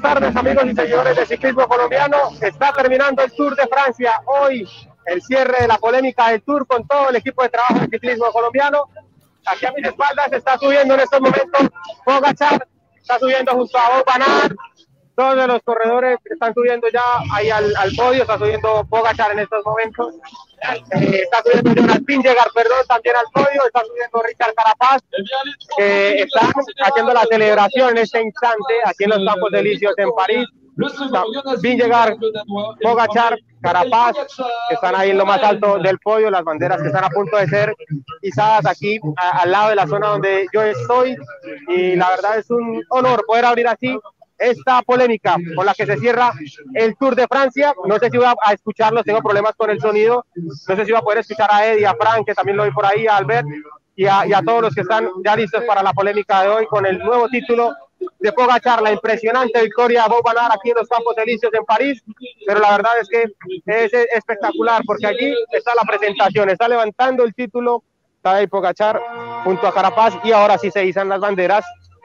tardes, amigos y seguidores de ciclismo colombiano. Está terminando el Tour de Francia. Hoy el cierre de la polémica del Tour con todo el equipo de trabajo de ciclismo colombiano. Aquí a mis espaldas está subiendo en estos momentos Pogačar, está subiendo junto a Wout van Aert. Todos de los corredores están subiendo ya ahí al podio. Está subiendo Pogačar en estos momentos. Está subiendo Jonas Vingegaard, también al podio. Está subiendo Richard Carapaz. Están haciendo la celebración en este instante aquí en los Campos Elíseos en París. Vingegaard, Pogačar, Carapaz, que están ahí en lo más alto del podio, las banderas que están a punto de ser izadas aquí al lado de la zona donde yo estoy, y la verdad es un honor poder abrir así esta polémica con la que se cierra el Tour de Francia. No sé si voy a escucharlos, tengo problemas con el sonido, no sé si voy a poder escuchar a Eddie, a Frank, que también lo vi por ahí, a Albert, y a todos los que están ya listos para la polémica de hoy con el nuevo título de Pogačar, la impresionante victoria de Wout van Aert aquí en los Campos Elíseos en París. Pero la verdad es que es espectacular, porque allí está la presentación, está levantando el título Tadej Pogačar junto a Carapaz, y ahora sí se izan las banderas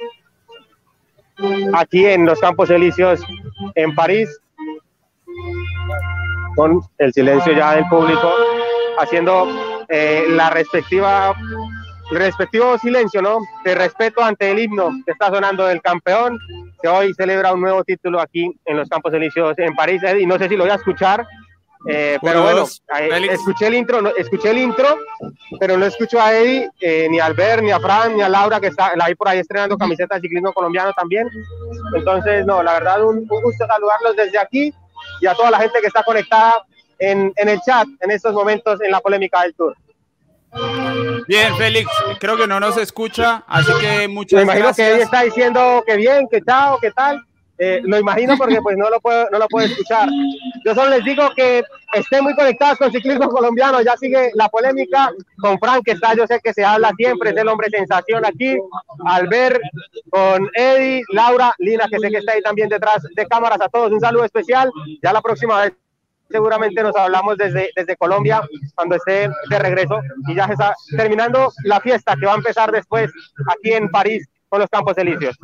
aquí en los Campos Elíseos en París, con el silencio ya del público haciendo la respectivo silencio, ¿no?, de respeto ante el himno que está sonando del campeón, que hoy celebra un nuevo título aquí en los Campos Elíseos en París. Y no sé si lo voy a escuchar, pero bueno, escuché el intro, pero no escucho a Eddie, ni a Albert, ni a Fran, ni a Laura, que la vi por ahí estrenando camiseta de ciclismo colombiano también. Entonces, no, la verdad, un gusto saludarlos desde aquí, y a toda la gente que está conectada en el chat en estos momentos en la polémica del Tour. Bien, Félix, creo que no nos escucha, así que muchas gracias. Me imagino que Eddie está diciendo que bien, que chao, que tal. Lo imagino porque pues no lo puedo escuchar. Yo solo les digo que estén muy conectados con ciclismo colombiano. Ya sigue la polémica con Frank, que está, yo sé que se habla siempre, es el hombre sensación aquí, Albert, con Eddie, Laura, Lina, que sé que está ahí también detrás de cámaras. A todos un saludo especial. Ya la próxima vez seguramente nos hablamos desde Colombia cuando esté de regreso, y ya se está terminando la fiesta que va a empezar después aquí en París con los Campos Elíseos.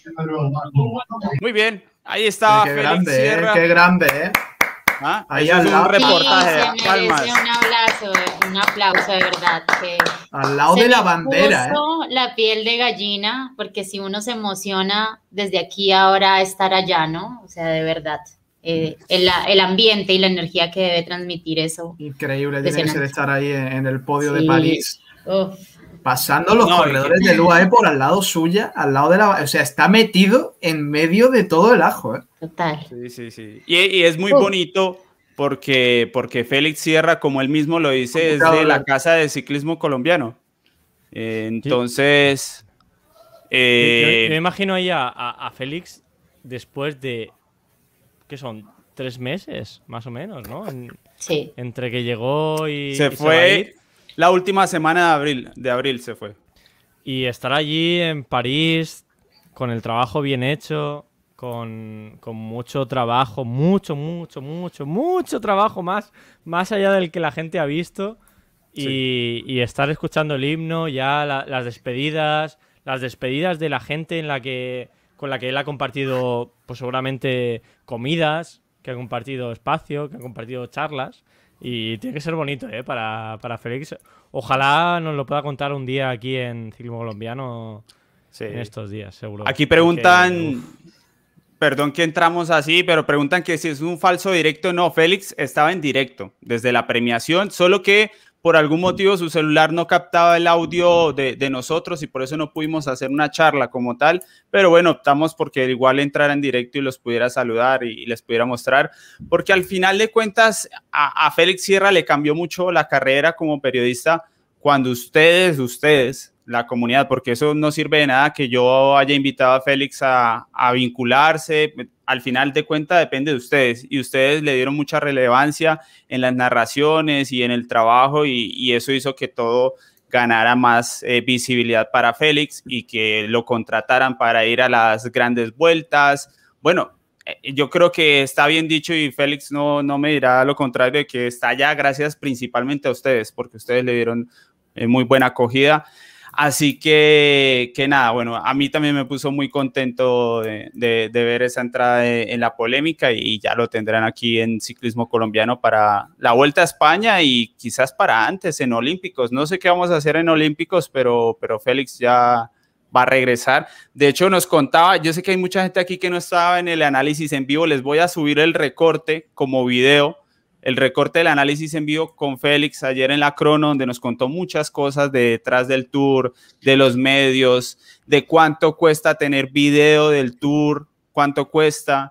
Muy bien, ahí está qué Félix grande, Sierra. Qué grande, ¿Ah? Ahí Eso al es lado. un reportaje. Sí, se merece un aplauso de verdad. Que al lado de la bandera. La piel de gallina, porque si uno se emociona desde aquí ahora a estar allá, ¿no? O sea, de verdad. El ambiente y la energía que debe transmitir eso. Increíble, tiene que ser estar ahí en el podio de París. Uf. Pasando los corredores del UAE por al lado suya, al lado de la... O sea, está metido en medio de todo el ajo, ¿eh? Total. Sí. Y es muy bonito porque Félix Sierra, como él mismo lo dice, es de la Casa de Ciclismo Colombiano. Entonces... Yo imagino ahí a Félix después de... ¿Qué son? 3 meses, más o menos, ¿no? Sí. Entre que llegó y... Se fue la última semana de abril se fue. Y estar allí en París, con el trabajo bien hecho, con mucho trabajo, mucho trabajo, más allá del que la gente ha visto, y estar escuchando el himno, ya las despedidas de la gente con la que él ha compartido, pues seguramente comidas, que ha compartido espacio, que ha compartido charlas, y tiene que ser bonito, para Félix. Ojalá nos lo pueda contar un día aquí en Ciclismo Colombiano, en estos días, seguro. Aquí preguntan, perdón que entramos así, pero preguntan que si es un falso directo. No, Félix estaba en directo desde la premiación, solo que por algún motivo su celular no captaba el audio de nosotros, y por eso no pudimos hacer una charla como tal, pero bueno, optamos porque igual entrara en directo y los pudiera saludar y les pudiera mostrar, porque al final de cuentas a Félix Sierra le cambió mucho la carrera como periodista cuando ustedes, la comunidad, porque eso no sirve de nada que yo haya invitado a Félix a vincularse. Al final de cuentas depende de ustedes, y ustedes le dieron mucha relevancia en las narraciones y en el trabajo, y eso hizo que todo ganara más visibilidad para Félix y que lo contrataran para ir a las grandes vueltas. Bueno, yo creo que está bien dicho, y Félix no me dirá lo contrario, de que está allá gracias principalmente a ustedes, porque ustedes le dieron muy buena acogida. Así que nada, bueno, a mí también me puso muy contento de ver esa entrada en la polémica y ya lo tendrán aquí en Ciclismo Colombiano para la Vuelta a España y quizás para antes en Olímpicos. No sé qué vamos a hacer en Olímpicos, pero Félix ya va a regresar. De hecho, nos contaba, yo sé que hay mucha gente aquí que no estaba en el análisis en vivo, les voy a subir el recorte como video, el recorte del análisis en vivo con Félix ayer en la Crono, donde nos contó muchas cosas de detrás del Tour, de los medios, de cuánto cuesta tener video del Tour, cuánto cuesta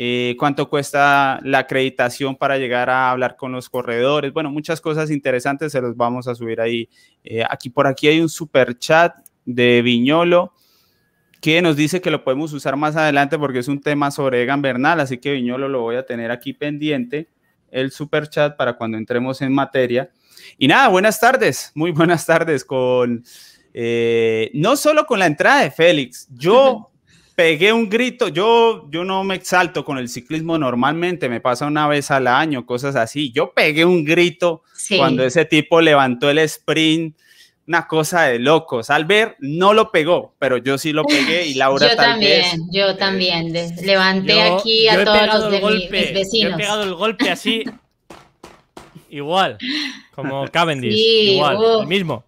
la acreditación para llegar a hablar con los corredores. Bueno, muchas cosas interesantes, se los vamos a subir ahí. Por aquí hay un super chat de Viñolo que nos dice que lo podemos usar más adelante porque es un tema sobre Egan Bernal, así que Viñolo lo voy a tener aquí pendiente, el super chat para cuando entremos en materia. Y nada, buenas tardes, muy buenas tardes con, no solo con la entrada de Félix, yo pegué un grito, yo no me exalto con el ciclismo normalmente, me pasa una vez al año, cosas así, yo pegué un grito cuando ese tipo levantó el sprint, una cosa de locos. Albert no lo pegó, pero yo sí lo pegué y Laura yo también, levanté aquí a todos los de mis vecinos. Yo he pegado el golpe así, igual, como Cavendish, sí, igual, el mismo.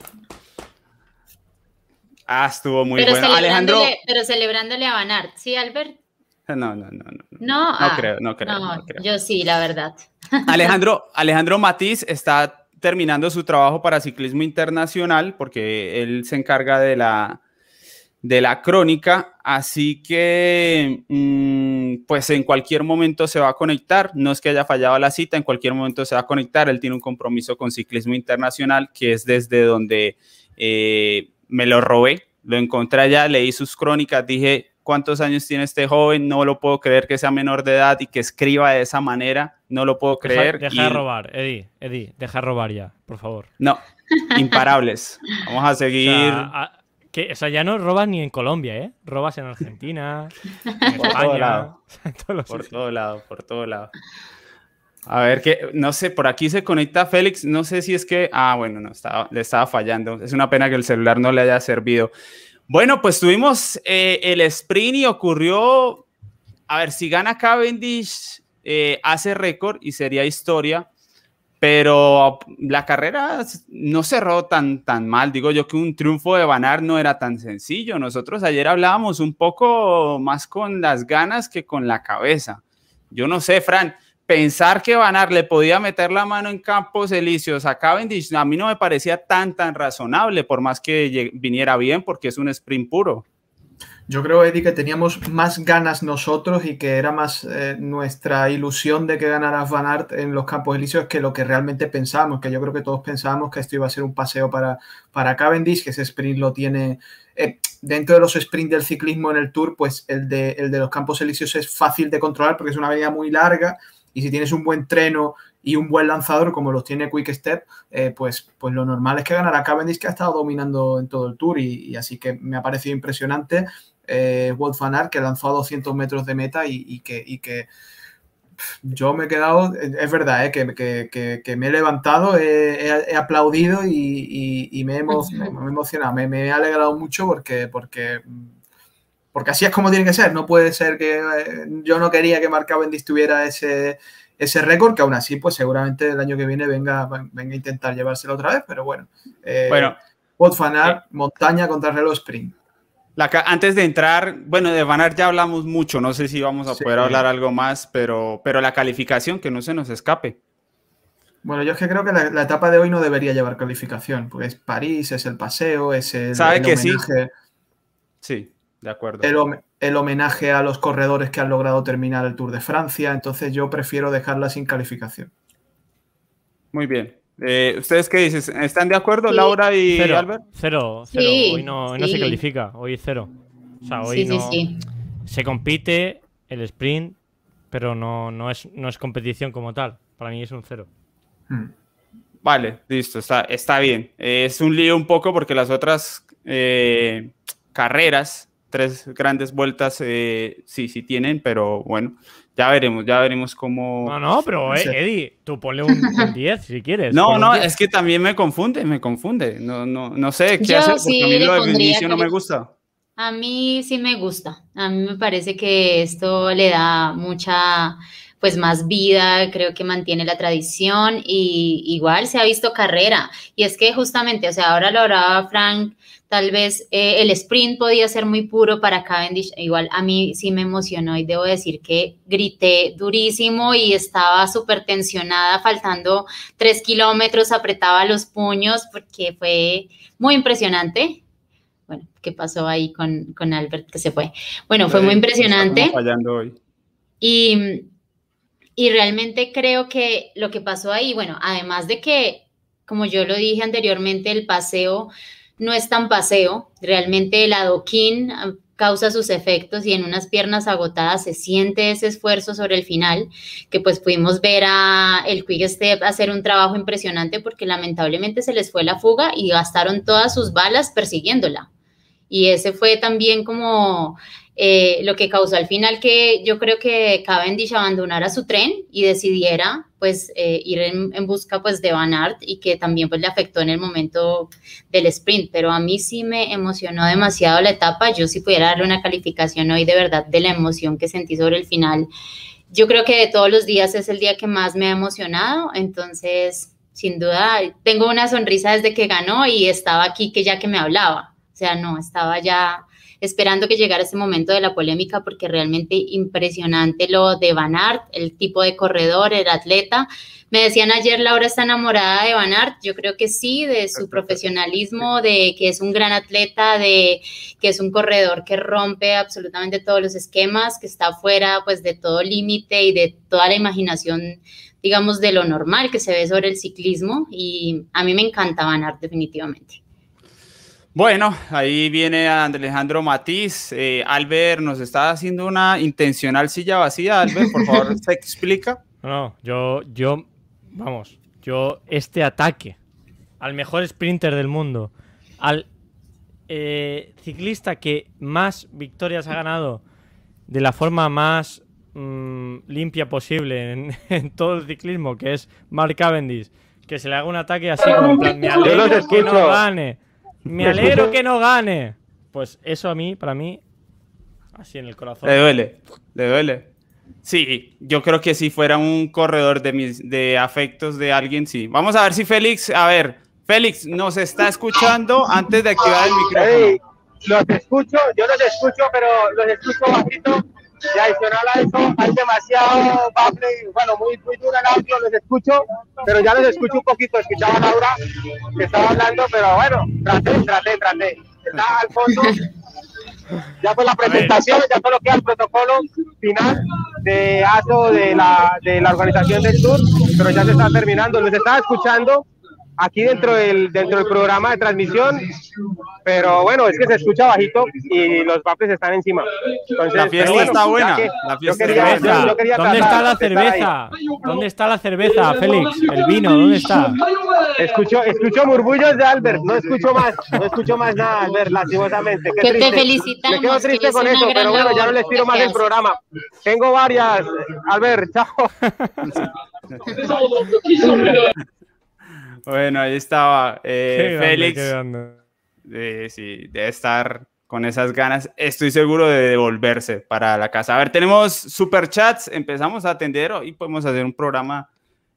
Estuvo muy bueno. Alejandro. Pero celebrándole a Van Aert, ¿sí, Albert? No creo. Yo sí, la verdad. Alejandro Matiz está terminando su trabajo para Ciclismo Internacional porque él se encarga de la crónica, así que pues en cualquier momento se va a conectar, no es que haya fallado la cita, en cualquier momento se va a conectar, él tiene un compromiso con Ciclismo Internacional que es desde donde me lo robé, lo encontré allá, leí sus crónicas, dije ¿cuántos años tiene este joven? No lo puedo creer que sea menor de edad y que escriba de esa manera. No lo puedo creer. Deja de robar, Eddie, deja de robar ya, por favor. No, imparables. Vamos a seguir. O sea, ya no robas ni en Colombia, ¿eh? Robas en Argentina, en España. Por todo lado. A ver, no sé, por aquí se conecta Félix. No sé si es que... bueno, no, le estaba fallando. Es una pena que el celular no le haya servido. Bueno, pues tuvimos el sprint y ocurrió, a ver, si gana Cavendish, hace récord y sería historia, pero la carrera no cerró tan mal. Digo yo que un triunfo de Van Aert no era tan sencillo. Nosotros ayer hablábamos un poco más con las ganas que con la cabeza. Yo no sé, Fran, pensar que Van Aert le podía meter la mano en Campos Elíseos a Cavendish, a mí no me parecía tan razonable, por más que viniera bien, porque es un sprint puro. Yo creo, Eddie, que teníamos más ganas nosotros y que era más nuestra ilusión de que ganara Van Aert en los Campos Elíseos que lo que realmente pensábamos, que yo creo que todos pensábamos que esto iba a ser un paseo para Cavendish, que ese sprint lo tiene... dentro de los sprints del ciclismo en el Tour, pues el de los Campos Elíseos es fácil de controlar porque es una avenida muy larga. Y si tienes un buen treno y un buen lanzador como los tiene Quick Step, pues lo normal es que ganará Cavendish, que ha estado dominando en todo el Tour. Y así que me ha parecido impresionante Wout van Aert, que lanzó a 200 metros de meta y que yo me he quedado... Es verdad, que me he levantado, he aplaudido y me he emocionado. Me he alegrado mucho porque así es como tiene que ser. No puede ser que yo no quería que Mark Cavendish tuviera ese récord, que aún así, pues seguramente el año que viene venga a intentar llevárselo otra vez, pero bueno. Wout van Aert, montaña contra reloj sprint. Antes de entrar, bueno, de Van Aert ya hablamos mucho, no sé si vamos a poder hablar algo más, pero la calificación, que no se nos escape. Bueno, yo es que creo que la etapa de hoy no debería llevar calificación, porque es París, es el paseo, es el homenaje. Sí. De acuerdo. El homenaje a los corredores que han logrado terminar el Tour de Francia, entonces yo prefiero dejarla sin calificación. Muy bien. ¿Ustedes qué dicen? ¿Están de acuerdo, sí. Laura y Albert? Cero. Sí, hoy no se califica, hoy 0. O sea, hoy se compite el sprint, pero no es competición como tal. Para mí es un 0. Vale, listo, está bien. Es un lío un poco porque las otras carreras 3 grandes vueltas sí tienen, pero bueno, ya veremos cómo... No, pero Eddie, tú ponle un 10 si quieres. No, es que también me confunde, no sé qué hacer, porque a mí lo de Vinicio no me gusta. A mí sí me gusta, a mí me parece que esto le da mucha, pues más vida, creo que mantiene la tradición y igual se ha visto carrera. Y es que justamente, o sea, ahora lo hablaba Frank, tal vez el sprint podía ser muy puro para Cavendish, igual a mí sí me emocionó y debo decir que grité durísimo y estaba súper tensionada, faltando 3 kilómetros, apretaba los puños porque fue muy impresionante. Bueno, ¿qué pasó ahí con Albert que se fue? Bueno, fue muy impresionante. Fallando hoy. Y realmente creo que lo que pasó ahí, bueno, además de que, como yo lo dije anteriormente, el paseo no es tan paseo, realmente el adoquín causa sus efectos y en unas piernas agotadas se siente ese esfuerzo sobre el final, que pues pudimos ver a el Quick Step hacer un trabajo impresionante porque lamentablemente se les fue la fuga y gastaron todas sus balas persiguiéndola. Y ese fue también como lo que causó al final que yo creo que Cavendish abandonara su tren y decidiera pues ir en busca pues de Van Aert y que también pues le afectó en el momento del sprint, pero a mí sí me emocionó demasiado la etapa. Yo si pudiera darle una calificación hoy de verdad de la emoción que sentí sobre el final, yo creo que de todos los días es el día que más me ha emocionado, entonces sin duda tengo una sonrisa desde que ganó y estaba aquí que ya que me hablaba. O sea, no, estaba ya esperando que llegara ese momento de la polémica porque realmente impresionante lo de Van Aert, el tipo de corredor, el atleta. Me decían ayer, Laura está enamorada de Van Aert. Yo creo que sí, de su profesionalismo, de que es un gran atleta, de que es un corredor que rompe absolutamente todos los esquemas, que está fuera pues de todo límite y de toda la imaginación, digamos, de lo normal que se ve sobre el ciclismo. Y a mí me encanta Van Aert definitivamente. Bueno, ahí viene Alejandro Matiz. Albert nos está haciendo una intencional silla vacía. Albert, por favor, ¿se explica? No, yo, este ataque al mejor sprinter del mundo, al ciclista que más victorias ha ganado de la forma más limpia posible en todo el ciclismo, que es Mark Cavendish, que se le haga un ataque así como en plan, me alegro que no gane. Me alegro que no gane. Pues eso para mí, así en el corazón. Le duele. Sí, yo creo que si fuera un corredor de afectos de alguien, sí. Vamos a ver si Félix, Félix, ¿nos está escuchando antes de activar el micrófono? Hey, yo los escucho, pero los escucho bajito. Y adicional a eso, hay demasiado bafle, bueno, muy dura el audio, los escucho, pero ya los escucho un poquito. Escuchaba a Laura que estaba hablando, pero bueno, traté. Está al fondo. Ya fue la presentación, ya solo queda el protocolo final de ASO de la organización del Tour, pero ya se está terminando. Los estaba escuchando aquí dentro del programa de transmisión, pero bueno, es que se escucha bajito y los baffles están encima. Entonces, la fiesta está buena. ¿Dónde está la cerveza? ¿Dónde está la cerveza, Félix? El vino, ¿dónde está? Escucho murmullos de Albert, no escucho más nada, Albert, lastimosamente. Que te felicitamos. Me quedo triste con eso, pero bueno, ya no les tiro más el programa. Tengo varias, Albert, chao. Bueno, ahí estaba Félix. Sí, debe estar con esas ganas. Estoy seguro de devolverse para la casa. A ver, tenemos superchats. Empezamos a atender. Hoy podemos hacer un programa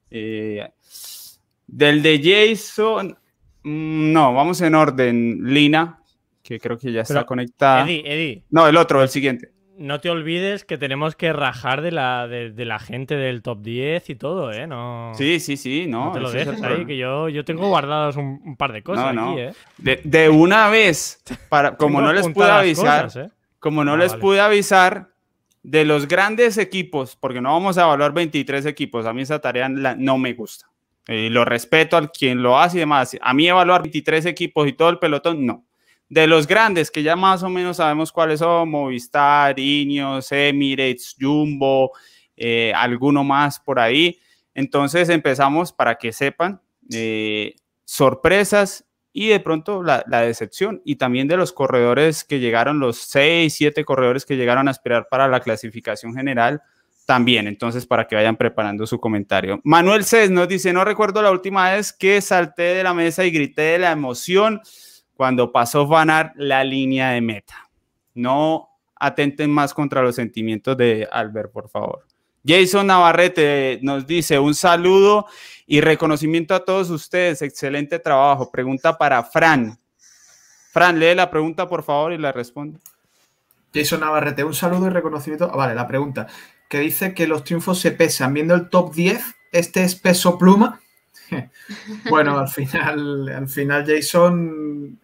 del de Jason. No, vamos en orden. Lina, que creo que ya está conectada. Eddie. No, el siguiente. No te olvides que tenemos que rajar de la gente del top 10 y todo, ¿eh? No, sí, no. No te lo dejes ahí, que yo tengo guardados un par de cosas aquí, ¿eh? De una vez, como no les pude avisar, cosas, pude avisar de los grandes equipos, porque no vamos a evaluar 23 equipos, a mí esa tarea no me gusta. Lo respeto al quien lo hace y demás. A mí evaluar 23 equipos y todo el pelotón, no. De los grandes, que ya más o menos sabemos cuáles son, Movistar, Ineos, Emirates, Jumbo, alguno más por ahí. Entonces empezamos, para que sepan, sorpresas y de pronto la decepción, y también de los corredores que llegaron, los 6, 7 corredores que llegaron a aspirar para la clasificación general, también. Entonces, para que vayan preparando su comentario. Manuel Cés nos dice: no recuerdo la última vez que salté de la mesa y grité de la emoción cuando pasó Van Aert la línea de meta. No atenten más contra los sentimientos de Albert, por favor. Jason Navarrete nos dice: un saludo y reconocimiento a todos ustedes, excelente trabajo. Pregunta para Fran. Fran, lee la pregunta, por favor, y la responde. Jason Navarrete, un saludo y reconocimiento. Vale, la pregunta, que dice que los triunfos se pesan. Viendo el top 10, ¿este es peso pluma? Bueno, al final Jason,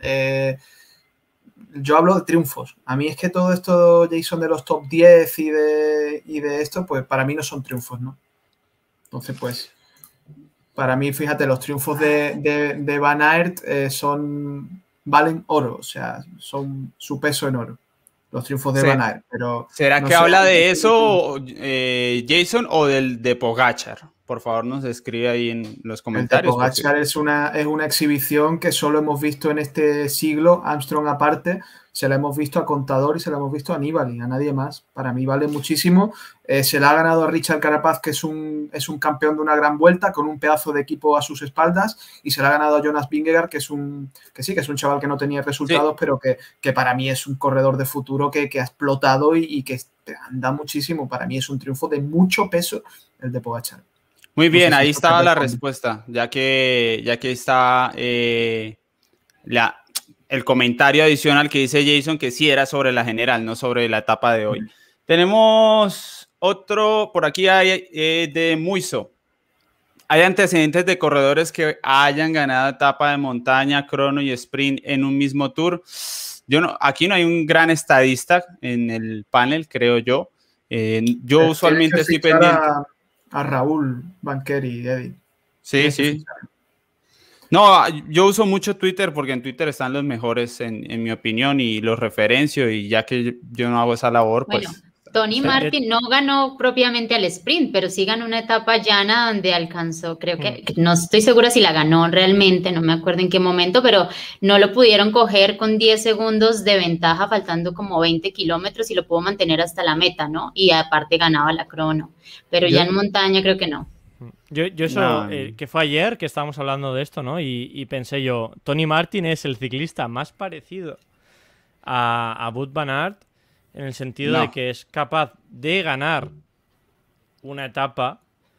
yo hablo de triunfos. A mí es que todo esto, Jason, de los top 10 y de esto, pues para mí no son triunfos, ¿no? Entonces, pues, para mí, fíjate, los triunfos de Van Aert valen oro, o sea, son su peso en oro. Los triunfos de Van Aert, pero... ¿Será no que sé, habla de eso, Jason, o de Pogačar? Por favor, nos escribe ahí en los comentarios. El de Pogačar es una exhibición que solo hemos visto en este siglo, Armstrong aparte, se la hemos visto a Contador y se la hemos visto a Nibali, a nadie más. Para mí vale muchísimo. Se la ha ganado a Richard Carapaz, que es un campeón de una gran vuelta, con un pedazo de equipo a sus espaldas, y se la ha ganado a Jonas Vingegaard, que es un chaval que no tenía resultados, sí, pero que para mí es un corredor de futuro que ha explotado y que anda muchísimo. Para mí es un triunfo de mucho peso el de Pogačar. Muy bien, no sé si ahí estaba la respuesta, ya que está el comentario adicional que dice Jason, que sí era sobre la general, no sobre la etapa de hoy. Tenemos otro, por aquí hay de Muiso. ¿Hay antecedentes de corredores que hayan ganado etapa de montaña, crono y sprint en un mismo tour? Aquí no hay un gran estadista en el panel, creo yo. Yo usualmente estoy pendiente a Raúl Banqueri, Eddie. Sí, sí. No, yo uso mucho Twitter porque en Twitter están los mejores, en mi opinión, y los referencio, y ya que yo no hago esa labor, bueno, pues... Tony Martin no ganó propiamente al sprint, pero sí ganó una etapa llana donde alcanzó, creo que no estoy segura si la ganó realmente, no me acuerdo en qué momento, pero no lo pudieron coger con 10 segundos de ventaja, faltando como 20 kilómetros, y lo pudo mantener hasta la meta, ¿no? Y aparte ganaba la crono, pero ya en montaña creo que no. Yo eso, que fue ayer que estábamos hablando de esto, ¿no? Y pensé yo, Tony Martin es el ciclista más parecido a Wout van Aert, en el sentido de que es capaz de ganar una etapa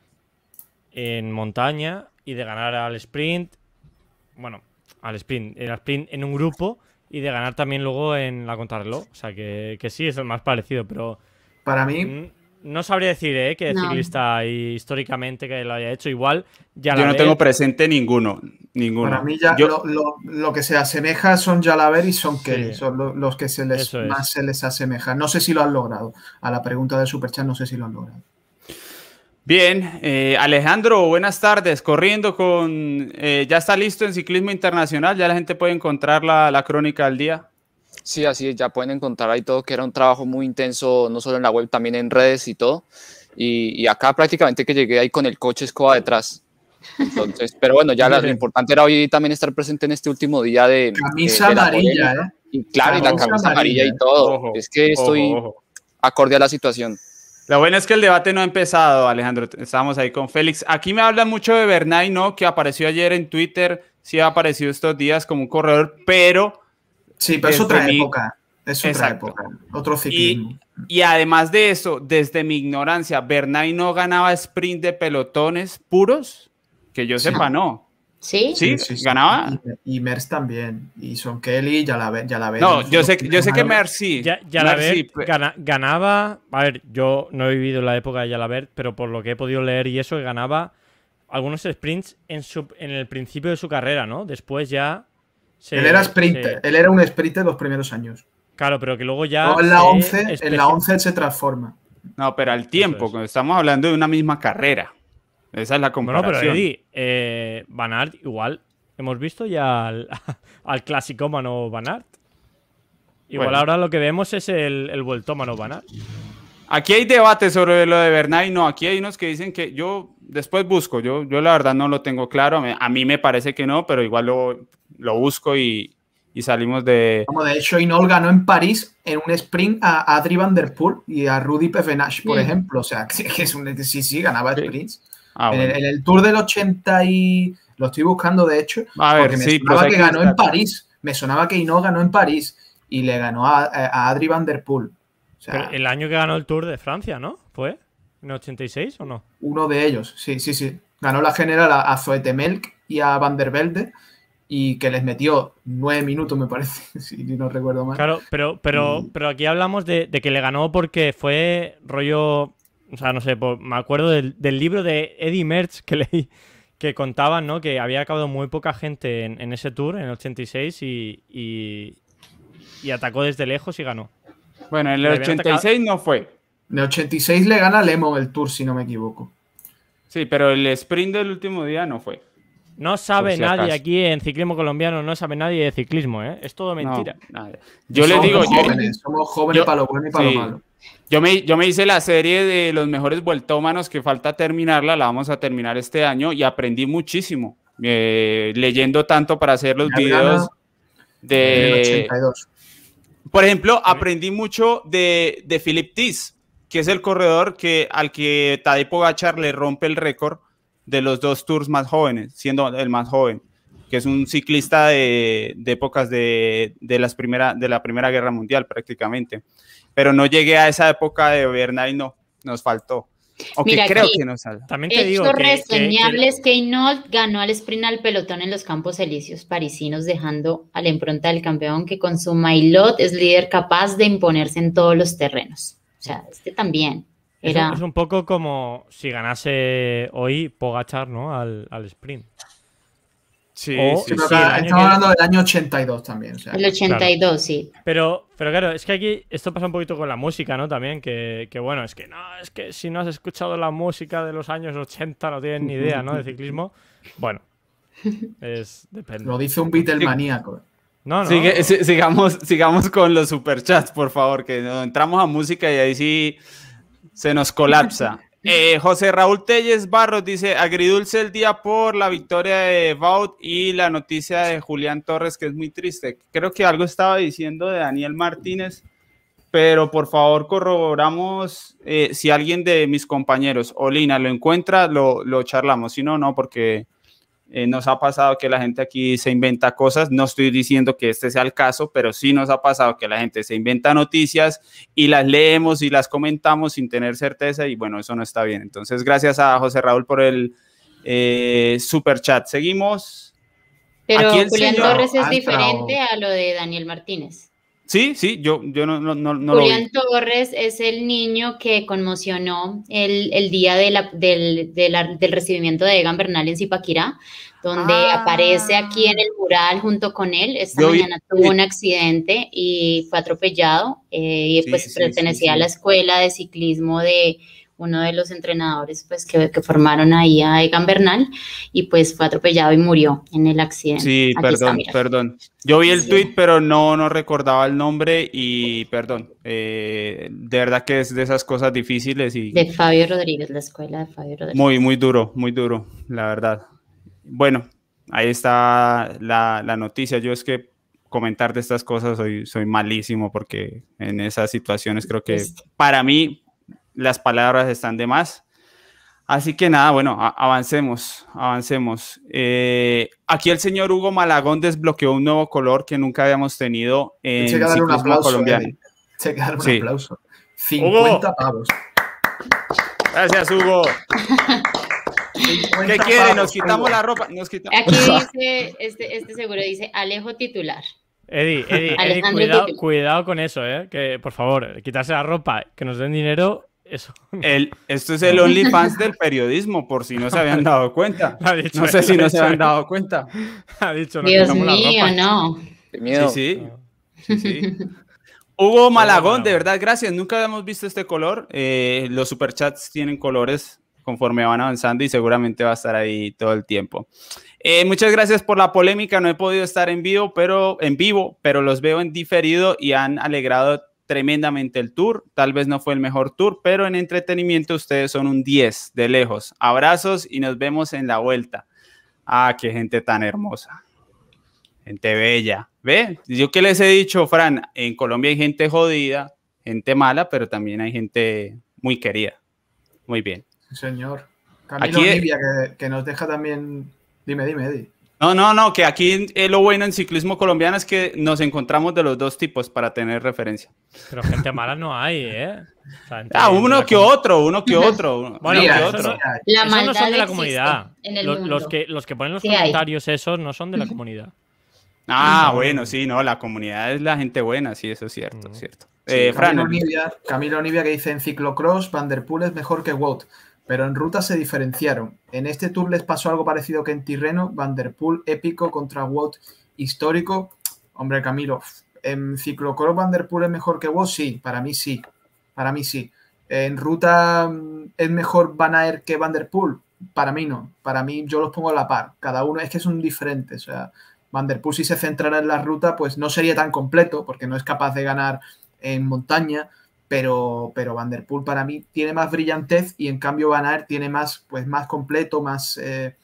en montaña y de ganar al sprint, bueno, el sprint en un grupo, y de ganar también luego en la contrarreloj. O sea, que sí es el más parecido, pero... Para mí... No sabría decir que ciclista históricamente que lo haya hecho. Igual Jalabert, yo no tengo presente ninguno. Para mí lo que se asemeja son Jalabert y Son Kelly. Sí. Son los que se les asemeja. No sé si lo han logrado. A la pregunta del Superchat, no sé si lo han logrado. Bien, Alejandro, buenas tardes. Corriendo con... ¿ya está listo en Ciclismo Internacional? ¿Ya la gente puede encontrar la crónica al día? Sí, así es, ya pueden encontrar ahí todo, que era un trabajo muy intenso, no solo en la web, también en redes y todo. Y acá prácticamente que llegué ahí con el coche escoba detrás. Entonces, pero bueno, ya lo importante era hoy también estar presente en este último día de... Camisa amarilla, ¿eh? Y claro, y la camisa amarilla y todo. Ojo, es que estoy acorde a la situación. Lo bueno es que el debate no ha empezado, Alejandro. Estábamos ahí con Félix. Aquí me hablan mucho de Bernay, ¿no? Que apareció ayer en Twitter, sí ha aparecido estos días como un corredor, pero... Sí, pero es otra época. Es otra época. Otro ciclismo. Y además de eso, desde mi ignorancia, ¿Bernay no ganaba sprint de pelotones puros? Que yo sepa, no. ¿Sí? ¿Sí? ¿Ganaba? Y Merckx también. Y Son Kelly, Jalabert. No, yo sé que Merckx sí. Jalabert ganaba... A ver, yo no he vivido la época de Jalabert, pero por lo que he podido leer y eso, ganaba algunos sprints en el principio de su carrera, ¿no? Después ya... Él era sprinter. Él era un sprinter los primeros años. Claro, pero que luego ya... No, en la 11 él se transforma. No, pero al tiempo, cuando estamos hablando de una misma carrera. Esa es la comparación. Bueno, pero Eddie, Van Aert igual. Hemos visto ya al clasicómano Van Aert. Igual ahora lo que vemos es el vueltómano Van Aert. Aquí hay debate sobre lo de Bernay. No, aquí hay unos que dicen que yo después busco. Yo la verdad no lo tengo claro. A mí me parece que no, pero igual lo busco y salimos de... Como de hecho, Hinault ganó en París en un sprint a Adrie Van der Poel y a Rudy Pevenage, por ejemplo. O sea, que sí, ganaba sprints. Bueno. En el Tour del 80 y... Lo estoy buscando, de hecho, porque me sonaba que ganó en París. Me sonaba que Hinault ganó en París y le ganó a Adrie Van der Poel. O sea, pero el año que ganó el Tour de Francia, ¿no? ¿Fue? ¿En 86 o no? Uno de ellos, sí. Ganó la general a Zoetemelk y a Van der Velde y que les metió 9 minutos, me parece, si no recuerdo mal. Claro, pero aquí hablamos de que le ganó porque fue rollo... O sea, no sé, me acuerdo del libro de Eddie Merckx que leí, que contaban, ¿no? Que había acabado muy poca gente en ese Tour, en el 86, y atacó desde lejos y ganó. Bueno, en el 86 no fue. En el 86 le gana Lemon el Tour, si no me equivoco. Sí, pero el sprint del último día no fue. No sabe nadie aquí en ciclismo colombiano, no sabe nadie de ciclismo, ¿eh? Es todo mentira. No, yo le digo... Somos jóvenes para lo bueno y para lo malo. Yo me hice la serie de los mejores vueltómanos que falta terminarla, la vamos a terminar este año y aprendí muchísimo leyendo tanto para hacer los videos de... 82. Por ejemplo, aprendí mucho de Philipp Thies, que es el corredor al que Tadej Pogačar le rompe el récord de los 2 tours más jóvenes, siendo el más joven, que es un ciclista de épocas de la Primera Guerra Mundial prácticamente. Pero no llegué a esa época de Bernal, no, nos faltó. Aunque creo que nos salga. También te digo reseñables que Hinault ganó al sprint al pelotón en los Campos Elíseos parisinos, dejando a la impronta del campeón que con su Maillot es líder capaz de imponerse en todos los terrenos. O sea, también era... Es un poco como si ganase hoy Pogačar, ¿no? Al sprint. Sí, estamos hablando del año 82 también. O sea. El 82, claro. Sí. Pero claro, es que aquí esto pasa un poquito con la música, ¿no? También, que bueno, es que si no has escuchado la música de los años 80 no tienes ni idea, ¿no? De ciclismo. Bueno, depende. Lo dice un Beatlemaníaco. No. Sigamos con los superchats, por favor, que entramos a música y ahí sí se nos colapsa. José Raúl Telles Barros dice: agridulce el día por la victoria de Wout y la noticia de Julián Torres, que es muy triste. Creo que algo estaba diciendo de Daniel Martínez, pero por favor corroboramos si alguien de mis compañeros o Lina lo encuentra, lo charlamos. Si no, no, porque nos ha pasado que la gente aquí se inventa cosas. No estoy diciendo que este sea el caso, pero sí nos ha pasado que la gente se inventa noticias y las leemos y las comentamos sin tener certeza, y bueno, eso no está bien. Entonces, gracias a José Raúl por el super chat. Seguimos. Pero Julián Torres es diferente a lo de Daniel Martínez. Sí, yo no Julián Torres es el niño que conmocionó el día del recibimiento de Egan Bernal en Zipaquirá, donde aparece aquí en el mural junto con él. Esta mañana tuvo un accidente y fue atropellado, y pues pertenecía a la escuela de ciclismo de uno de los entrenadores pues que formaron ahí a Egan Bernal, y pues fue atropellado y murió en el accidente. Sí, perdón. Yo vi el tweet, pero no recordaba el nombre y perdón. De verdad que es de esas cosas difíciles. De Fabio Rodríguez, la escuela de Fabio Rodríguez. Muy duro, la verdad. Bueno, ahí está la noticia. Yo es que comentar de estas cosas soy malísimo, porque en esas situaciones creo que para mí las palabras están de más. Así que nada, bueno, avancemos. Aquí el señor Hugo Malagón desbloqueó un nuevo color que nunca habíamos tenido en ciclismo colombiano. Hay que darle un aplauso. 50 pavos. Gracias, Hugo. ¿Qué quiere? Nos quitamos la ropa. Aquí dice, este seguro dice Alejo titular. Eddie, cuidado con eso, que por favor, quitarse la ropa, que nos den dinero. Eso. Esto es el OnlyFans del periodismo, por si no se habían dado cuenta. No sé si no se habían dado cuenta. Ha dicho, Dios mío, no. Qué miedo. Sí. Hugo Malagón, de verdad, gracias. Nunca habíamos visto este color. Los superchats tienen colores conforme van avanzando y seguramente va a estar ahí todo el tiempo. Muchas gracias por la polémica. No he podido estar en vivo, pero los veo en diferido y han alegrado tremendamente el Tour. Tal vez no fue el mejor Tour, pero en entretenimiento ustedes son un 10 de lejos. Abrazos y nos vemos en la vuelta. Ah, qué gente tan hermosa. Gente bella. ¿Ve? Yo que les he dicho, Fran, en Colombia hay gente jodida, gente mala, pero también hay gente muy querida. Muy bien. Sí, señor. Camilo Aquí Nivia, que nos deja también... Dime, Eddie. No, que aquí lo bueno en ciclismo colombiano es que nos encontramos de los dos tipos para tener referencia. Pero gente mala no hay, ¿eh? O sea, uno que otro. Bueno, La esos no son de la comunidad. En el mundo. Los que ponen los Sí comentarios esos no son de la comunidad. Bueno, sí, no, la comunidad es la gente buena, sí, eso es cierto, cierto. Sí, Fran, Camilo Nivia que dice: en ciclocross Van der Poel es mejor que Wout, pero en ruta se diferenciaron. En este Tour les pasó algo parecido que en Tirreno, Van der Poel épico contra Wout histórico. Hombre, Camilo, en ciclocross Van der Poel es mejor que Wout, sí, para mí sí. En ruta es mejor Van Aert que Van der Poel, para mí no. Para mí yo los pongo a la par. Cada uno es que son diferentes. O sea, Van der Poel si se centrara en la ruta, pues no sería tan completo porque no es capaz de ganar en montaña, pero Van der Poel para mí tiene más brillantez y en cambio Van Aert tiene más, pues más completo, más,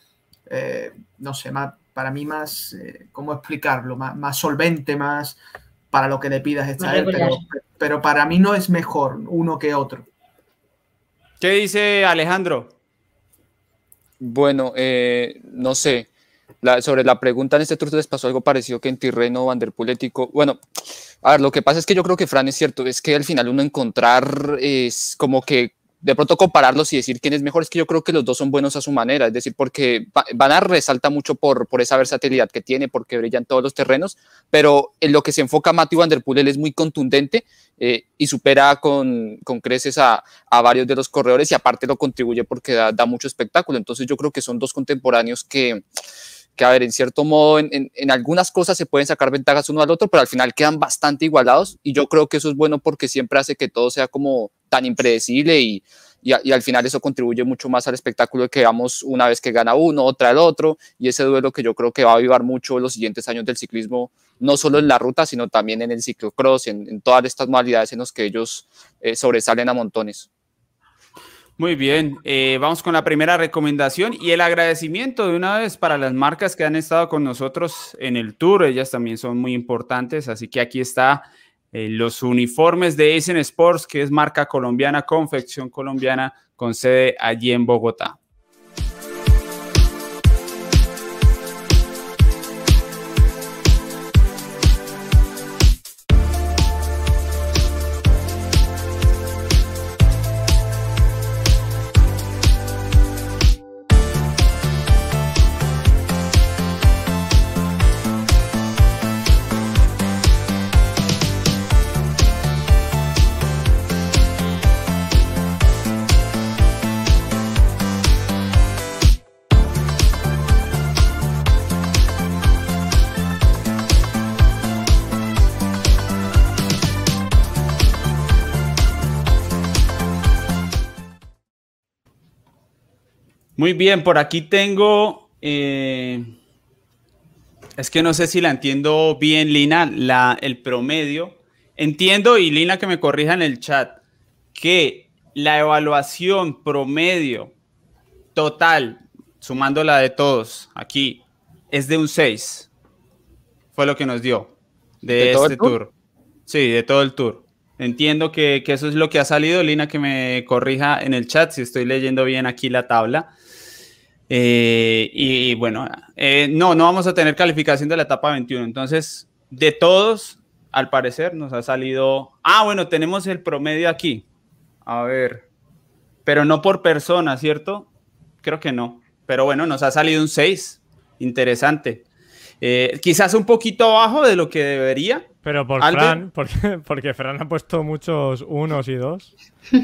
no sé, más, para mí más, ¿cómo explicarlo? Más solvente, más para lo que le pidas esta Aert, pero para mí no es mejor uno que otro. ¿Qué dice Alejandro? Bueno, no sé. Sobre la pregunta, en este Tour les pasó algo parecido que en Tirreno, Van der Poel ético. Bueno, a ver, lo que pasa es que yo creo que Fran es cierto, es que al final uno encontrar es como que de pronto compararlos y decir quién es mejor, es que yo creo que los dos son buenos a su manera, es decir, porque Van Aert resalta mucho por esa versatilidad que tiene, porque brilla en todos los terrenos, pero en lo que se enfoca Mathieu Van der Poel, él es muy contundente y supera con creces a varios de los corredores y aparte lo contribuye porque da mucho espectáculo. Entonces yo creo que son dos contemporáneos que a ver, en cierto modo, en algunas cosas se pueden sacar ventajas uno al otro, pero al final quedan bastante igualados y yo creo que eso es bueno porque siempre hace que todo sea como tan impredecible y al final eso contribuye mucho más al espectáculo que veamos una vez que gana uno, otra el otro, y ese duelo que yo creo que va a avivar mucho los siguientes años del ciclismo, no solo en la ruta, sino también en el ciclocross, en todas estas modalidades en las que ellos sobresalen a montones. Muy bien, vamos con la primera recomendación y el agradecimiento de una vez para las marcas que han estado con nosotros en el Tour. Ellas también son muy importantes, así que aquí está los uniformes de Eisen Sports, que es marca colombiana, confección colombiana, con sede allí en Bogotá. Muy bien, por aquí tengo, es que no sé si la entiendo bien, Lina, el promedio. Entiendo, y Lina que me corrija en el chat, que la evaluación promedio total, sumando la de todos aquí, es de un 6. Fue lo que nos dio de este tour. Sí, de todo el Tour. Entiendo que eso es lo que ha salido. Lina que me corrija en el chat si estoy leyendo bien aquí la tabla. Y bueno, no vamos a tener calificación de la etapa 21. Entonces, de todos, al parecer, nos ha salido... bueno, tenemos el promedio aquí. A ver. Pero no por persona, ¿cierto? Creo que no. Pero bueno, nos ha salido un 6. Interesante. Quizás un poquito abajo de lo que debería. Pero por Fran, porque Fran ha puesto muchos 1 y 2.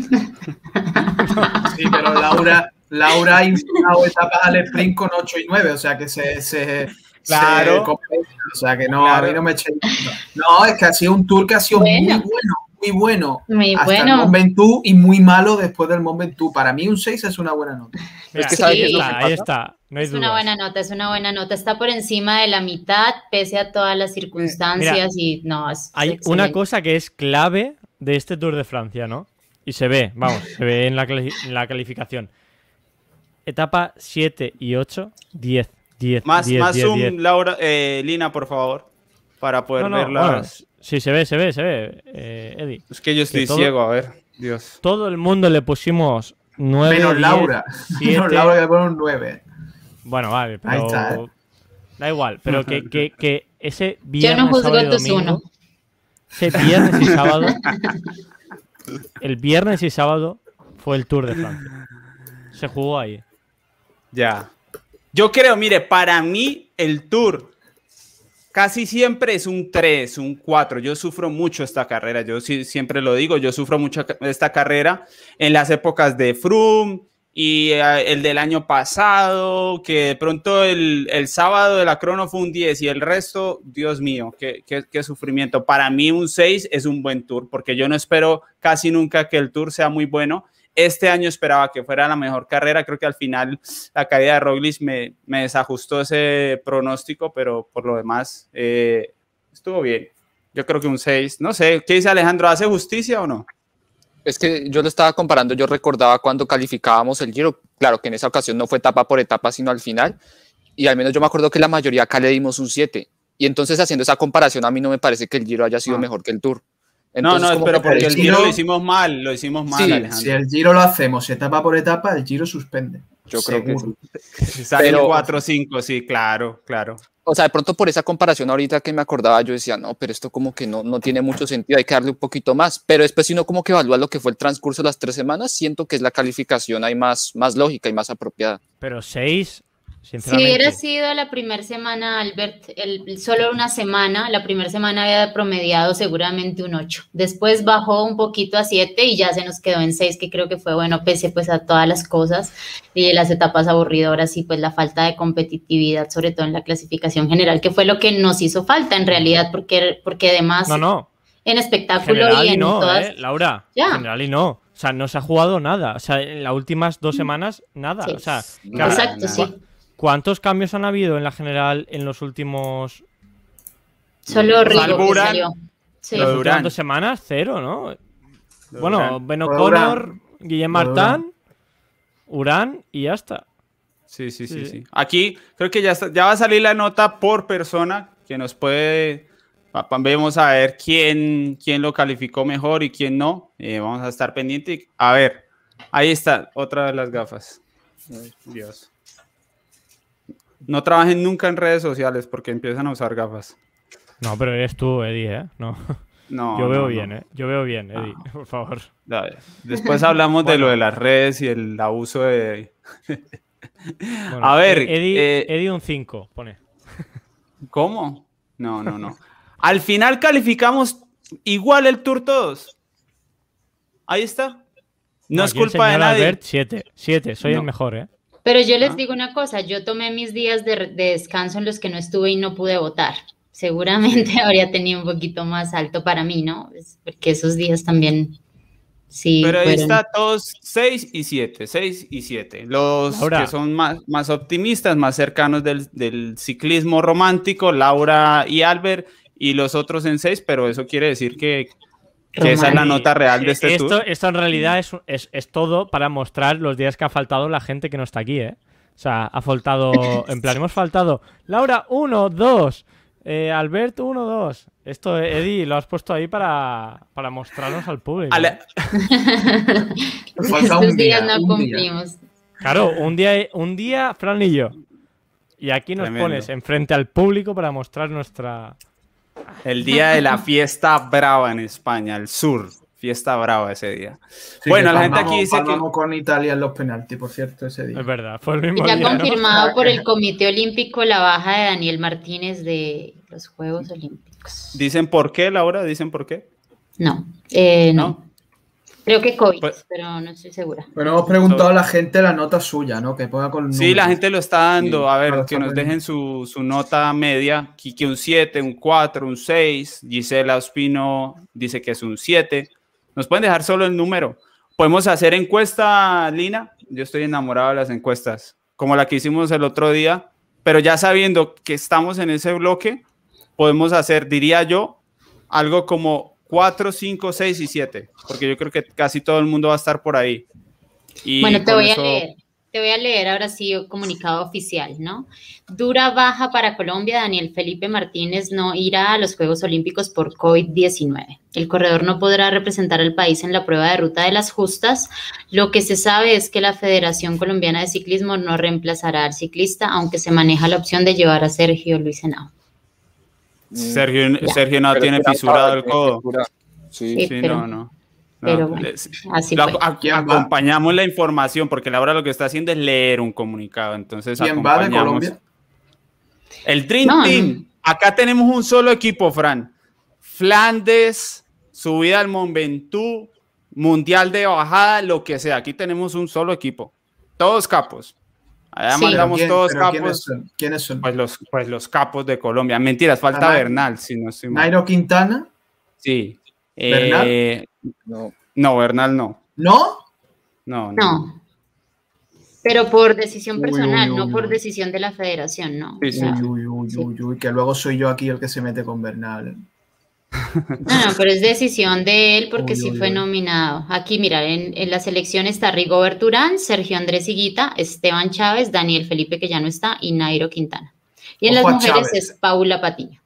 Sí, pero Laura ha iniciado etapas al sprint con 8 y 9, o sea que claro. O sea que no, claro. A mí no me eché. No, es que ha sido un Tour que ha sido muy bueno. Hasta el Mont Ventoux y muy malo después del Mont Ventoux. Para mí un 6 es una buena nota. Mira, es que ahí está. No hay es dudas. Una buena nota. Está por encima de la mitad, pese a todas las circunstancias. Mira, y no, hay excelente. una cosa que es clave de este Tour de Francia, ¿no? Y se ve, vamos, se ve en la calificación. Etapa 7 y 8, 10, 10, Más 10, más 10, zoom, 10. Laura, Lina, por favor, para poder No, ver las... bueno, sí, se ve, Eddie. Es que yo estoy todo- ciego, a ver, Dios. Todo el mundo le pusimos 9, Menos 10, Laura. 7. Menos Laura que le pone un 9. Bueno, vale, pero Ahí está, ¿eh? da igual, pero que ese Yo viernes, no juzgo sábado y tus domingo, uno. ese viernes y sábado, el viernes y sábado fue el Tour de Francia. Se jugó ahí. Ya. Yo creo, mire, para mí el Tour casi siempre es un 3, un 4. Yo sufro mucho esta carrera, yo sí, siempre lo digo, yo sufro mucho esta carrera en las épocas de Froome y el del año pasado, que de pronto el sábado de la crono fue un 10 y el resto, Dios mío, qué sufrimiento. Para mí un 6 es un buen Tour, porque yo no espero casi nunca que el Tour sea muy bueno. Este año esperaba que fuera la mejor carrera. Creo que al final la caída de Roglic me desajustó ese pronóstico, pero por lo demás estuvo bien. Yo creo que un 6. No sé, ¿qué dice Alejandro? ¿Hace justicia o no? Es que yo lo estaba comparando, yo recordaba cuando calificábamos el Giro, claro que en esa ocasión no fue etapa por etapa, sino al final, y al menos yo me acuerdo que la mayoría acá le dimos un 7, y entonces haciendo esa comparación a mí no me parece que el Giro haya sido mejor que el Tour. Entonces, no, pero porque el Giro Giro lo hicimos mal, Sí, Alejandro. si el Giro lo hacemos etapa por etapa, el Giro suspende. Yo creo que Seguro. Sale pero- 4-5, sí, claro. O sea, de pronto por esa comparación ahorita que me acordaba, yo decía, no, pero esto como que no tiene mucho sentido, hay que darle un poquito más. Pero después si uno como que evalúa lo que fue el transcurso de las 3 semanas, siento que es la calificación ahí más lógica y más apropiada. Pero 6, Si sinceramente. hubiera sido la primera semana, Albert, solo una semana, la primera semana había promediado seguramente un 8. Después bajó un poquito a 7 y ya se nos quedó en 6, que creo que fue bueno, pese pues a todas las cosas y las etapas aburridoras y pues la falta de competitividad, sobre todo en la clasificación general, que fue lo que nos hizo falta en realidad, porque además No. en espectáculo General y y en no, todas... Laura. Ya. General y no. O sea, no se ha jugado nada. O sea, en las últimas 2 semanas, nada. Sí. O sea, Nada, Exacto, nada. sí. ¿cuántos cambios han habido en la general en los últimos Solo Rigo Salvo que Urán. salió. Sí. Lo de últimas Urán. 2 semanas? 0, ¿no? Lo Bueno, Urán. Ben Lo de O'Connor, Urán. Guillem Lo de Martin, Urán y ya está. Sí. Aquí creo que ya va a salir la nota por persona que nos puede... Vamos a ver quién lo calificó mejor y quién no. Vamos a estar pendientes. A ver, ahí está, otra de las gafas. Ay, Dios. No trabajen nunca en redes sociales porque empiezan a usar gafas. No, pero eres tú, Eddie, ¿eh? No. No, Yo veo no, bien, no. ¿eh? Yo veo bien, Eddie, por favor. Dale. Después hablamos de lo de las redes y el abuso de... Bueno, A ver, Eddie un 5, pone. ¿Cómo? No. Al final calificamos igual el Tour todos. Ahí está. No es aquí el culpa de señor nadie. Albert, 7, soy No. el mejor, ¿eh? Pero yo les ¿Ah? digo una cosa, yo tomé mis días de descanso en los que no estuve y no pude votar. Seguramente habría tenido un poquito más alto para mí, ¿no? Porque esos días también sí Pero ahí fueron. está todos 6 y 7. Los Laura. que son más optimistas, más cercanos del ciclismo romántico, Laura y Albert, y los otros en 6, pero eso quiere decir que esa es la nota real de este Tour. Esto en realidad es todo para mostrar los días que ha faltado la gente que no está aquí, ¿eh? O sea, ha faltado, en plan, hemos faltado Laura 1, 2, Albert 1, 2. Esto, Eddie, lo has puesto ahí para mostrarnos al público. Falta un Estos días día, no un día. cumplimos. Claro, un día, Fran y yo. Y aquí nos Tremendo. pones enfrente al público para mostrar nuestra... El día de la fiesta brava en España, el sur. Fiesta brava ese día. Sí, Bueno, que la gente aquí palmamos- dice que... palmamos con Italia en los penaltis, por cierto, ese día. Es verdad, fue el mismo Ya día, ¿no? confirmado por el Comité Olímpico la baja de Daniel Martínez de los Juegos Olímpicos. ¿Dicen por qué, Laura? ¿Dicen por qué? No, ¿No? no. Creo que COVID, Pues- pero no estoy segura. Bueno, hemos preguntado a la gente la nota suya, ¿no? Que ponga con Sí, números. la gente lo está dando. Sí, A ver, claro, que está nos bien. dejen su nota media. Kike un 7, un 4, un 6. Gisela Ospino dice que es un 7. Nos pueden dejar solo el número. Podemos hacer encuesta, Lina. Yo estoy enamorado de las encuestas, como la que hicimos el otro día. Pero ya sabiendo que estamos en ese bloque, podemos hacer, diría yo, algo como 4, 5, 6 y 7, porque yo creo que casi todo el mundo va a estar por ahí. Y bueno, te con voy eso... Te voy a leer ahora sí el comunicado oficial, ¿no? Dura baja para Colombia. Daniel Felipe Martínez no irá a los Juegos Olímpicos por COVID-19. El corredor no podrá representar al país en la prueba de ruta de las justas. Lo que se sabe es que la Federación Colombiana de Ciclismo no reemplazará al ciclista, aunque se maneja la opción de llevar a Sergio Luis Henao. Sergio no Pero tiene era fisurado el tiene codo. fisura. Sí. Sí, pero- no. Pero bueno, así fue. Acompañamos la información porque Laura lo que está haciendo es leer un comunicado. Entonces ¿Quién va de acompañamos. Colombia? El Dream No, Team. Acá tenemos un solo equipo, Fran. Flandes, subida al Mont Ventoux, mundial de bajada, lo que sea. Aquí tenemos un solo equipo. Todos capos. Allá Sí. mandamos todos ¿Pero capos. ¿Quiénes son? Pues los capos de Colombia. Mentiras, falta Bernal, si no estoy mal. Nairo Quintana. Sí. ¿Bernal? No, Bernal no. ¿No? No. Pero por decisión Uy, personal, uy, no uy, por uy. decisión de la federación, ¿no? Sí, sí. Uy, que luego soy yo aquí el que se mete con Bernal. No, pero es decisión de él porque Uy, sí uy, fue uy. nominado. Aquí, mira, en la selección está Rigobert Urán, Sergio Andrés Higuita, Esteban Chávez, Daniel Felipe, que ya no está, y Nairo Quintana. Y en Ojo las a mujeres Chávez. es Paula Patiño.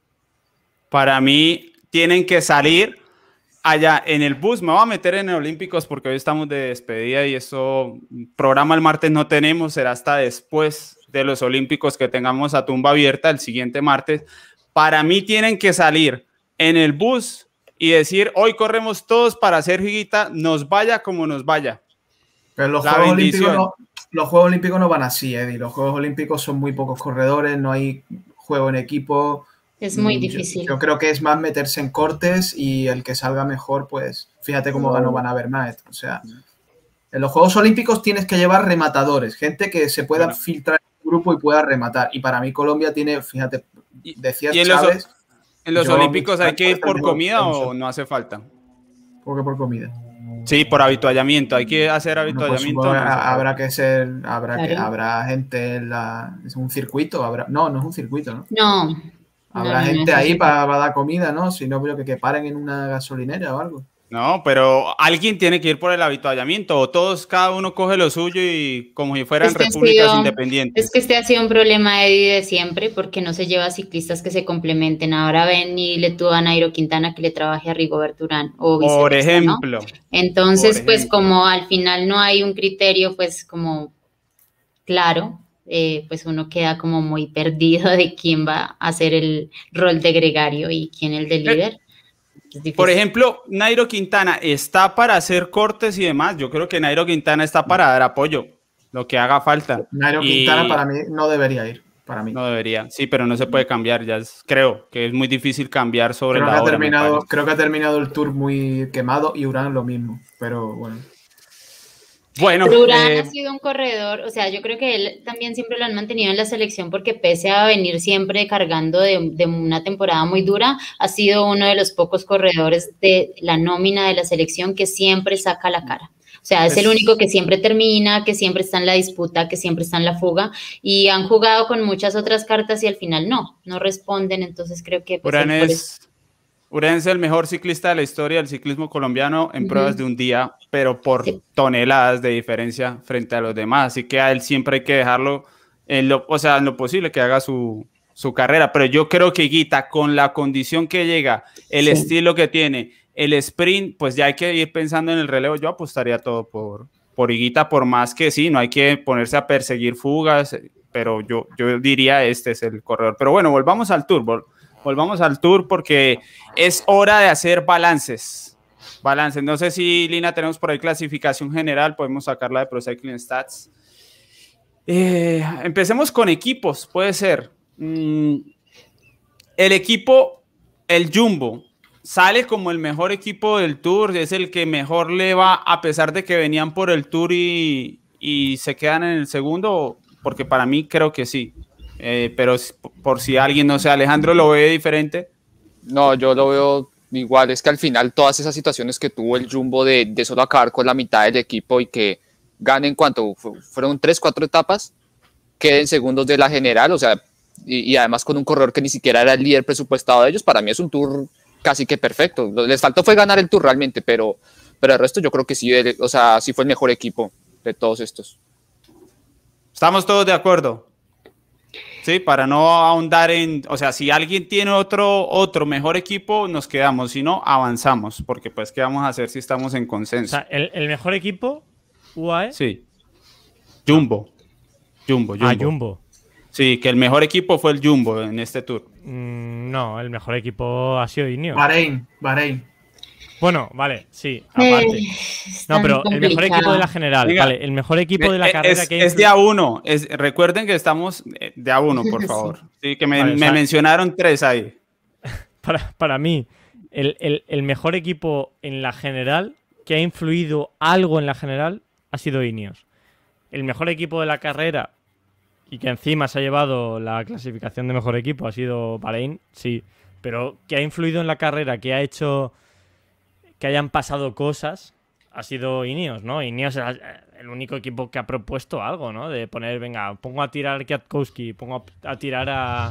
Para mí tienen que salir allá en el bus. Me voy a meter en el Olímpicos porque hoy estamos de despedida y eso, programa el martes no tenemos, será hasta después de los Olímpicos que tengamos a tumba abierta el siguiente martes. Para mí tienen que salir en el bus y decir, hoy corremos todos para Sergio Higuita, nos vaya como nos vaya. Pero los La Juegos bendición. Olímpicos los Juegos Olímpicos no van así, Eddie. Los Juegos Olímpicos son muy pocos corredores, no hay juego en equipo. Es muy Yo- difícil. Yo creo que es más meterse en cortes y el que salga mejor, pues fíjate cómo ganó Van Avermaet. O sea, en los Juegos Olímpicos tienes que llevar rematadores, gente que se pueda filtrar en un grupo y pueda rematar. Y para mí Colombia tiene, fíjate, decías Y en Chávez. los yo- Olímpicos hay que ir por tengo- comida o no hace falta. ¿Por qué por comida? Sí, por avituallamiento. Hay que hacer Bueno, pues avituallamiento. supongo no que hace falta. habrá que ser, Claro. habrá gente en es un circuito, no es un circuito, ¿no? No. Habrá no, gente no, ahí sí. para dar comida, ¿no? Si no, creo que paren en una gasolinera o algo. No, pero alguien tiene que ir por el avituallamiento o todos, cada uno coge lo suyo y como si fueran Es que ha repúblicas sido- independientes. Es que este ha sido un problema, Eddie, de siempre, porque no se lleva ciclistas que se complementen. Ahora ven y le tuvo a Nairo Quintana que le trabaje a Rigobert Urán o Por viceversa, ¿no? ejemplo. Entonces, Por pues ejemplo. como al final no hay un criterio, pues como claro, pues uno queda como muy perdido de quién va a hacer el rol de gregario y quién el de líder. Es difícil. Por ejemplo, Nairo Quintana está para hacer cortes y demás. Yo creo que Nairo Quintana está para dar apoyo, lo que haga falta. Nairo Y Quintana para mí no debería ir, para mí. no debería. Sí, pero no se puede cambiar. Creo que es muy difícil cambiar sobre la hora. me parece. Creo que ha terminado el Tour muy quemado y Urán lo mismo, pero bueno. Bueno, Pero Urán ha sido un corredor, o sea, yo creo que él también siempre lo han mantenido en la selección porque pese a venir siempre cargando de una temporada muy dura, ha sido uno de los pocos corredores de la nómina de la selección que siempre saca la cara. O sea, es el único que siempre termina, que siempre está en la disputa, que siempre está en la fuga y han jugado con muchas otras cartas y al final no responden, entonces creo que... Pues, Urán es el mejor ciclista de la historia del ciclismo colombiano en pruebas de un día, pero por toneladas de diferencia frente a los demás. Así que a él siempre hay que dejarlo en lo posible que haga su carrera. Pero yo creo que Higuita, con la condición que llega, el estilo que tiene, el sprint, pues ya hay que ir pensando en el relevo. Yo apostaría todo por Higuita, por más que sí, no hay que ponerse a perseguir fugas, pero yo diría este es el corredor. Pero bueno, volvamos al Tour. Volvamos al Tour porque es hora de hacer balances. No sé si, Lina, tenemos por ahí clasificación general, podemos sacarla de Pro Cycling Stats. Empecemos con equipos, puede ser. El equipo, el Jumbo, sale como el mejor equipo del Tour, es el que mejor le va a pesar de que venían por el Tour y se quedan en el segundo, porque para mí creo que sí. Pero por si alguien, no sé, Alejandro lo ve diferente. No, yo lo veo igual, es que al final todas esas situaciones que tuvo el Jumbo de solo acabar con la mitad del equipo y que ganen cuánto, fueron 3-4 etapas, queden segundos de la general, o sea, y además con un corredor que ni siquiera era el líder presupuestado de ellos, para mí es un Tour casi que perfecto. Les faltó fue ganar el Tour realmente, pero el resto yo creo que sí, o sea, sí fue el mejor equipo de todos estos. ¿Estamos todos de acuerdo? Sí, para no ahondar en, o sea, si alguien tiene otro mejor equipo, nos quedamos, si no, avanzamos, porque pues, ¿qué vamos a hacer si estamos en O consenso? sea, el mejor equipo, UAE. Sí. Jumbo. Ah, Jumbo. Sí, que el mejor equipo fue el Jumbo en este tour. No, el mejor equipo ha sido Ineos. Bahrein. Bueno, vale, sí, aparte. No, pero el mejor equipo de la general, Venga, vale, el mejor equipo de la carrera que es de A1. Recuerden que estamos de A1, por favor. Sí, que Vale, me mencionaron 3 ahí. Para mí, el mejor equipo en la general que ha influido algo en la general ha sido Ineos. El mejor equipo de la carrera y que encima se ha llevado la clasificación de mejor equipo ha sido Bahrein, sí. Pero que ha influido en la carrera, que ha hecho que hayan pasado cosas, ha sido Ineos, ¿no? Ineos es el único equipo que ha propuesto algo, ¿no? De poner, venga, pongo a tirar a Kwiatkowski, pongo a tirar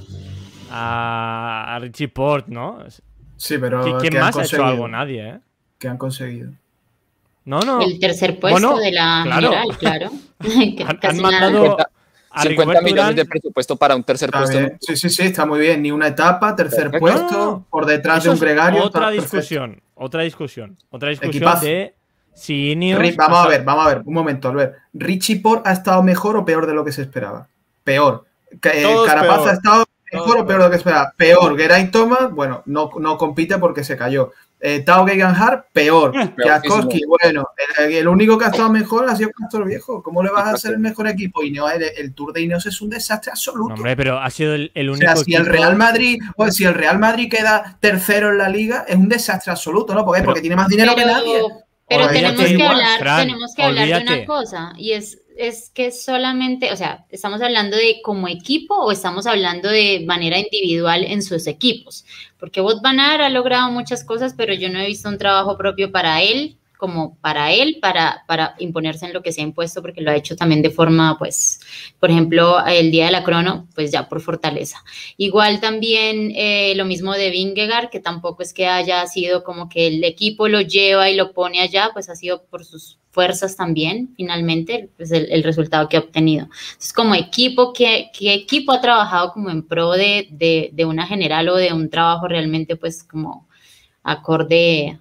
a Richie Porte, ¿no? Sí, pero ¿Quién más ha hecho algo? Nadie, ¿eh? ¿Qué han conseguido? No. El tercer puesto de la general, claro. Han mandado a 50 millones Durán de presupuesto para un tercer puesto. Bien. Sí, está muy bien. Ni una etapa, tercer Perfecto. puesto, No. por detrás Eso de un es gregario. Otra está discusión Equipazo. de si Ineos... Vamos a ver, un momento, Albert. ¿Richie Porte ha estado mejor o peor de lo que se esperaba? Peor. Carapaz peor. ha estado mejor o peor de lo que se esperaba. Peor. Geraint Thomas, bueno, no compite porque se cayó. Tao Geoghegan Hart, peor. Kwiatkowski, bueno, el único que ha estado mejor ha sido Castro Viejo. ¿Cómo le vas a hacer el mejor equipo? Ineos, el Tour de Ineos es un desastre absoluto. No, hombre, pero ha sido el único O sea, si el equipo- Real Madrid, o si el Real Madrid queda tercero en la liga, es un desastre absoluto, ¿no? ¿Por qué? Porque tiene más dinero que nadie. Pero Olvídate, tenemos que igual, hablar, Fran, de una olvídate. cosa, y es que solamente, o sea, ¿estamos hablando de como equipo o estamos hablando de manera individual en sus equipos? Porque Wout van Aert ha logrado muchas cosas, pero yo no he visto un trabajo propio para él, para imponerse en lo que se ha impuesto, porque lo ha hecho también de forma, pues, por ejemplo, el día de la crono, pues ya por fortaleza. Igual también lo mismo de Vingegaard, que tampoco es que haya sido como que el equipo lo lleva y lo pone allá, pues ha sido por sus fuerzas también, finalmente, pues el resultado que ha obtenido. Entonces, como equipo, ¿qué equipo ha trabajado como en pro de una general o de un trabajo realmente, pues, como acorde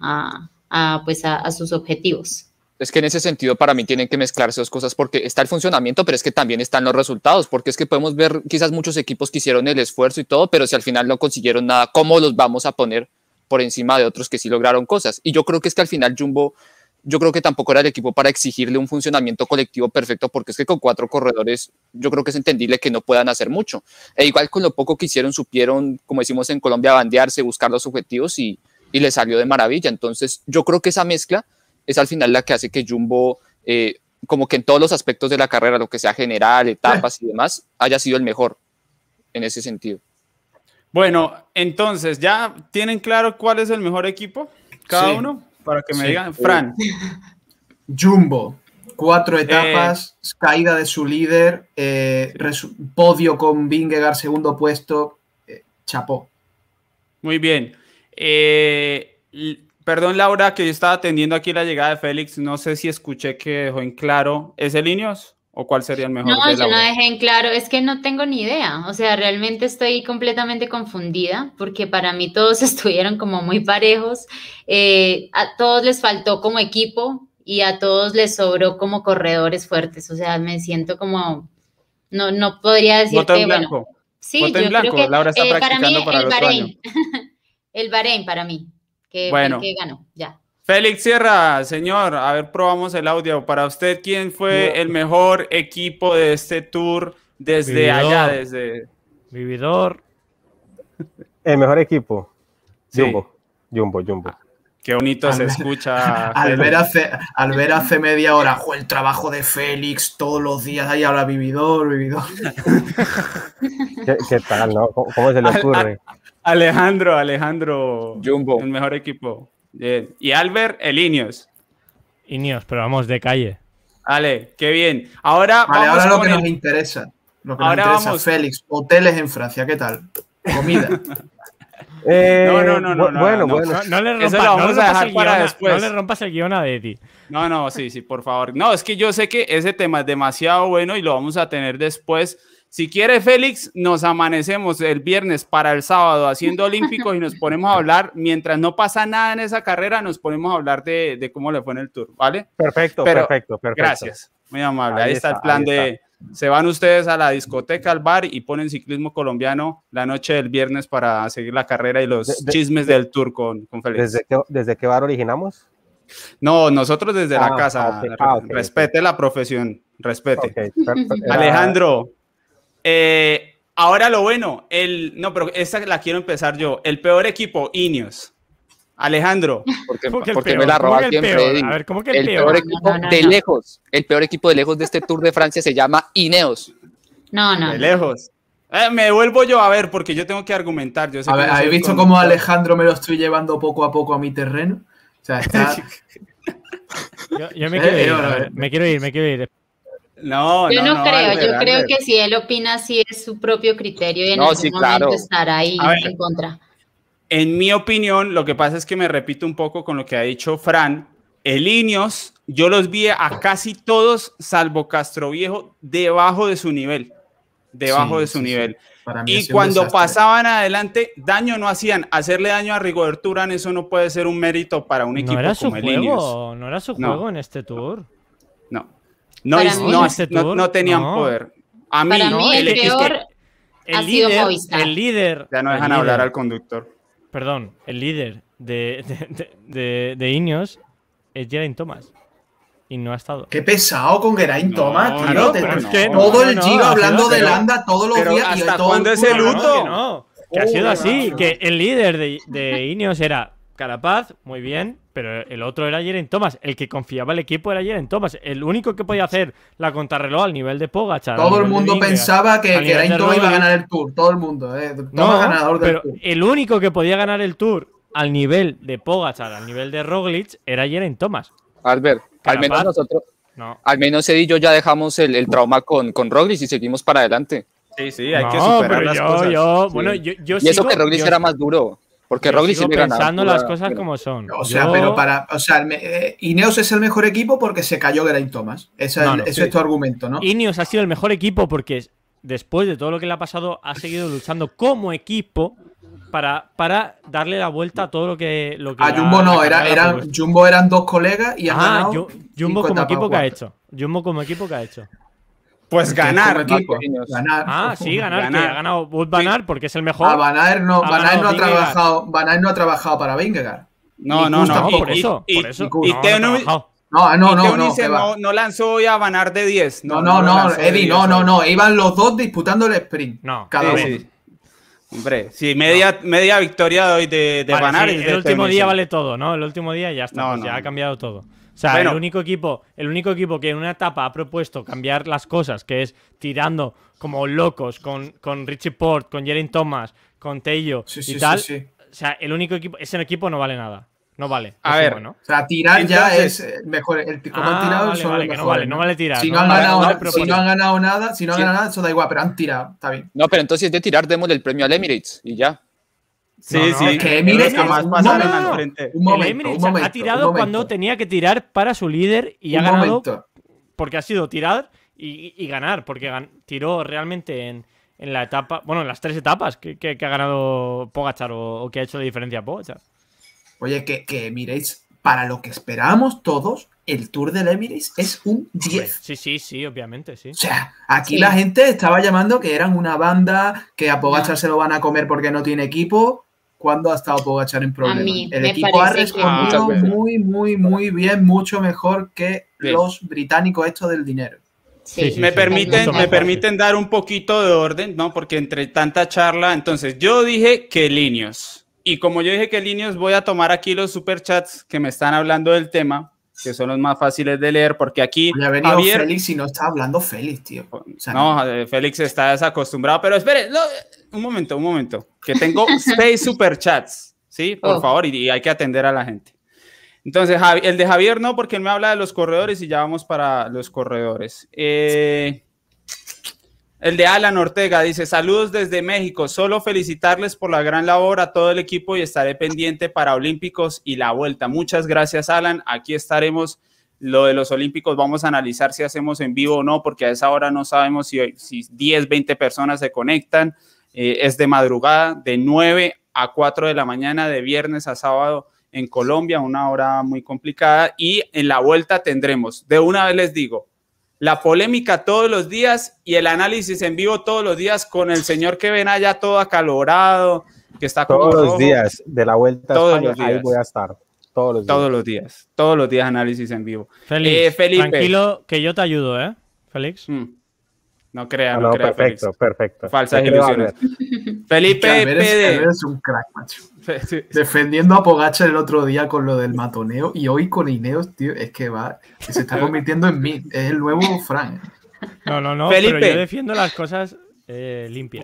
a sus objetivos? Es que en ese sentido para mí tienen que mezclarse dos cosas porque está el funcionamiento, pero es que también están los resultados, porque es que podemos ver quizás muchos equipos que hicieron el esfuerzo y todo, pero si al final no consiguieron nada, ¿cómo los vamos a poner por encima de otros que sí lograron cosas? Y yo creo que es que al final Jumbo, yo creo que tampoco era el equipo para exigirle un funcionamiento colectivo perfecto, porque es que con 4 corredores yo creo que es entendible que no puedan hacer mucho. E igual con lo poco que hicieron, supieron, como decimos en Colombia, bandearse, buscar los objetivos y le salió de maravilla. Entonces yo creo que esa mezcla es al final la que hace que Jumbo, como que en todos los aspectos de la carrera, lo que sea general, etapas y demás, haya sido el mejor en ese sentido. Bueno, entonces, ¿ya tienen claro cuál es el mejor equipo? Cada uno, para que me digan. Fran. Jumbo, 4 etapas, caída de su líder, podio con Vingegaard, segundo puesto, chapó. Muy bien. Perdón, Laura, que yo estaba atendiendo aquí la llegada de Félix. No sé si escuché que dejó en claro. ¿Es el Ineos o cuál sería el mejor? No, yo no dejé en claro. Es que no tengo ni idea. O sea, realmente estoy completamente confundida porque para mí todos estuvieron como muy parejos. A todos les faltó como equipo y a todos les sobró como corredores fuertes. O sea, me siento como... No podría decirte... Voto en blanco. Bueno, sí, Voto en yo blanco. creo que Laura está para mí practicando para el otro año. El Bahrein para mí, que Bueno. fue el que ganó, ya. Félix Sierra, señor, a ver, probamos el audio. Para usted, ¿quién fue el mejor equipo de este tour desde Vividor. allá, desde... Vividor. El mejor equipo. Sí. Jumbo. Qué bonito se escucha. Al ver hace media hora, el trabajo de Félix todos los días, ahí habla vividor. ¿Qué tal, no? ¿Cómo se le ocurre? Alejandro, Jumbo. el mejor equipo. Bien. Y Albert, el Ineos. Ineos, pero vamos, de calle. Ale, qué bien. Ahora Vale, vamos ahora lo con que el... nos interesa. Ahora vamos. Félix, hoteles en Francia, ¿qué tal? Comida. Bueno. No le Eso rompas, lo vamos a dejar para después. no le rompas el guión a Eddie. No, sí, por favor. No, es que yo sé que ese tema es demasiado bueno y lo vamos a tener después. Si quiere Félix, nos amanecemos el viernes para el sábado haciendo olímpicos y nos ponemos a hablar, mientras no pasa nada en esa carrera, nos ponemos a hablar de cómo le fue en el Tour, ¿vale? Perfecto. Gracias, muy amable. Ahí está el plan de... Se van ustedes a la discoteca, al bar y ponen ciclismo colombiano la noche del viernes para seguir la carrera y los chismes del Tour con Félix. ¿Desde qué bar originamos? No, nosotros desde la casa. Respete la profesión, respete. Alejandro, ahora lo bueno, pero esta la quiero empezar yo. El peor equipo, Ineos. Alejandro. Porque me la roba siempre. A ver, ¿cómo que el peor equipo de lejos? El peor equipo de lejos de este Tour de Francia se llama Ineos. No. De lejos. Me devuelvo yo a ver, porque yo tengo que argumentar. Yo sé a ver, ¿habéis visto cómo Alejandro me lo estoy llevando poco a poco a mi terreno? O sea, está... yo me quiero ir, me quiero ir. Yo no creo, yo creo que si él opina así es su propio criterio y en algún momento estará ahí en contra. En mi opinión, lo que pasa es que me repito un poco con lo que ha dicho Fran. El Ineos, yo los vi a casi todos, salvo Castroviejo, debajo de su nivel. Nivel. Y cuando pasaban adelante, daño no hacían. Hacerle daño a Rigoberto Urán, eso no puede ser un mérito para un equipo como el Ineos. No era su juego en este Tour. No tenían poder. Para mí el peor ha sido Movistar. El líder. Ya no dejan hablar al conductor. Perdón, el líder de Ineos es Geraint Thomas. Y no ha estado. Qué pesado con Geraint Thomas, tío. Claro, pero es que todo el Giro hablando de Landa todos los días. ¿Hasta cuándo es el luto? Que ha sido así. Que el líder de Ineos era Carapaz, muy bien, pero el otro era Geraint Thomas. El que confiaba el equipo era Geraint Thomas. El único que podía hacer la contrarreloj al nivel de Pogačar. Todo el mundo pensaba que Geraint Thomas iba a ganar el Tour. Todo el mundo. Ganador del Tour. El único que podía ganar el Tour al nivel de Pogačar, al nivel de Roglic, era Geraint Thomas. Albert, al menos nosotros, al menos Eddie y yo ya dejamos el trauma con Roglic y seguimos para adelante. Sí, hay que superar las cosas. Bueno, yo y eso que Roglic era más duro. Porque Roglic sigue pensando las cosas como son. O sea, Ineos es el mejor equipo porque se cayó Geraint Thomas. Ese es tu argumento, ¿no? Ineos ha sido el mejor equipo porque después de todo lo que le ha pasado ha seguido luchando como equipo para darle la vuelta a todo lo que a Jumbo no, Jumbo eran dos colegas y han ganado. Jumbo como equipo que ha hecho. Jumbo como equipo que ha hecho. Pues ganar. Ganar. Ganar. Que ha ganado Wout Van Aert porque es el mejor. Van Aert no ha trabajado para Vingegaard. No. Por eso. Y no lanzó hoy a Van Aert de 10. No, Eddie, no. Iban los dos disputando el sprint. Cada uno. Hombre, sí, media victoria de hoy de Van Aert. El último día vale todo, ¿no? El último día ya está, ya ha cambiado todo. O sea, el único equipo que en una etapa ha propuesto cambiar las cosas, que es tirando como locos con Richie Porte, con Geraint Thomas, con Tello y tal. Sí. O sea, el único equipo, ese equipo no vale nada. No vale. A ver, bueno. O sea, tirar ya es mejor. Como han tirado son los mejores. No vale tirar. Si no han ganado nada, eso da igual, pero han tirado, está bien. No, pero entonces de tirar, démosle el premio al Emirates y ya. Sí. Que Emirates jamás pasaron al frente. Un momento, ha tirado cuando tenía que tirar para su líder y ha ganado porque ha sido tirar y ganar, porque tiró realmente en la etapa, bueno, en las 3 etapas que ha ganado Pogačar o que ha hecho de diferencia Pogačar. Oye, que Emirates, para lo que esperábamos todos, el Tour del Emirates es un 10. Sí, obviamente, sí. O sea, aquí la gente estaba llamando que eran una banda, que a Pogačar se lo van a comer porque no tiene equipo. ¿Cuándo ha estado Pogačar en problemas? El equipo ha respondido muy bien, mucho mejor que los británicos esto del dinero. Sí, me permiten dar un poquito de orden, ¿no? Porque entre tanta charla, entonces yo dije que Ineos. Y como yo dije que Ineos, voy a tomar aquí los superchats que me están hablando del tema, que son los más fáciles de leer, porque aquí ha venido Javier... Félix y no está hablando Félix, tío. O sea, no, Félix está desacostumbrado, pero espere, un momento, que tengo 6 superchats, ¿sí? Por favor, y hay que atender a la gente. Entonces, el de Javier no, porque él me habla de los corredores y ya vamos para los corredores. El de Alan Ortega dice, saludos desde México, solo felicitarles por la gran labor a todo el equipo y estaré pendiente para Olímpicos y la vuelta. Muchas gracias, Alan. Aquí estaremos. Lo de los Olímpicos vamos a analizar si hacemos en vivo o no, porque a esa hora no sabemos si 10, 20 personas se conectan. Es de madrugada, de 9 a 4 de la mañana, de viernes a sábado en Colombia, una hora muy complicada. Y en la vuelta tendremos, de una vez les digo, la polémica todos los días y el análisis en vivo todos los días con el señor que ven allá todo acalorado, que está como todos los rojo. días de la vuelta a Todos España, los días. ahí voy a estar. Todos los días análisis en vivo. Félix, Felipe. tranquilo que yo te ayudo, Félix. No crea, Ah, no no, crea, perfecto, Félix. perfecto. Falsas Te creo, ilusiones. Felipe PD. Es un crack, macho. Defendiendo a Pogačar el otro día con lo del matoneo y hoy con Ineos, tío, es que se está convirtiendo en mí. Es el nuevo Fran. No, Felipe. pero yo defiendo las cosas limpias.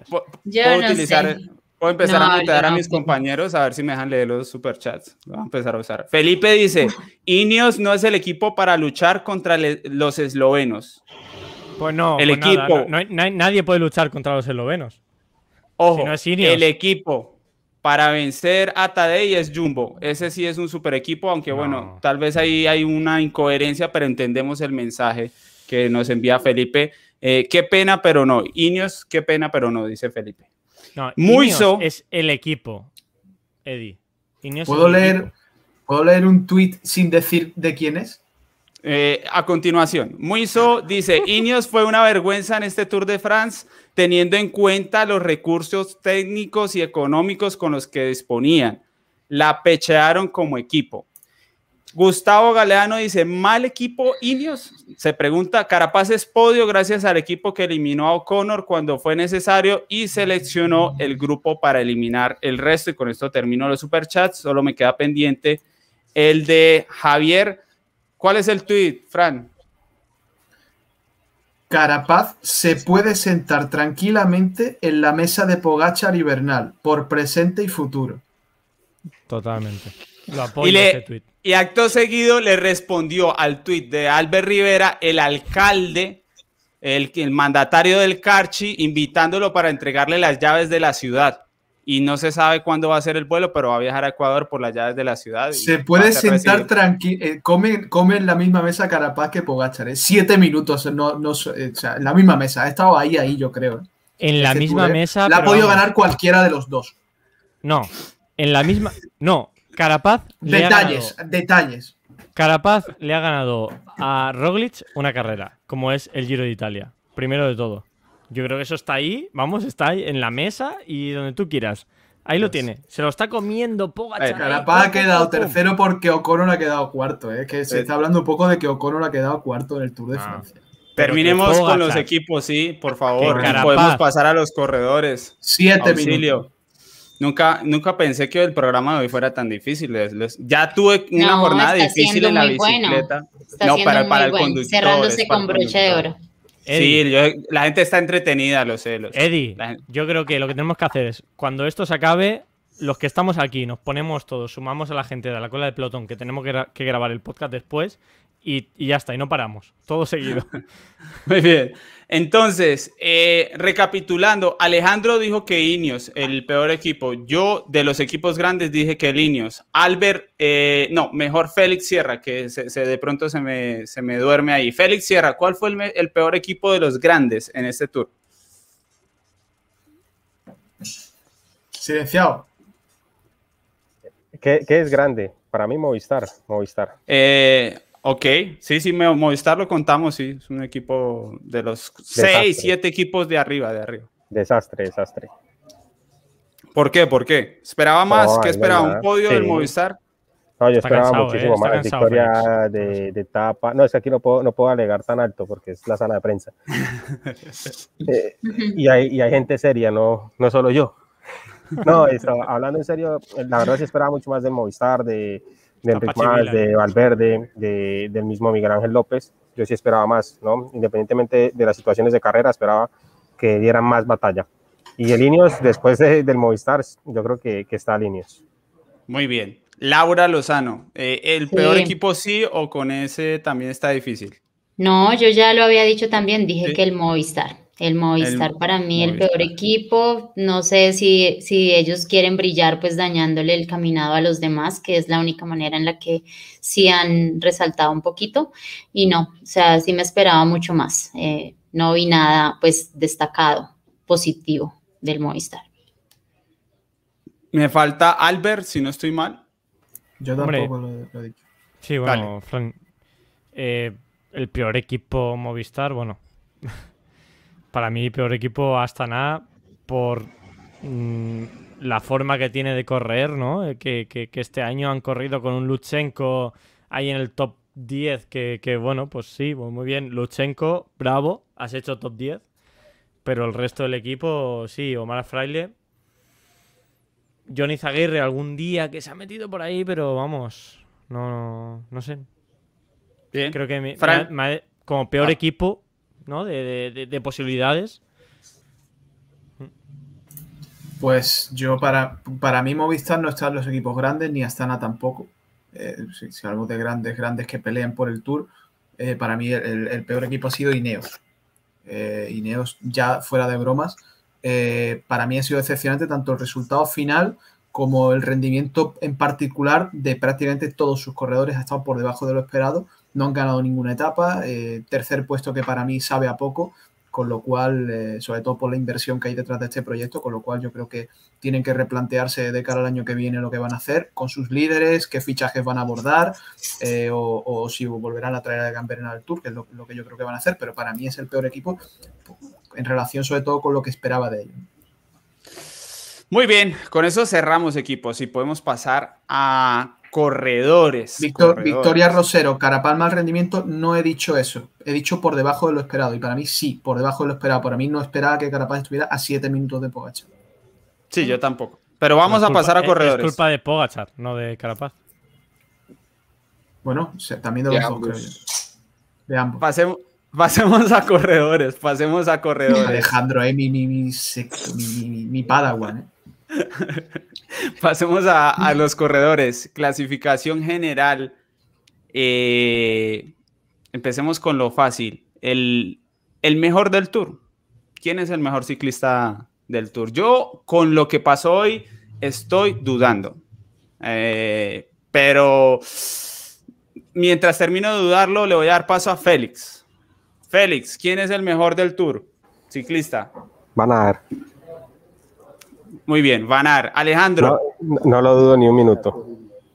Puedo empezar a mutear a mis compañeros a ver si me dejan leer los superchats. Voy a empezar a usar. Felipe dice, Ineos no es el equipo para luchar contra los eslovenos. Pues no, el pues equipo. Nadie puede luchar contra los eslovenos. Ojo, Si no es Ineos. el equipo para vencer a Tadej es Jumbo. Ese sí es un super equipo, aunque bueno, tal vez ahí hay una incoherencia, pero entendemos el mensaje que nos envía Felipe. Qué pena, pero no. Ineos, qué pena, pero no, dice Felipe. No, Muiso Ineos es el equipo, Eddie. Ineos ¿Puedo es el leer, equipo. ¿Puedo leer un tuit sin decir de quién es? A continuación, Muiso dice, Ineos fue una vergüenza en este Tour de France, teniendo en cuenta los recursos técnicos y económicos con los que disponían. La pechearon como equipo. Gustavo Galeano dice, ¿mal equipo Ineos? Se pregunta, Carapaz es podio gracias al equipo que eliminó a O'Connor cuando fue necesario y seleccionó el grupo para eliminar el resto. Y con esto termino los superchats, solo me queda pendiente el de Javier. ¿Cuál es el tweet, Fran? Carapaz se puede sentar tranquilamente en la mesa de Pogačar y Bernal, por presente y futuro. Totalmente. Lo apoyo ese tweet. Y acto seguido le respondió al tuit de Albert Rivera, el alcalde, el mandatario del Carchi, invitándolo para entregarle las llaves de la ciudad. Y no se sabe cuándo va a ser el vuelo, pero va a viajar a Ecuador por las llaves de la ciudad. Se puede sentar tranquilo. Come en la misma mesa Carapaz que Pogačar. 7 minutos, o sea, en la misma mesa. Ha estado ahí, yo creo. En la misma mesa. La ha podido ganar cualquiera de los dos. No, en la misma. No, Carapaz. Detalles. Carapaz le ha ganado a Roglic una carrera, como es el Giro de Italia. Primero de todo. Yo creo que eso está ahí, está ahí en la mesa y donde tú quieras. Ahí lo tiene. Se lo está comiendo Pogačar. Carapaz ha quedado tercero porque O'Connor ha quedado cuarto. Que se está hablando un poco de que O'Connor ha quedado cuarto en el Tour de Francia. Terminemos con los equipos, sí, por favor. Podemos pasar a los corredores. 7 minutos. Nunca pensé que el programa de hoy fuera tan difícil. Ya tuve una jornada difícil en la bicicleta. Para el conductor. Cerrándose con broche de oro. Eddie, sí, la gente está entretenida, lo sé. Eddie, yo creo que lo que tenemos que hacer es, cuando esto se acabe, los que estamos aquí nos ponemos todos, sumamos a la gente de la cola de pelotón que tenemos que grabar el podcast después y ya está, y no paramos, todo seguido. Muy bien. Entonces, recapitulando, Alejandro dijo que Ineos, el peor equipo. Yo, de los equipos grandes, dije que el Ineos. Albert, mejor Félix Sierra, que de pronto se me duerme ahí. Félix Sierra, ¿cuál fue el peor equipo de los grandes en este Tour? Silenciado. ¿Qué es grande? Para mí Movistar. Ok, sí, Movistar lo contamos, sí, es un equipo de los 6, 7 equipos de arriba. Desastre. ¿Por qué? ¿Esperaba más? ¿Qué esperaba? ¿Un podio del Movistar? No, yo esperaba muchísimo más. Victoria de etapa. No, es que aquí no puedo alegar tan alto porque es la sala de prensa. Y hay gente seria, no solo yo. No, hablando en serio, la verdad sí esperaba mucho más del Movistar, de Enric Mas, de Valverde, del mismo Miguel Ángel López. Yo sí esperaba más, ¿no? Independientemente de las situaciones de carrera, esperaba que dieran más batalla. Y el Ineos, después del Movistar, yo creo que está el Ineos. Muy bien. Laura Lozano, ¿el peor equipo sí o con ese también está difícil? No, yo ya lo había dicho también, dije que el Movistar. El Movistar para mí el Movistar. peor equipo. No sé si ellos quieren brillar pues dañándole el caminado a los demás, que es la única manera en la que sí han resaltado un poquito. Y no, o sea, sí me esperaba mucho más. No vi nada pues destacado, positivo del Movistar. Me falta Albert, si no estoy mal. Yo tampoco lo he dicho. Sí, bueno, Fran, el peor equipo Movistar, bueno, para mí peor equipo Astana por la forma que tiene de correr, ¿no? Que este año han corrido con un Lutsenko ahí en el top 10, que bueno, pues sí, pues muy bien. Lutsenko, bravo, has hecho top 10, pero el resto del equipo, sí, Omar Fraile, Johnny Zaguirre algún día que se ha metido por ahí, pero vamos, no sé. Bien. Creo que Fran. como peor equipo, ¿no? De posibilidades. Pues yo para mí Movistar no está en los equipos grandes, ni Astana tampoco. Si algo de grandes que pelean por el Tour, para mí el peor equipo ha sido Ineos. Ineos, ya fuera de bromas, para mí ha sido decepcionante tanto el resultado final como el rendimiento en particular de prácticamente todos sus corredores. Ha estado por debajo de lo esperado, no han ganado ninguna etapa, tercer puesto que para mí sabe a poco, con lo cual, sobre todo por la inversión que hay detrás de este proyecto, con lo cual yo creo que tienen que replantearse de cara al año que viene lo que van a hacer con sus líderes, qué fichajes van a abordar, o si volverán a traer a Gamperena al Tour, que es lo que yo creo que van a hacer, pero para mí es el peor equipo en relación sobre todo con lo que esperaba de ellos. Muy bien, con eso cerramos equipos y podemos pasar a corredores. Victoria Rosero, Carapaz mal rendimiento, no he dicho eso. He dicho por debajo de lo esperado. Y para mí sí, por debajo de lo esperado. Para mí no esperaba que Carapaz estuviera a 7 minutos de Pogačar. Sí, yo tampoco. Pero vamos a pasar a corredores. Es culpa de Pogačar, no de Carapaz. Bueno, también de los dos, creo yo. De ambos. Pasemos a corredores. Alejandro, mi Padawan, Pasemos a los corredores. Clasificación general. Empecemos con lo fácil. El mejor del Tour. ¿Quién es el mejor ciclista del Tour? Yo, con lo que pasó hoy, estoy dudando. Pero mientras termino de dudarlo, le voy a dar paso a Félix. Félix, ¿quién es el mejor del Tour? Ciclista. Van Aert. Muy bien, Van Aert. Alejandro. No lo dudo ni un minuto.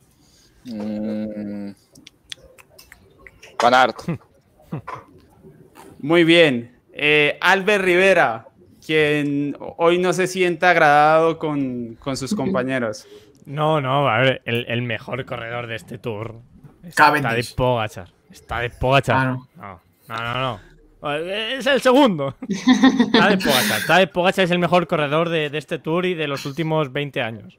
Van Aert. Muy bien. Albert Rivera, quien hoy no se sienta agradado con sus compañeros. No, a ver, el mejor corredor de este Tour Cavendish. Está de Pogačar. Ah, No. Es el segundo. Está de Pogačar, es el mejor corredor de este Tour y de los últimos 20 años.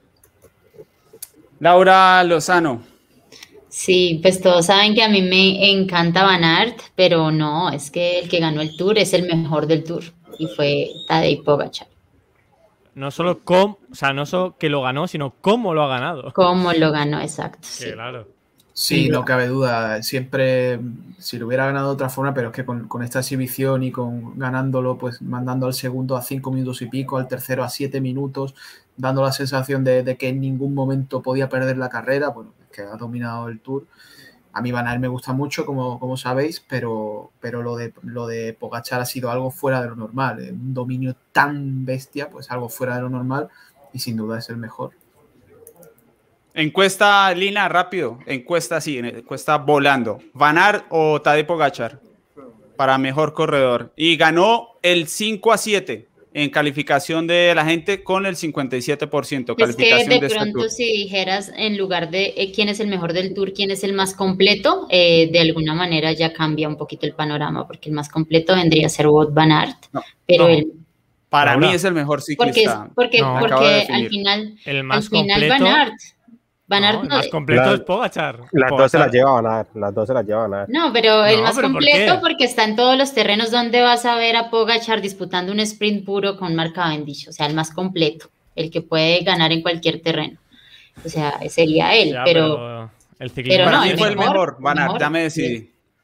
Laura Lozano. Sí, pues todos saben que a mí me encanta Van Aert, pero no, es que el que ganó el Tour es el mejor del Tour y fue Tadej Pogačar. No solo que lo ganó, sino cómo lo ha ganado. Cómo lo ganó, exacto. Sí, claro. Sí, no cabe duda. Siempre, si lo hubiera ganado de otra forma, pero es que con esta exhibición y con ganándolo, pues mandando al segundo a 5 minutos y pico, al tercero a 7 minutos, dando la sensación de que en ningún momento podía perder la carrera, bueno, que ha dominado el Tour. A mí Van Aert me gusta mucho, como sabéis, pero lo de Pogačar ha sido algo fuera de lo normal. Un dominio tan bestia, pues algo fuera de lo normal y sin duda es el mejor. Encuesta, Lina, rápido. Encuesta volando. ¿Van Aert o Tadej Pogačar para mejor corredor? Y ganó el 5-7 en calificación de la gente con el 57%. Es que de este pronto Tour. Si dijeras en lugar de quién es el mejor del Tour, quién es el más completo, de alguna manera ya cambia un poquito el panorama, porque el más completo vendría a ser Wout Van Aert. Pero para mí es el mejor ciclista. Porque al final el más completo, Van Aert el más completo es Pogačar. Las dos se las lleva Van Aert. No, pero el más completo porque está en todos los terrenos donde vas a ver a Pogačar disputando un sprint puro con Mark Cavendish. O sea, el más completo, el que puede ganar en cualquier terreno. O sea, sería él, pero el ciclismo para mí fue el mejor, Van Aert, ya me decidí.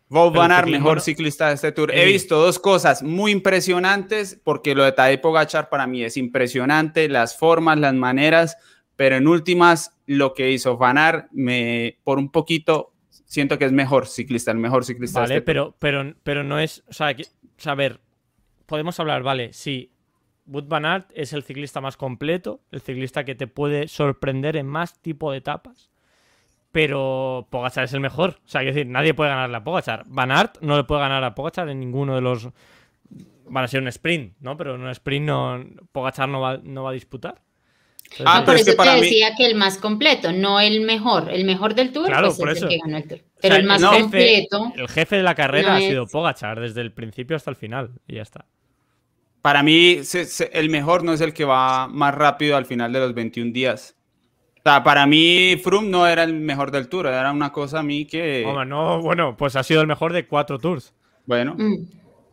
Wout van Aert, ciclismo mejor no. ciclista de este Tour. He visto dos cosas muy impresionantes, porque lo de Tadej Pogačar para mí es impresionante, las formas, las maneras, pero en últimas, lo que hizo Van Aert, por un poquito, siento que es mejor ciclista, el mejor ciclista Vale, de este Tour. pero no es... O sea, a ver, podemos hablar, vale, sí, Wout van Aert es el ciclista más completo, el ciclista que te puede sorprender en más tipo de etapas. Pero Pogačar es el mejor. O sea, quiero decir, nadie puede ganarle a Pogačar. Van Aert no le puede ganar a Pogačar en ninguno de los... Van a ser un sprint, ¿no? Pero en un sprint Pogačar no va a disputar. Ah, por pero es eso que para te mí- decía que el más completo, no el mejor. El mejor del Tour, Claro, pues por es eso. el que ganó el Tour. O Pero sea, el más no, completo... El jefe de la carrera no ha sido es- Pogačar desde el principio hasta el final. Y ya está. Para mí, el mejor no es el que va más rápido al final de los 21 días. O sea, para mí, Froome no era el mejor del Tour, era una cosa a mí que... Hombre, no, bueno, pues ha sido el mejor de 4 tours. Bueno, Mm.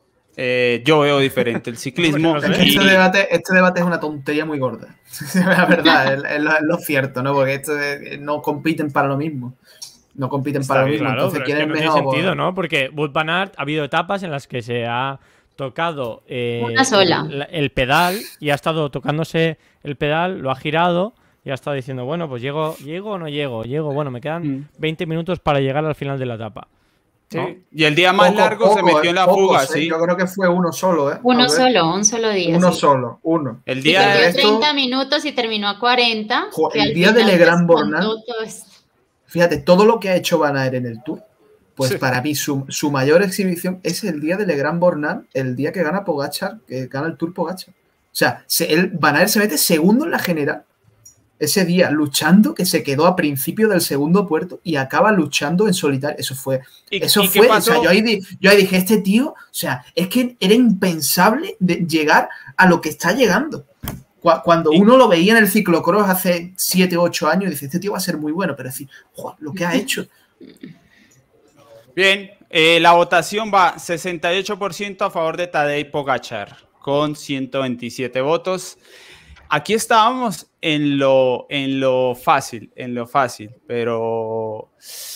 yo veo diferente el ciclismo. No sé. Es que este debate es una tontería muy gorda. La verdad, es lo cierto, ¿no? Porque no compiten para lo mismo. No compiten Está para lo bien, mismo. claro, Entonces, pero ¿quién es que es no tiene mejor? sentido, ¿no? Porque Wout van Aert ha habido etapas en las que se ha tocado Una sola. el pedal y ha estado tocándose el pedal, lo ha girado y ha estado diciendo, bueno, pues llego o no llego, bueno, me quedan 20 minutos para llegar al final de la etapa. Sí. ¿no? Y el día más largo se metió en la fuga, sí. Yo creo que fue uno solo, ¿eh? Uno A ver. solo, un solo día. Uno sí. solo, uno. El Y día perdió de esto- 30 minutos y terminó a 40. Jo, que el al día de final Legrand descontó Bornand. todo esto. Fíjate, todo lo que ha hecho Van Aert en el Tour, pues Sí. para mí su mayor exhibición es el día de Legrand Bornand, el día que gana Pogačar, que gana el Tour Pogačar. O sea, Van Aert se mete segundo en la general ese día, luchando, que se quedó a principio del segundo puerto y acaba luchando en solitario. Eso fue, ¿Y eso qué fue, o pasó? sea, yo ahí dije, este tío, o sea, es que era impensable llegar a lo que está llegando. Cuando uno lo veía en el ciclocross hace 7 o 8 años, dice, este tío va a ser muy bueno, pero decir, lo que ha hecho. Bien, la votación va 68% a favor de Tadej Pogačar, con 127 votos. Aquí estábamos en lo fácil, pero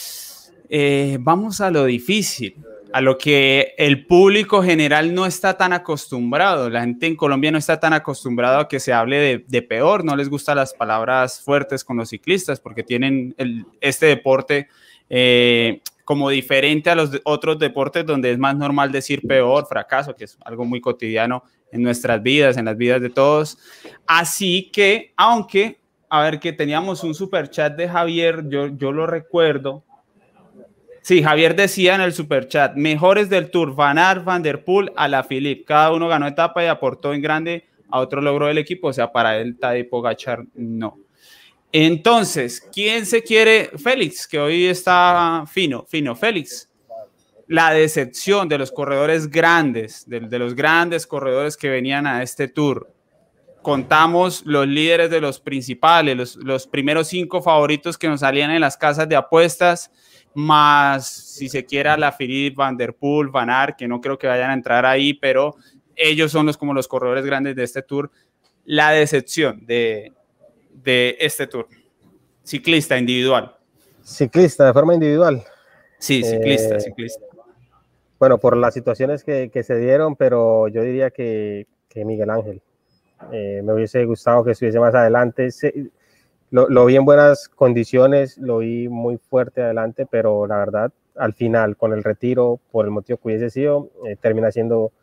vamos a lo difícil, a lo que el público general no está tan acostumbrado. La gente en Colombia no está tan acostumbrada a que se hable de peor, no les gustan las palabras fuertes con los ciclistas porque tienen este deporte como diferente a los otros deportes donde es más normal decir peor, fracaso, que es algo muy cotidiano en nuestras vidas, en las vidas de todos. Así que, aunque, a ver, que teníamos un superchat de Javier, yo lo recuerdo. Sí, Javier decía en el superchat, mejores del Tour, Van Aert, Van der Poel, Alaphilippe. Cada uno ganó etapa y aportó en grande a otro logro del equipo. O sea, para él, Tadej Pogačar, no. Entonces, ¿quién se quiere? Félix, que hoy está fino. Félix, la decepción de los corredores grandes, de los grandes corredores que venían a este Tour. Contamos los líderes de los principales, los primeros 5 favoritos que nos salían en las casas de apuestas, más, si se quiere, Alaphilippe, Van der Poel, Van Aert, que no creo que vayan a entrar ahí, pero ellos son como los corredores grandes de este Tour. La decepción de este Tour. Ciclista individual. Ciclista, de forma individual. Sí, ciclista. Bueno, por las situaciones que se dieron, pero yo diría que Miguel Ángel. Me hubiese gustado que estuviese más adelante. Lo vi en buenas condiciones, lo vi muy fuerte adelante, pero la verdad, al final, con el retiro, por el motivo que hubiese sido, termina siendo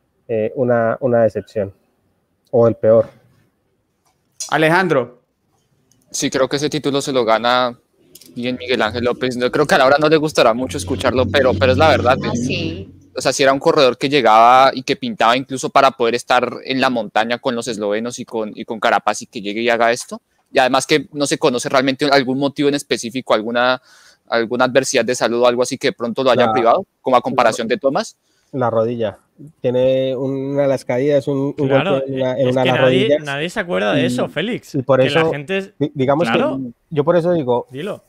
una decepción. O el peor. Alejandro. Sí, creo que ese título se lo gana bien Miguel Ángel López. Yo creo que a Laura no le gustará mucho escucharlo, pero es la verdad. Ah, sí. O sea, si era un corredor que llegaba y que pintaba incluso para poder estar en la montaña con los eslovenos y con Carapaz y que llegue y haga esto. Y además que no se conoce realmente algún motivo en específico, alguna adversidad de salud o algo así que de pronto lo haya privado, como a comparación de Thomas. La rodilla. Tiene una de las caídas, un Claro, golpe en es una de que las rodillas. nadie se acuerda de eso, Félix. Y por que eso, la gente... digamos Claro. que yo por eso digo, Dilo.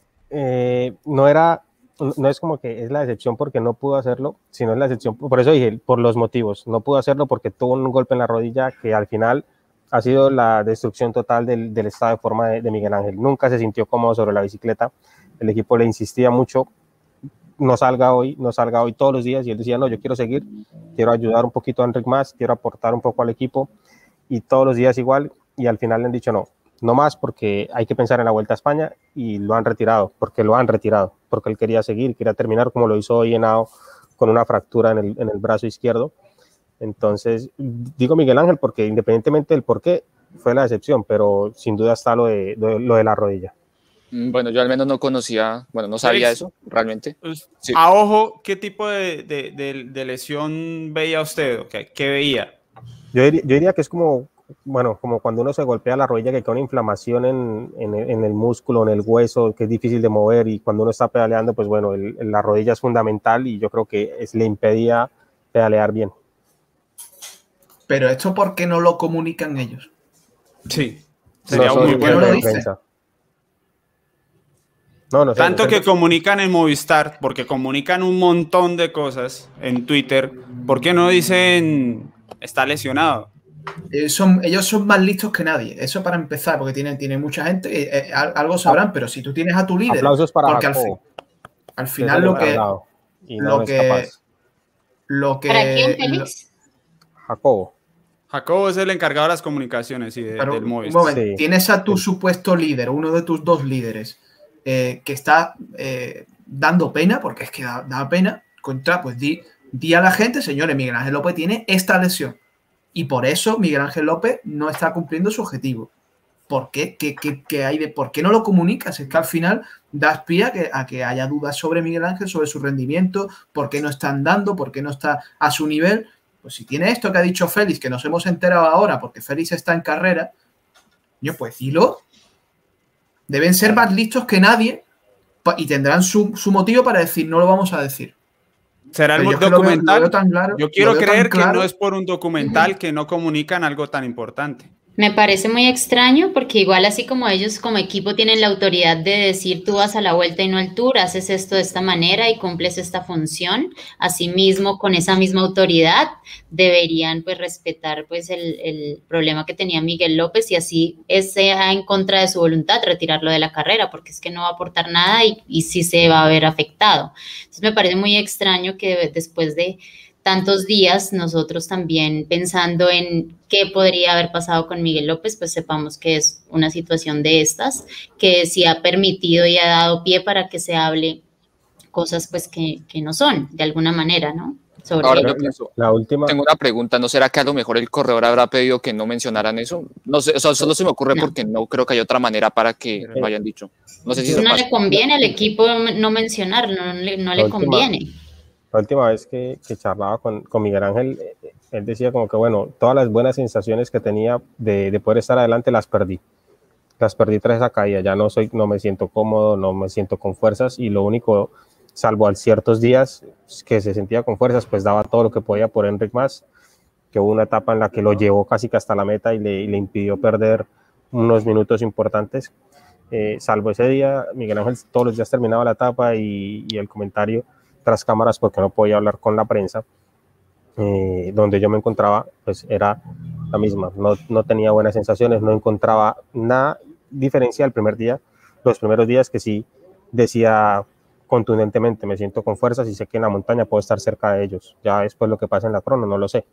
no es como que es la decepción porque no pudo hacerlo, sino es la decepción, por eso dije, por los motivos. No pudo hacerlo porque tuvo un golpe en la rodilla que al final ha sido la destrucción total del estado de forma de Miguel Ángel. Nunca se sintió cómodo sobre la bicicleta. El equipo le insistía mucho. no salga hoy todos los días, y él decía, no, yo quiero seguir, quiero ayudar un poquito a Enric Mas, quiero aportar un poco al equipo, y todos los días igual, y al final le han dicho no más, porque hay que pensar en la Vuelta a España, y lo han retirado, porque él quería seguir, quería terminar como lo hizo hoy Henao, con una fractura en el brazo izquierdo. Entonces, digo Miguel Ángel porque independientemente del por qué, fue la decepción, pero sin duda está lo de la rodilla. Bueno, yo al menos no conocía, bueno, no sabía eso realmente. Sí. A ojo, ¿qué tipo de lesión veía usted? ¿Qué veía? Yo diría que es como cuando uno se golpea la rodilla, que queda una inflamación en el músculo, en el hueso, que es difícil de mover, y cuando uno está pedaleando, pues bueno, la rodilla es fundamental, y yo creo que le impedía pedalear bien. Pero esto, ¿por qué no lo comunican ellos? Sí, sería muy bueno. ¿No lo dice? No sé, tanto que comunican en Movistar, porque comunican un montón de cosas en Twitter. ¿Por qué no dicen está lesionado? Ellos son más listos que nadie. Eso para empezar, porque tienen mucha gente, algo sabrán, pero si tú tienes a tu líder. Aplausos para porque al final lo que ¿Para quién, Félix? Jacobo es el encargado de las comunicaciones y del Movistar. Un momento, sí. Tienes a tu supuesto líder, uno de tus dos líderes, que está dando pena, porque es que da pena, pues di a la gente, señores, Miguel Ángel López tiene esta lesión, y por eso Miguel Ángel López no está cumpliendo su objetivo. ¿Por qué? ¿Por qué no lo comunicas? Es que al final das pie a que haya dudas sobre Miguel Ángel, sobre su rendimiento, por qué no está andando, por qué no está a su nivel. Pues si tiene esto que ha dicho Félix, que nos hemos enterado ahora porque Félix está en carrera, pues dilo. Deben ser más listos que nadie y tendrán su motivo para decir, no lo vamos a decir. ¿Será el documental? Yo quiero creer que no es por un documental que no comunican algo tan importante. Me parece muy extraño porque igual así como ellos como equipo tienen la autoridad de decir tú vas a la Vuelta y no al Tour, haces esto de esta manera y cumples esta función, asimismo con esa misma autoridad deberían pues respetar pues el problema que tenía Miguel López y así sea en contra de su voluntad retirarlo de la carrera porque es que no va a aportar nada y sí se va a ver afectado. Entonces me parece muy extraño que después de tantos días, nosotros también pensando en qué podría haber pasado con Miguel López, pues sepamos que es una situación de estas, que sí ha permitido y ha dado pie para que se hable cosas pues que no son, de alguna manera, ¿no? Ahora yo pienso, tengo una pregunta, ¿no será que a lo mejor el corredor habrá pedido que no mencionaran eso? No sé, o sea, solo se me ocurre porque no creo que haya otra manera para que lo hayan dicho. No sé si no le conviene al equipo no mencionarlo, no le conviene. La última vez que charlaba con Miguel Ángel, él decía como que, bueno, todas las buenas sensaciones que tenía de poder estar adelante las perdí. Las perdí tras esa caída. Ya no me siento cómodo, no me siento con fuerzas y lo único, salvo a ciertos días que se sentía con fuerzas, pues daba todo lo que podía por Enric Mas, que hubo una etapa en la que lo llevó casi que hasta la meta y le impidió perder unos minutos importantes. Salvo ese día, Miguel Ángel todos los días terminaba la etapa y el comentario tras cámaras porque no podía hablar con la prensa, donde yo me encontraba, pues era la misma, no tenía buenas sensaciones, no encontraba nada diferencial el primer día, los primeros días que sí decía contundentemente, me siento con fuerzas y sé que en la montaña puedo estar cerca de ellos, ya después lo que pasa en la crono, no lo sé.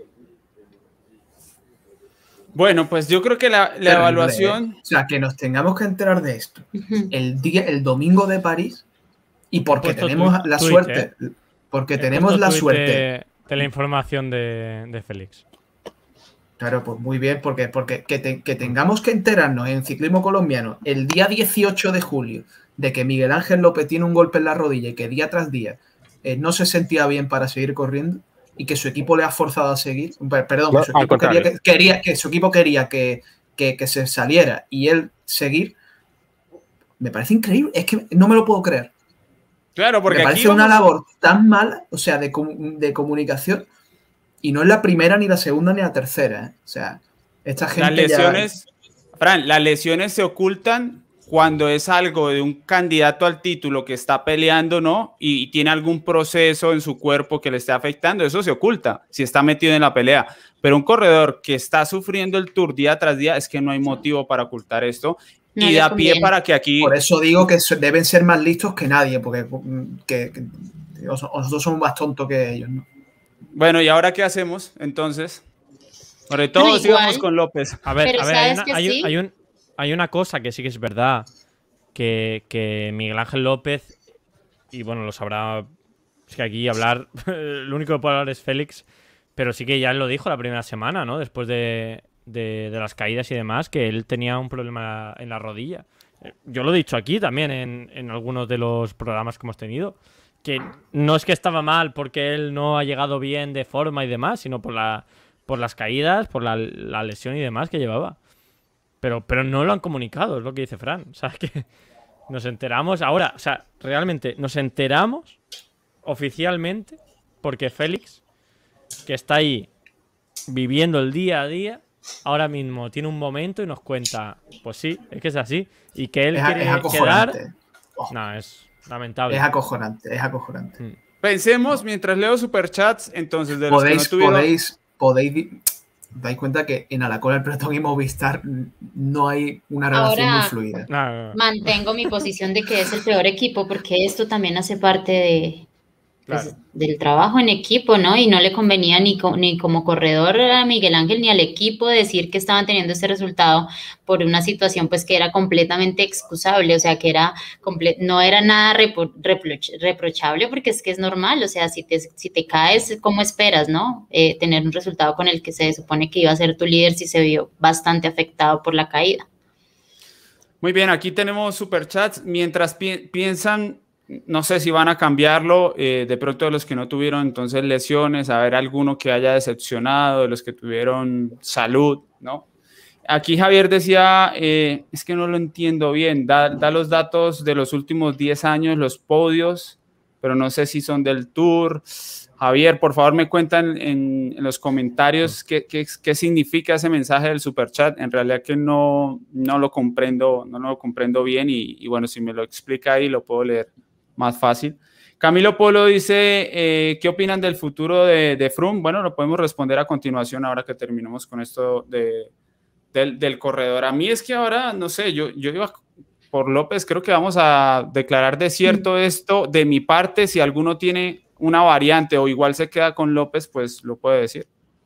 Bueno, pues yo creo que la evaluación... O sea, que nos tengamos que enterar de esto el domingo de París, y porque tenemos la suerte, porque tenemos la suerte de la información de Félix. Claro, pues muy bien, porque que tengamos que enterarnos en ciclismo colombiano el día 18 de julio de que Miguel Ángel López tiene un golpe en la rodilla y que día tras día no se sentía bien para seguir corriendo y que su equipo le ha forzado a seguir, perdón, que su equipo quería que se saliera y él seguir, me parece increíble, es que no me lo puedo creer. Claro, porque me parece una labor tan mala, o sea, de comunicación, y no es la primera, ni la segunda, ni la tercera, ¿eh? O sea, esta gente las lesiones se ocultan cuando es algo de un candidato al título que está peleando, ¿no? Y tiene algún proceso en su cuerpo que le esté afectando, eso se oculta si está metido en la pelea. Pero un corredor que está sufriendo el Tour día tras día, es que no hay motivo para ocultar esto. No y le da pie conviene. para que aquí... Por eso digo que deben ser más listos que nadie, porque nosotros somos más tontos que ellos, ¿no? Bueno, ¿y ahora qué hacemos entonces? Sobre No, todo sigamos igual. con López. A ver, Pero ¿sabes que sí? hay una cosa que sí que es verdad, que Miguel Ángel López, y bueno, lo sabrá, es que aquí hablar, lo único que puedo hablar es Félix, pero sí que ya él lo dijo la primera semana, ¿no? Después de las caídas y demás, que él tenía un problema en la rodilla. Yo lo he dicho aquí también en algunos de los programas que hemos tenido, que no es que estaba mal porque él no ha llegado bien de forma y demás, sino por las caídas, por la lesión y demás que llevaba. Pero no lo han comunicado, es lo que dice Fran. O sea, que nos enteramos ahora, o sea, realmente nos enteramos oficialmente porque Félix, que está ahí viviendo el día a día, ahora mismo tiene un momento y nos cuenta, pues sí, es que es así, y que él quiere acojonante. quedar... No, es lamentable. Es acojonante, es acojonante. Pensemos, mientras leo superchats, entonces de los que no tuvieron... Podéis dais cuenta que en Alacola, el Pelotón y Movistar no hay una relación Ahora, muy fluida. No. Mantengo mi posición de que es el peor equipo porque esto también hace parte de, pues, del trabajo en equipo, ¿no? Y no le convenía ni como corredor a Miguel Ángel ni al equipo decir que estaban teniendo este resultado por una situación pues que era completamente excusable, o sea, que era no era nada reprochable porque es que es normal, o sea, si te caes, ¿cómo esperas, no? Tener un resultado con el que se supone que iba a ser tu líder si se vio bastante afectado por la caída. Muy bien, aquí tenemos superchats. Mientras piensan, no sé si van a cambiarlo, de pronto de los que no tuvieron entonces lesiones, a ver alguno que haya decepcionado, de los que tuvieron salud, ¿no? Aquí Javier decía, es que no lo entiendo bien, da los datos de los últimos 10 años, los podios, pero no sé si son del Tour. Javier, por favor me cuentan en los comentarios qué significa ese mensaje del superchat. En realidad que no lo comprendo bien y bueno, si me lo explica ahí lo puedo leer más fácil. Camilo Polo dice, ¿qué opinan del futuro de Froome? Bueno, lo podemos responder a continuación ahora que terminemos con esto del corredor. A mí es que ahora, no sé, yo iba por López, creo que vamos a declarar desierto esto. De mi parte, si alguno tiene una variante o igual se queda con López, pues lo puede decir.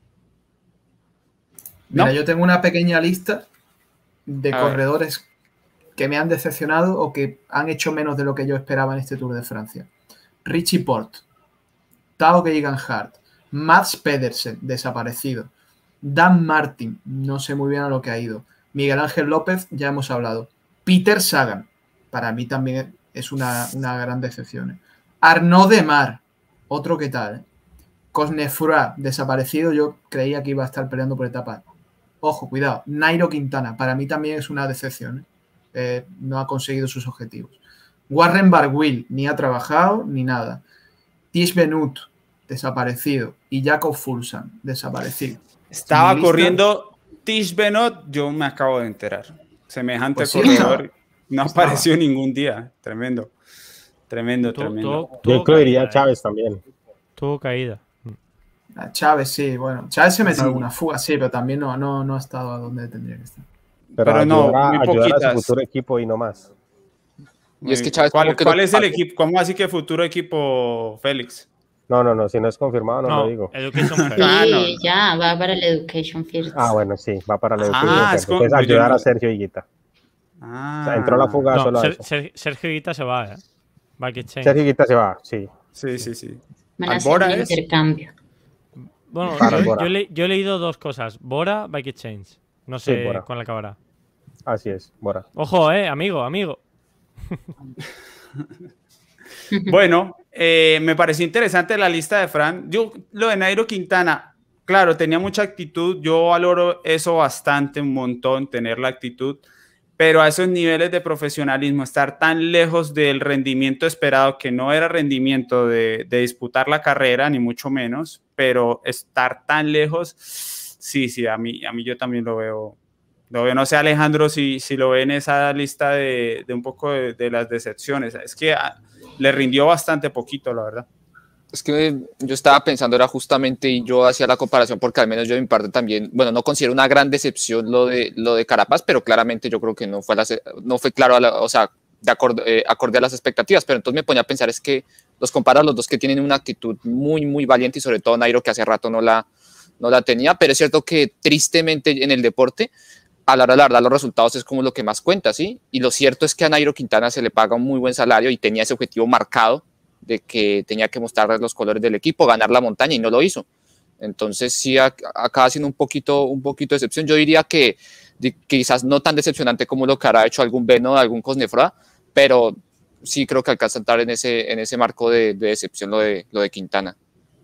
Mira, ¿No? yo tengo una pequeña lista de corredores que me han decepcionado o que han hecho menos de lo que yo esperaba en este Tour de Francia. Richie Porte, Tao Geoghegan Hart, Mads Pedersen, desaparecido, Dan Martin, no sé muy bien a lo que ha ido, Miguel Ángel López, ya hemos hablado, Peter Sagan, para mí también es una gran decepción. Arnaud Demar, otro que tal. Cosnefroid, desaparecido, yo creía que iba a estar peleando por etapas. Ojo, cuidado. Nairo Quintana, para mí también es una decepción. No ha conseguido sus objetivos. Warren Barguil, ni ha trabajado ni nada. Tish Benoit, desaparecido. Y Jakob Fuglsang, desaparecido. Estaba corriendo Tish Benoit, yo me acabo de enterar. Semejante pues corredor, no apareció ningún día. Tremendo. Yo incluiría a Chávez también. Tuvo caída. A Chávez, sí, bueno. Chávez se metió en alguna fuga, sí, pero también no ha estado a donde tendría que estar. Pero no, ayudar a su futuro equipo y no más. Y es que Chávez, ¿Cuál es el equipo? ¿Cómo así que futuro equipo, Félix? No, si no es confirmado no lo digo. Education First. Sí, ya, va para el Education First. Bueno, sí, va para el Education First. Entonces ayudar a Sergio Higuita. O sea, entró la fuga solo a eso. Sergio Higuita se va, Sergio Higuita se va, sí. Sí. Van a hacer un intercambio. Bueno, yo he leído dos cosas. Bora, Bike Exchange. No sé cuál acabará. Así es, Bora. Ojo, amigo. Bueno, me pareció interesante la lista de Fran. Yo, lo de Nairo Quintana, claro, tenía mucha actitud. Yo valoro eso bastante, un montón, tener la actitud. Pero a esos niveles de profesionalismo, estar tan lejos del rendimiento esperado, que no era rendimiento de disputar la carrera, ni mucho menos, pero estar tan lejos, sí, a mí yo también lo veo. No sé, Alejandro, si lo ve en esa lista de un poco de las decepciones. Es que le rindió bastante poquito, la verdad. Es que yo estaba pensando, era justamente, y yo hacía la comparación porque al menos yo de mi parte también, bueno, no considero una gran decepción lo de Carapaz, pero claramente yo creo que no fue claro, o sea, acorde a las expectativas, pero entonces me ponía a pensar es que los comparas los dos que tienen una actitud muy, muy valiente y sobre todo Nairo que hace rato no la tenía, pero es cierto que tristemente en el deporte, a la hora de la verdad los resultados es como lo que más cuenta, ¿sí? Y lo cierto es que a Nairo Quintana se le paga un muy buen salario y tenía ese objetivo marcado de que tenía que mostrar los colores del equipo, ganar la montaña y no lo hizo. Entonces sí acaba siendo un poquito de decepción. Yo diría que quizás no tan decepcionante como lo que habrá hecho algún Beno, algún Cosnefroy, pero sí creo que alcanza a entrar en ese marco de decepción lo de Quintana.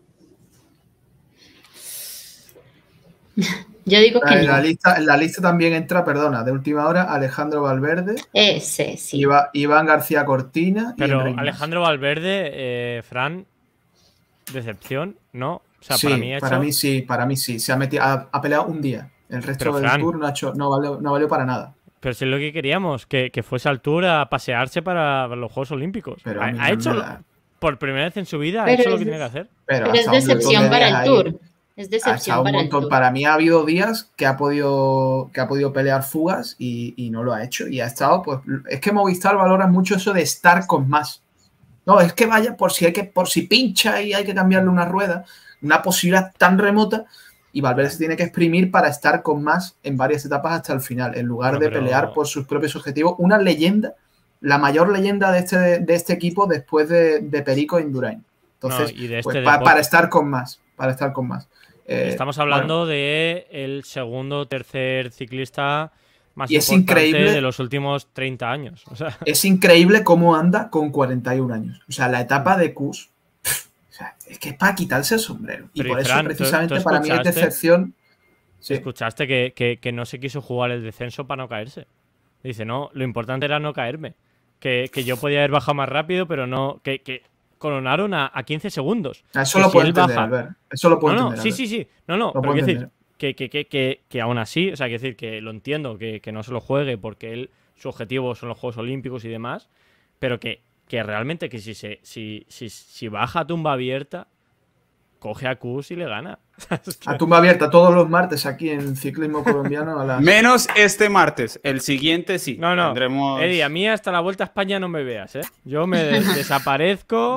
Yo digo que en la lista también entra, perdona, de última hora, Alejandro Valverde. Ese, sí. Iván García Cortina. Pero y Alejandro Valverde, Fran, decepción, ¿no? O sea, sí, para mí sí. Se ha metido, ha peleado un día. El resto del Tour no valió para nada. Pero si es lo que queríamos, que fuese al Tour a pasearse para los Juegos Olímpicos. Pero ha hecho, por primera vez en su vida, ha hecho lo que tiene que hacer. Pero es decepción para el Tour. Es decepción para el Tour. Para mí ha habido días que ha podido pelear fugas y no lo ha hecho. Y ha estado, pues, es que Movistar valora mucho eso de estar con más. No, es que vaya por si pincha y hay que cambiarle una rueda, una posibilidad tan remota, y Valverde se tiene que exprimir para estar con más en varias etapas hasta el final, en lugar de pelear por sus propios objetivos. Una leyenda, la mayor leyenda de este equipo después de Perico e Indurain. Entonces, para estar con más. Estamos hablando de el segundo o tercer ciclista más importante de los últimos 30 años. O sea. Es increíble cómo anda con 41 años. O sea, la etapa de Kuss, es que es para quitarse el sombrero. Y por eso, precisamente, para mí es decepción. Sí. Escuchaste que no se quiso jugar el descenso para no caerse. Dice, no, lo importante era no caerme. Que yo podía haber bajado más rápido, pero no... Que coronaron a 15 segundos. Eso lo puedo entender, Albert. Eso lo puedo entender. Sí. No, pero quiero decir que aún así, o sea, quiero decir que lo entiendo, que no se lo juegue porque su objetivo son los Juegos Olímpicos y demás, pero que realmente que si baja a tumba abierta, coge a Kuss y le gana. A tumba abierta todos los martes aquí en Ciclismo Colombiano. Menos este martes, el siguiente sí. No. Eddie, a mí hasta la Vuelta a España no me veas, ¿eh? Yo me desaparezco.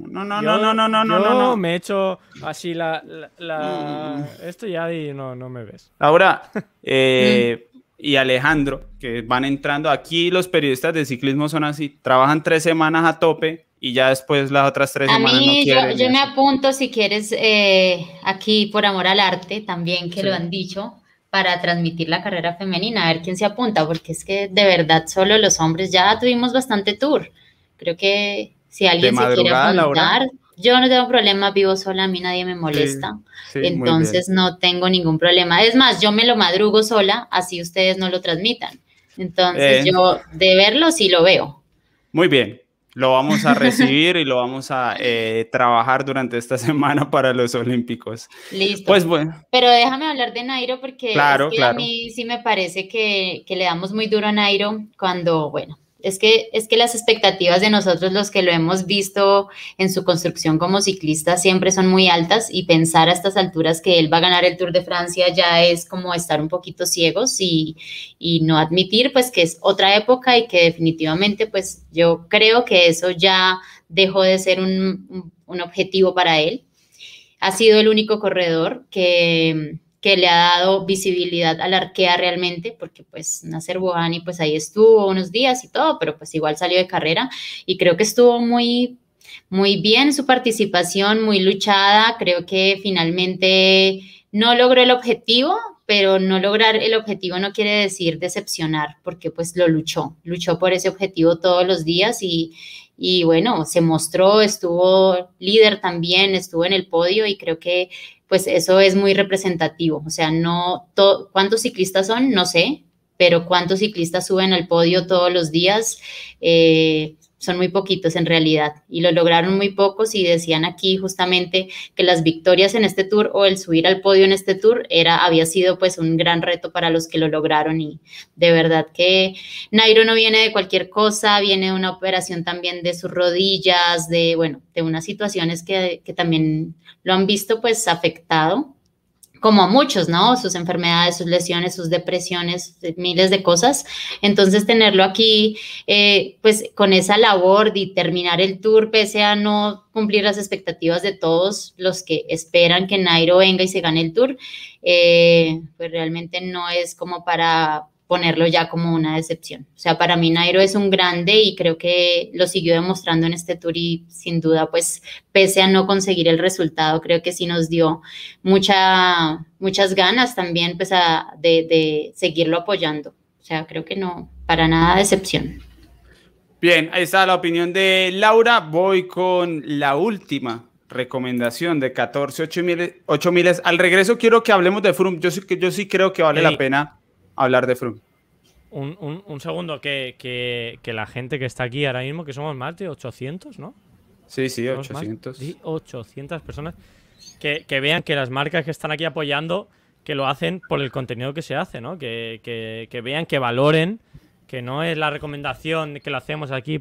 No. Me echo así esto ya y no me ves. Ahora, y Alejandro, que van entrando aquí, los periodistas de ciclismo son así, trabajan 3 semanas a tope y ya después las otras 3 semanas no quieren. Yo me apunto si quieres aquí por amor al arte también, que lo han dicho, para transmitir la carrera femenina, a ver quién se apunta, porque es que de verdad solo los hombres ya tuvimos bastante tour. Creo que si alguien se quiere apuntar, yo no tengo problema, vivo sola, a mí nadie me molesta, entonces no tengo ningún problema. Es más, yo me lo madrugo sola, así ustedes no lo transmitan. Entonces yo de verlo sí lo veo. Muy bien. Lo vamos a recibir y lo vamos a trabajar durante esta semana para los Olímpicos. Listo. Pues bueno. Pero déjame hablar de Nairo porque a mí sí me parece que le damos muy duro a Nairo cuando, bueno, es que las expectativas de nosotros, los que lo hemos visto en su construcción como ciclista, siempre son muy altas y pensar a estas alturas que él va a ganar el Tour de Francia ya es como estar un poquito ciegos y no admitir pues que es otra época y que definitivamente pues yo creo que eso ya dejó de ser un objetivo para él. Ha sido el único corredor que le ha dado visibilidad a la Arkea realmente, porque pues Nacer Bouhanni pues ahí estuvo unos días y todo, pero pues igual salió de carrera y creo que estuvo muy, muy bien su participación, muy luchada. Creo que finalmente no logró el objetivo, pero no lograr el objetivo no quiere decir decepcionar, porque pues lo luchó por ese objetivo todos los días y bueno, se mostró, estuvo líder también, estuvo en el podio y creo que pues eso es muy representativo. O sea, ¿cuántos ciclistas son? No sé, pero ¿cuántos ciclistas suben al podio todos los días? son muy poquitos en realidad, y lo lograron muy pocos, y decían aquí justamente que las victorias en este Tour o el subir al podio en este Tour había sido pues un gran reto para los que lo lograron, y de verdad que Nairo no viene de cualquier cosa, viene de una operación también de sus rodillas, de unas situaciones que también lo han visto pues afectado, como a muchos, ¿no? Sus enfermedades, sus lesiones, sus depresiones, miles de cosas. Entonces, tenerlo aquí, pues, con esa labor de terminar el Tour, pese a no cumplir las expectativas de todos los que esperan que Nairo venga y se gane el Tour, pues realmente no es como para ponerlo ya como una decepción. O sea, para mí Nairo es un grande y creo que lo siguió demostrando en este Tour, y sin duda, pues, pese a no conseguir el resultado, creo que sí nos dio muchas ganas también, pues, de seguirlo apoyando. O sea, creo que no, para nada decepción. Bien, ahí está la opinión de Laura. Voy con la última recomendación de 14 8 miles. Al regreso quiero que hablemos de Froome. Yo sí creo que vale la pena hablar de Froome. Un segundo, que la gente que está aquí ahora mismo, que somos más de 800, ¿no? Sí, 800. Sí, 800 personas. Que vean que las marcas que están aquí apoyando, que lo hacen por el contenido que se hace, ¿no? Que vean, que valoren, que no es la recomendación que lo hacemos aquí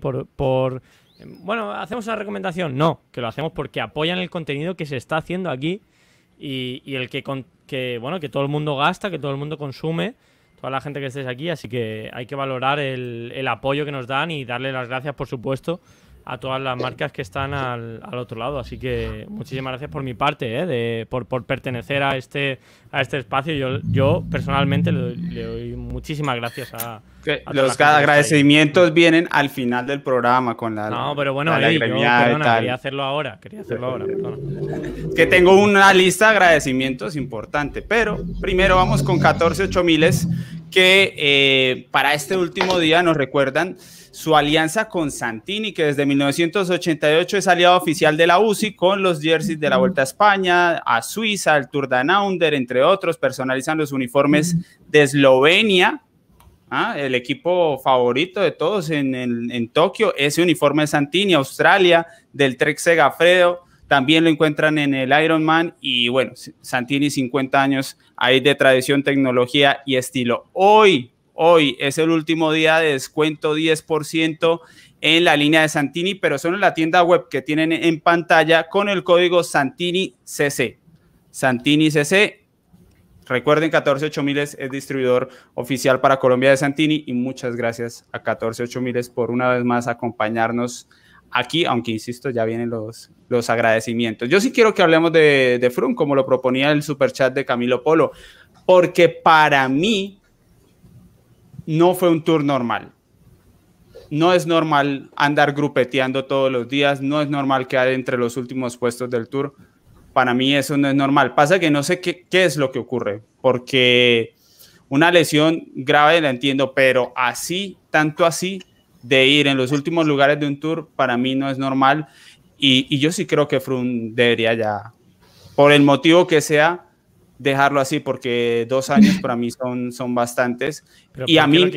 bueno, hacemos una recomendación, no, que lo hacemos porque apoyan el contenido que se está haciendo aquí, y el que todo el mundo gasta, que todo el mundo consume, toda la gente que estés aquí, así que hay que valorar el apoyo que nos dan y darle las gracias, por supuesto, a todas las marcas que están al otro lado. Así que muchísimas gracias por mi parte, por pertenecer a este espacio. Yo personalmente le doy muchísimas gracias a los agradecimientos vienen al final del programa con la... No, pero bueno, quería hacerlo ahora. Perdona. Que tengo una lista de agradecimientos importante, pero primero vamos con 14 8 miles, que para este último día nos recuerdan su alianza con Santini, que desde 1988 es aliado oficial de la UCI, con los jerseys de la Vuelta a España, a Suiza, al Tour Down Under, entre otros. Personalizan los uniformes de Eslovenia, el equipo favorito de todos en Tokio. Ese uniforme de Santini. Australia, del Trek Segafredo, también lo encuentran en el Ironman. Y bueno, Santini, 50 años ahí de tradición, tecnología y estilo. Hoy es el último día de descuento, 10% en la línea de Santini, pero solo en la tienda web que tienen en pantalla, con el código SantiniCC. SantiniCC. Recuerden, 14 8 miles es distribuidor oficial para Colombia de Santini, y muchas gracias a 14 8 miles por una vez más acompañarnos aquí, aunque insisto, ya vienen los agradecimientos. Yo sí quiero que hablemos de Froome, como lo proponía el superchat de Camilo Polo, porque para mí no fue un Tour normal. No es normal andar grupeteando todos los días, no es normal quedar entre los últimos puestos del Tour. Para mí eso no es normal. Pasa que no sé qué es lo que ocurre, porque una lesión grave la entiendo, pero tanto así, de ir en los últimos lugares de un Tour, para mí no es normal, y yo sí creo que Froome debería ya, por el motivo que sea, dejarlo así, porque 2 años para mí son bastantes. Pero y a mí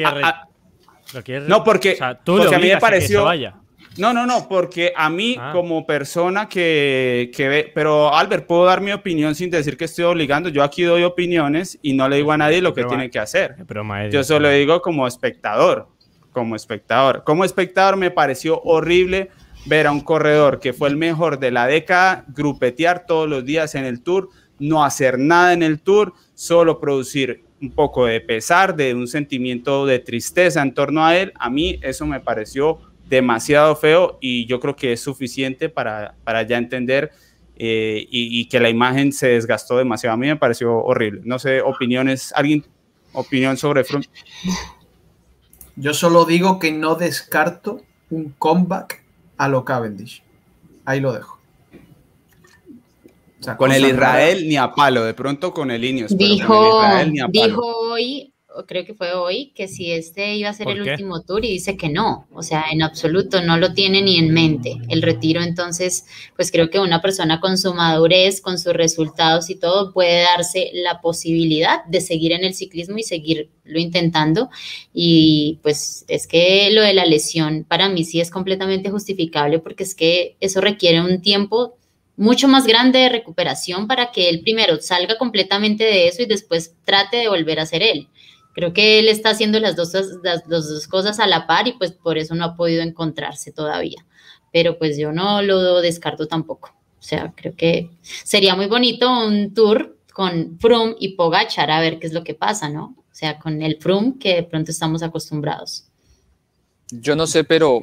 no, porque, o sea, porque a mí me pareció no, porque a mí como persona que ve, pero Albert, puedo dar mi opinión sin decir que estoy obligando. Yo aquí doy opiniones y no le digo a nadie lo que tiene que hacer. Yo solo digo como espectador. Como espectador me pareció horrible ver a un corredor que fue el mejor de la década grupetear todos los días en el Tour, no hacer nada en el Tour, solo producir un poco de pesar, de un sentimiento de tristeza en torno a él. A mí eso me pareció demasiado feo, y yo creo que es suficiente para ya entender y que la imagen se desgastó demasiado. A mí me pareció horrible. No sé, opiniones, opinión sobre Froome. Yo solo digo que no descarto un comeback a lo Cavendish. Ahí lo dejo. O sea, con el Israel ni a palo, de pronto con el Ineos. Dijo hoy creo que fue hoy, que si este iba a ser el último tour y dice que no, o sea, en absoluto no lo tiene ni en mente el retiro. Entonces, pues creo que una persona con su madurez, con sus resultados y todo, puede darse la posibilidad de seguir en el ciclismo y seguirlo intentando. Y pues es que lo de la lesión para mí sí es completamente justificable, porque es que eso requiere un tiempo mucho más grande de recuperación para que él primero salga completamente de eso y después trate de volver a ser él. Creo que él está haciendo las dos cosas a la par y pues por eso no ha podido encontrarse todavía. Pero pues yo no lo descarto tampoco. O sea, creo que sería muy bonito un tour con Froome y Pogačar, a ver qué es lo que pasa, ¿no? O sea, con el Froome que de pronto estamos acostumbrados. Yo no sé, pero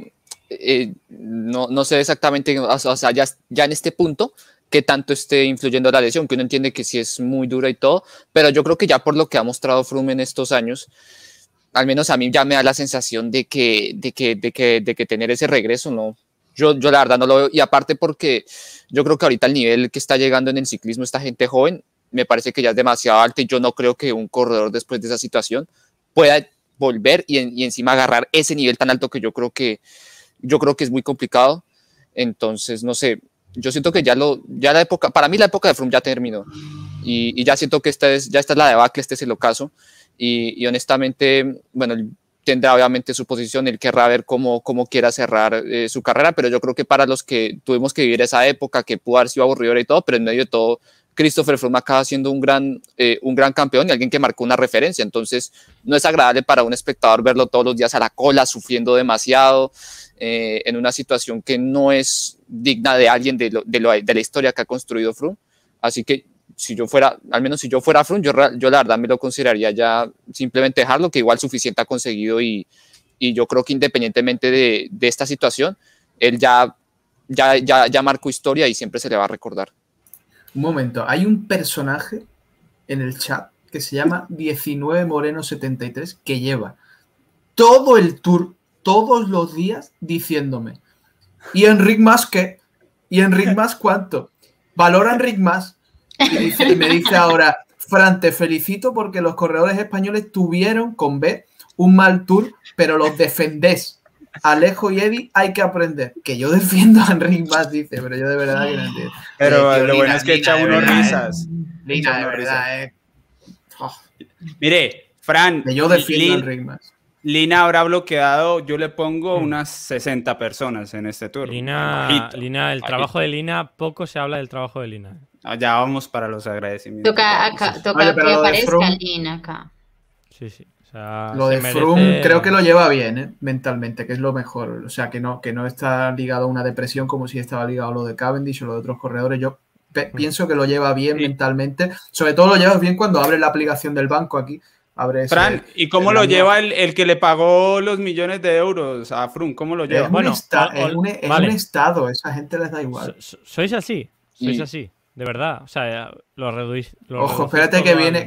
no sé exactamente, o sea, ya en este punto, qué tanto esté influyendo la lesión, que uno entiende que sí es muy dura y todo, pero yo creo que ya por lo que ha mostrado Froome en estos años, al menos a mí ya me da la sensación de que tener ese regreso, no, yo la verdad no lo veo, y aparte porque yo creo que ahorita el nivel que está llegando en el ciclismo esta gente joven, me parece que ya es demasiado alto y yo no creo que un corredor después de esa situación pueda volver y encima agarrar ese nivel tan alto que yo creo que es muy complicado. Entonces, no sé, yo siento que ya la época, para mí la época de Froome ya terminó y ya siento que esta es la debacle, este es el ocaso y honestamente, bueno, tendrá obviamente su posición, él querrá ver cómo quiera cerrar su carrera, pero yo creo que para los que tuvimos que vivir esa época, que pudo haber sido aburridora y todo, pero en medio de todo, Christopher Froome acaba siendo un gran campeón y alguien que marcó una referencia. Entonces no es agradable para un espectador verlo todos los días a la cola, sufriendo demasiado, en una situación que no es digna de alguien de la historia que ha construido Froome. Así que al menos si yo fuera Froome, yo la verdad me lo consideraría ya simplemente dejarlo, que igual suficiente ha conseguido y yo creo que independientemente de esta situación, él ya marcó historia y siempre se le va a recordar. Un momento, hay un personaje en el chat que se llama 19moreno73 que lleva todo el tour, todos los días, diciéndome: ¿y Enric Mas qué? ¿Y Enric Mas cuánto? ¿Valora Enric Mas? Y me dice ahora: Fran, te felicito porque los corredores españoles tuvieron, con B, un mal tour, pero los defendés. Alejo y Eddie hay que aprender. Que yo defiendo a Enric Mas, dice, pero yo de verdad que no entiendo. Pero lo bueno es que echa unos risas. Lina, de verdad, Mire, Fran, que yo defiendo a Enric Mas. Lina habrá bloqueado, yo le pongo unas 60 personas en este tour. Lina, el trabajo de Lina, poco se habla del trabajo de Lina. Ya vamos para los agradecimientos. Toca que aparezca Lina acá. Sí. O sea, lo de Froome creo que lo lleva bien, mentalmente, que es lo mejor. O sea, que no está ligado a una depresión como si estaba ligado a lo de Cavendish o lo de otros corredores. Yo pienso que lo lleva bien mentalmente. Sobre todo lo lleva bien cuando abre la aplicación del banco aquí. Fran, ¿y cómo lo lleva el que le pagó los millones de euros a Froome? ¿Cómo lo lleva? En un estado, esa gente les da igual. Sois así, de verdad. O sea, lo reducís. Ojo, espérate que viene.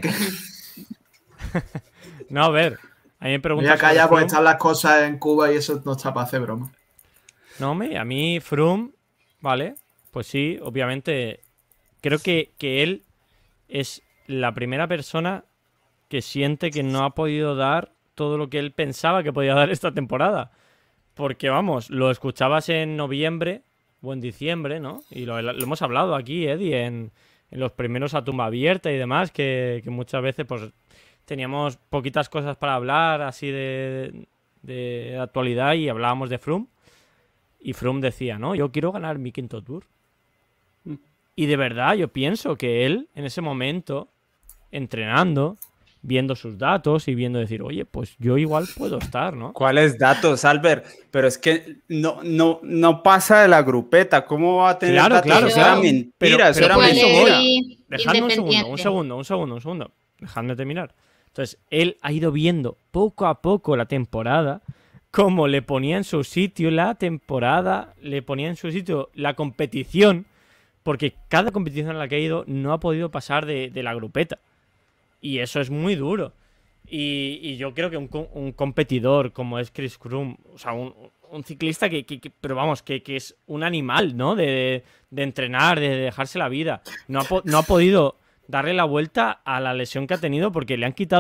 No, a ver, a mí me preguntan. Mira, acá ya pues están las cosas en Cuba y eso no está para hacer broma. No, a mí Froome, vale, pues sí, obviamente. Creo que él es la primera persona que siente que no ha podido dar todo lo que él pensaba que podía dar esta temporada. Porque, vamos, lo escuchabas en noviembre o en diciembre, ¿no? Y lo hemos hablado aquí, Eddie, en los primeros a tumba abierta y demás, que muchas veces pues teníamos poquitas cosas para hablar así de actualidad y hablábamos de Froome. Y Froome decía, no, yo quiero ganar mi quinto tour. Y de verdad yo pienso que él, en ese momento, entrenando, viendo sus datos y viendo decir, oye, pues yo igual puedo estar, ¿no? ¿Cuáles datos, Albert? Pero es que no pasa de la grupeta. ¿Cómo va a tener datos? Claro. Era mentira. Pero era mentira. Dejadme un segundo. Dejadme terminar. Entonces, él ha ido viendo poco a poco la temporada, cómo le ponía en su sitio la temporada, le ponía en su sitio la competición, porque cada competición en la que ha ido no ha podido pasar de la grupeta. Y eso es muy duro. Y yo creo que un competidor como es Chris Froome, o sea, un ciclista pero vamos, que es un animal, ¿no? De entrenar, de dejarse la vida. No ha podido darle la vuelta a la lesión que ha tenido porque le han quitado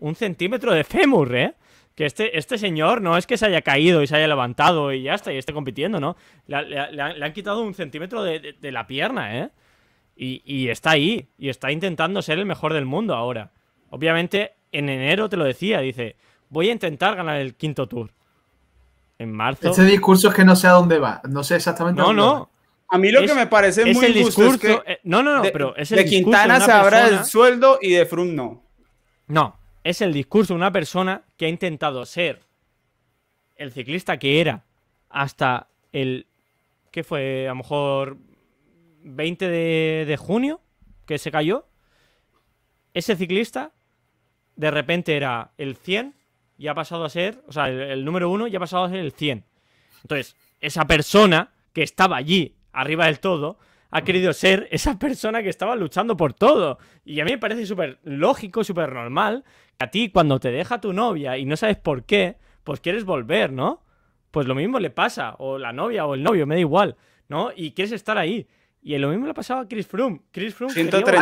un centímetro de fémur, ¿eh? Que este señor no es que se haya caído y se haya levantado y ya está, y esté compitiendo, ¿no? Le han quitado un centímetro de la pierna, ¿eh? Y está ahí, y está intentando ser el mejor del mundo ahora. Obviamente, en enero te lo decía, dice, voy a intentar ganar el 5.º Tour. En marzo... Este discurso es que no sé a dónde va, no sé exactamente a dónde va. A mí lo que me parece muy injusto es que... pero es el de discurso Quintana de una se habla persona... del sueldo y de Froome no. No, es el discurso de una persona que ha intentado ser el ciclista que era hasta el... ¿Qué fue? A lo mejor 20 de junio, que se cayó. Ese ciclista de repente era el 100 y ha pasado a ser... O sea, el número 1 ya ha pasado a ser el 100. Entonces, esa persona que estaba allí, arriba del todo, ha querido ser esa persona que estaba luchando por todo. Y a mí me parece súper lógico, súper normal, que a ti cuando te deja tu novia y no sabes por qué, pues quieres volver, ¿no? Pues lo mismo le pasa, o la novia o el novio, me da igual, ¿no? Y quieres estar ahí. Y lo mismo le ha pasado a Chris Froome. Chris Froome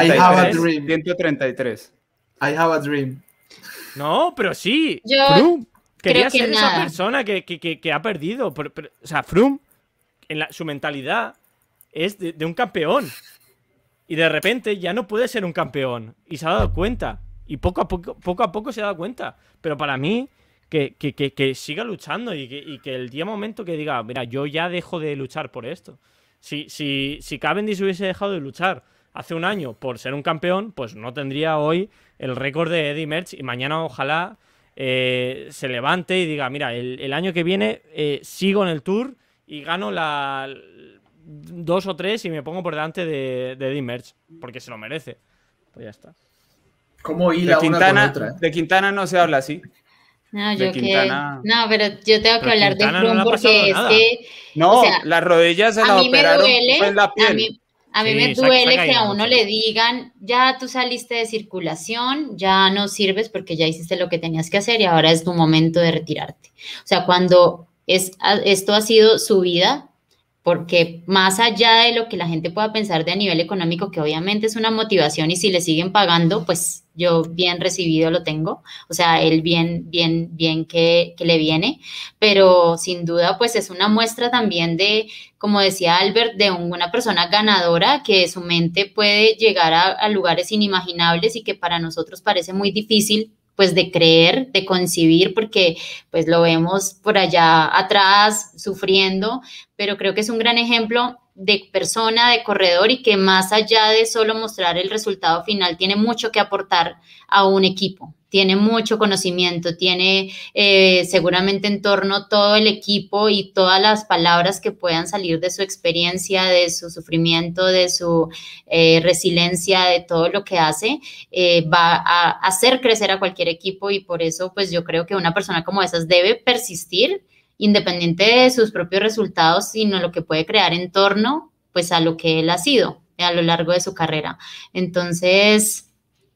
133. I have a dream. No, pero sí. Froome quería ser esa persona que ha perdido. O sea, Froome, su mentalidad es de un campeón. Y de repente ya no puede ser un campeón. Y se ha dado cuenta. Y poco a poco se ha dado cuenta. Pero para mí, que siga luchando y que el día momento que diga, mira, yo ya dejo de luchar por esto. Si Cavendish hubiese dejado de luchar hace un año por ser un campeón, pues no tendría hoy el récord de Eddy Merckx. Y mañana ojalá se levante y diga, mira, el año que viene sigo en el Tour y gano 2 o 3 y me pongo por delante de Eddy Merckx, porque se lo merece. Pues ya está. ¿Cómo hila una con otra? De Quintana no se habla así. No, pero yo tengo que hablar de Froome porque es que... No, o sea, las rodillas se las operaron en la piel. A mí me duele que a uno le digan, ya tú saliste de circulación, ya no sirves porque ya hiciste lo que tenías que hacer y ahora es tu momento de retirarte. O sea, cuando esto ha sido su vida, porque más allá de lo que la gente pueda pensar de a nivel económico, que obviamente es una motivación y si le siguen pagando, pues yo bien recibido lo tengo, o sea, él bien que le viene, pero sin duda pues es una muestra también de, como decía Albert, de una persona ganadora que su mente puede llegar a lugares inimaginables y que para nosotros parece muy difícil pues de creer, de concebir, porque pues lo vemos por allá atrás sufriendo, pero creo que es un gran ejemplo de persona, de corredor y que más allá de solo mostrar el resultado final, tiene mucho que aportar a un equipo, tiene mucho conocimiento, tiene seguramente en torno todo el equipo y todas las palabras que puedan salir de su experiencia, de su sufrimiento, de su resiliencia, de todo lo que hace, va a hacer crecer a cualquier equipo y por eso pues yo creo que una persona como esas debe persistir independiente de sus propios resultados, sino lo que puede crear en torno pues a lo que él ha sido a lo largo de su carrera. Entonces,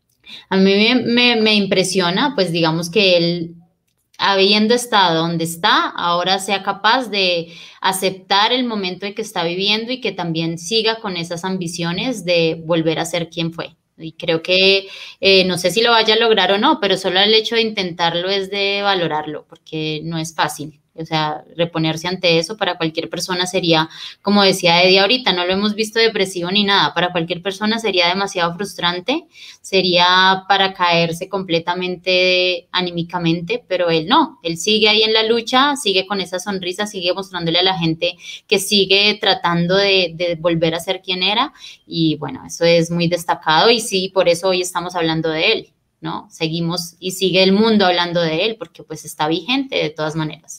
a mí me impresiona, pues digamos que él, habiendo estado donde está, ahora sea capaz de aceptar el momento en que está viviendo y que también siga con esas ambiciones de volver a ser quien fue. Y creo que, no sé si lo vaya a lograr o no, pero solo el hecho de intentarlo es de valorarlo, porque no es fácil. O sea, reponerse ante eso para cualquier persona sería, como decía Eddie ahorita, no lo hemos visto depresivo ni nada, para cualquier persona sería demasiado frustrante, sería para caerse completamente anímicamente, pero él no, él sigue ahí en la lucha, sigue con esa sonrisa, sigue mostrándole a la gente que sigue tratando de volver a ser quien era y bueno, eso es muy destacado y sí, por eso hoy estamos hablando de él, ¿no? Seguimos y sigue el mundo hablando de él porque pues está vigente de todas maneras.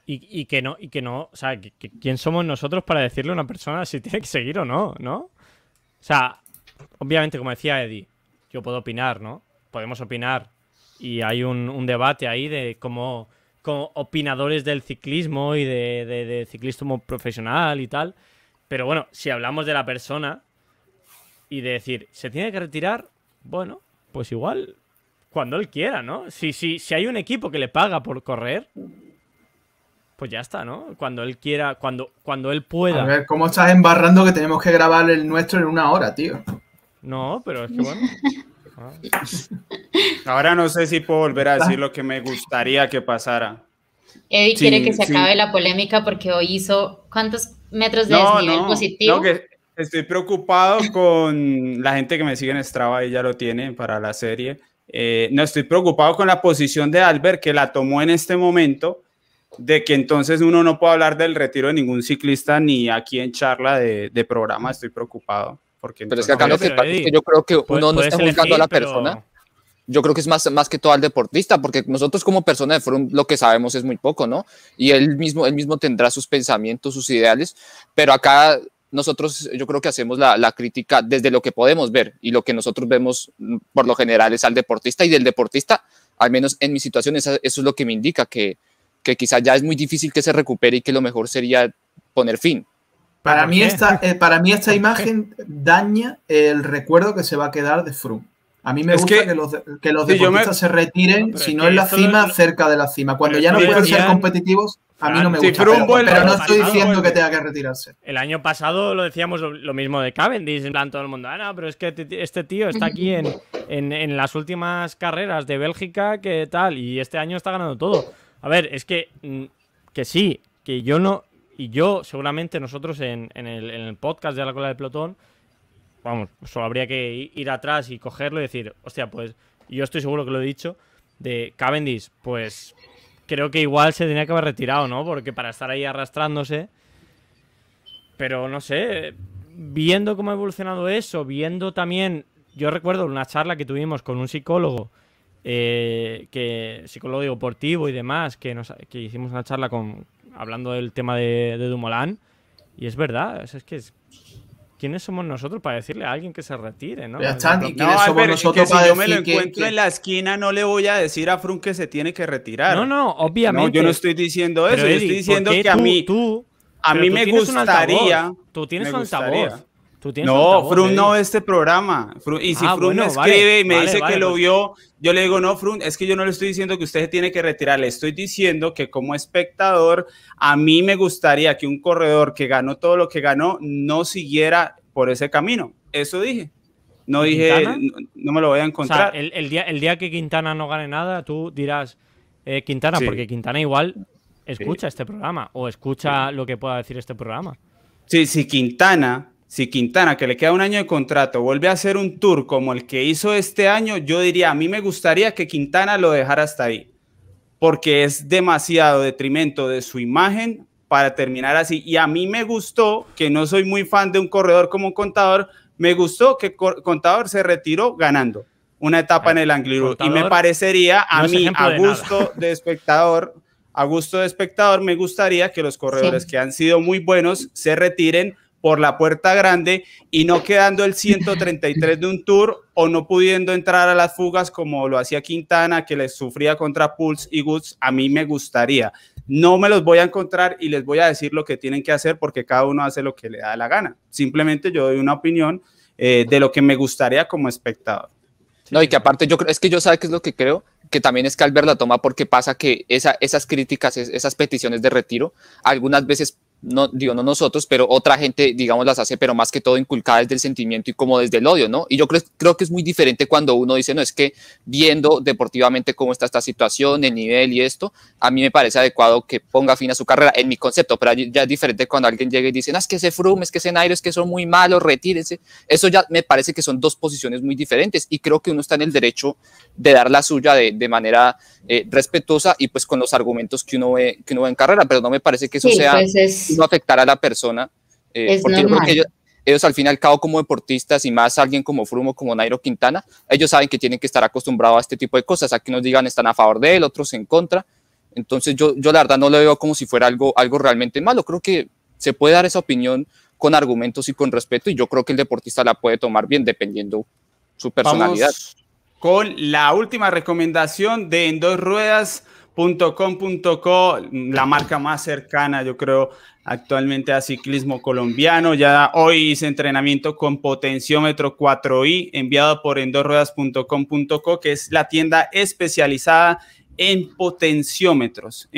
Y que no, o sea, ¿quién somos nosotros para decirle a una persona si tiene que seguir o no, ¿no? O sea, obviamente, como decía Eddie, yo puedo opinar, ¿no? Podemos opinar y hay un debate ahí de cómo opinadores del ciclismo y de ciclismo profesional y tal, pero bueno, si hablamos de la persona y de decir, ¿se tiene que retirar? Bueno, pues igual cuando él quiera, ¿no? Si hay un equipo que le paga por correr, pues ya está, ¿no? Cuando él quiera, cuando él pueda. A ver, ¿cómo estás embarrando que tenemos que grabar el nuestro en 1 hora, tío? No, pero es que bueno. Ahora no sé si puedo volver a decir lo que me gustaría que pasara. Eddie quiere que se acabe la polémica porque hoy hizo ¿cuántos metros de desnivel positivo? No, que estoy preocupado con la gente que me sigue en Strava y ya lo tiene para la serie. No, estoy preocupado con la posición de Albert, que la tomó en este momento, de que entonces uno no puede hablar del retiro de ningún ciclista ni aquí en charla de programa. Estoy preocupado. Porque pero es que acá lo que pasa es que yo creo que uno no está juzgando a la persona. Yo creo que es más que todo al deportista, porque nosotros como persona de Froome lo que sabemos es muy poco, ¿no? Y él mismo tendrá sus pensamientos, sus ideales, pero acá nosotros yo creo que hacemos la crítica desde lo que podemos ver, y lo que nosotros vemos por lo general es al deportista, y del deportista, al menos en mi situación, eso es lo que me indica, que quizás ya es muy difícil que se recupere y que lo mejor sería poner fin. Para mí esta imagen daña el recuerdo que se va a quedar de Froome. A mí me gusta que los deportistas se retiren, si no en la cima, cerca de la cima. Cuando ya no pueden ser competitivos, a mí no me gusta. Pero no estoy diciendo que tenga que retirarse. El año pasado lo decíamos lo mismo de Cavendish, en plan todo el mundo, no, pero es que este tío está aquí en las últimas carreras de Bélgica, que tal, y este año está ganando todo. A ver, es que sí, que yo no, y yo seguramente nosotros en el podcast de la cola del pelotón, vamos, solo habría que ir atrás y cogerlo y decir, hostia, pues yo estoy seguro que lo he dicho, de Cavendish, pues creo que igual se tenía que haber retirado, ¿no? Porque para estar ahí arrastrándose, pero no sé, viendo cómo ha evolucionado eso, viendo también, yo recuerdo una charla que tuvimos con un psicólogo, psicólogo deportivo y demás, que hicimos una charla hablando del tema de Dumoulin, y es verdad, es que ¿quiénes somos nosotros para decirle a alguien que se retire, no? Albert, nosotros si yo me lo encuentro en la esquina, no le voy a decir a Froome que se tiene que retirar. No, obviamente. No, yo no estoy diciendo eso. Yo estoy diciendo que a mí me gustaría. Tú tienes un altavoz. Froome no ve este programa. Y si Froome me escribe y me dice que lo vio, yo le digo, no, Froome, es que yo no le estoy diciendo que usted se tiene que retirar. Le estoy diciendo que como espectador, a mí me gustaría que un corredor que ganó todo lo que ganó no siguiera por ese camino. Eso dije. No dije, no me lo voy a encontrar. O sea, el día que Quintana no gane nada, tú dirás Quintana, porque Quintana igual escucha este programa o escucha lo que pueda decir este programa. Sí, si Quintana, que le queda un año de contrato, vuelve a hacer un tour como el que hizo este año, yo diría, a mí me gustaría que Quintana lo dejara hasta ahí, porque es demasiado detrimento de su imagen para terminar así. Y a mí me gustó, que no soy muy fan de un corredor como Contador, me gustó que Contador se retiró ganando una etapa en el Angliru. Y me parecería, a mí, a gusto de espectador, me gustaría que los corredores que han sido muy buenos se retiren por la puerta grande y no quedando el 133 de un tour o no pudiendo entrar a las fugas como lo hacía Quintana, que les sufría contra Puls y Woods. A mí me gustaría. No me los voy a encontrar y les voy a decir lo que tienen que hacer porque cada uno hace lo que le da la gana. Simplemente yo doy una opinión de lo que me gustaría como espectador. No, y que aparte yo sabe qué es lo que creo, que también es que Albert la toma porque pasa que esas críticas, esas peticiones de retiro, algunas veces, no nosotros, pero otra gente, digamos, las hace, pero más que todo inculcadas desde el sentimiento y como desde el odio, ¿no? Y yo creo que es muy diferente cuando uno dice, no, es que viendo deportivamente cómo está esta situación, el nivel y esto, a mí me parece adecuado que ponga fin a su carrera, en mi concepto, pero ya es diferente cuando alguien llega y dice, no, es que ese Froome, es que ese Nairo, es que son muy malos, retírense. Eso ya me parece que son dos posiciones muy diferentes y creo que uno está en el derecho de dar la suya de manera respetuosa y pues con los argumentos que uno ve en carrera, pero no me parece que eso sea no afectar a la persona, porque yo creo que ellos al fin y al cabo como deportistas y más alguien como Froome o como Nairo Quintana, ellos saben que tienen que estar acostumbrados a este tipo de cosas, aquí nos digan están a favor de él, otros en contra, entonces yo la verdad no lo veo como si fuera algo realmente malo, creo que se puede dar esa opinión con argumentos y con respeto y yo creo que el deportista la puede tomar bien dependiendo su personalidad. Vamos con la última recomendación de endosruedas.com.co, la marca más cercana, yo creo, actualmente a ciclismo colombiano. Ya hoy hice entrenamiento con potenciómetro 4i, enviado por endosruedas.com.co, que es la tienda especializada en potenciómetros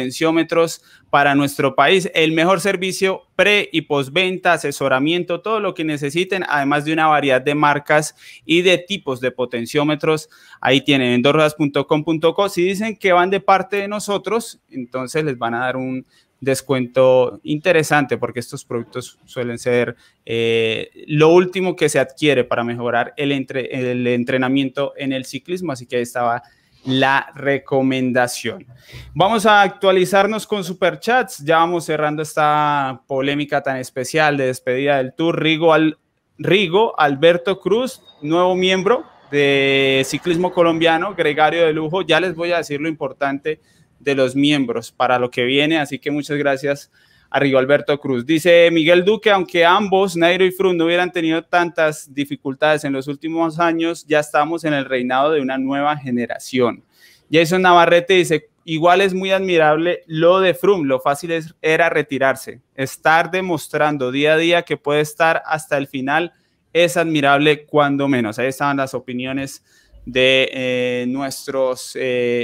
para nuestro país. El mejor servicio pre y postventa, asesoramiento, todo lo que necesiten, además de una variedad de marcas y de tipos de potenciómetros. Ahí tienen en dosruedas.com.co. Si dicen que van de parte de nosotros, entonces les van a dar un descuento interesante, porque estos productos suelen ser lo último que se adquiere para mejorar el entrenamiento en el ciclismo. Así que ahí estaba la recomendación. Vamos a actualizarnos con superchats. Ya vamos cerrando esta polémica tan especial de despedida del Tour. Rigo Alberto Cruz, nuevo miembro de Ciclismo Colombiano, gregario de lujo. Ya les voy a decir lo importante de los miembros para lo que viene, así que muchas gracias a Rigo Alberto Cruz. Dice Miguel Duque, aunque ambos, Nairo y Froome, no hubieran tenido tantas dificultades en los últimos años, ya estamos en el reinado de una nueva generación. Jason Navarrete dice, igual es muy admirable lo de Froome, lo fácil era retirarse. Estar demostrando día a día que puede estar hasta el final es admirable cuando menos. Ahí estaban las opiniones de nuestros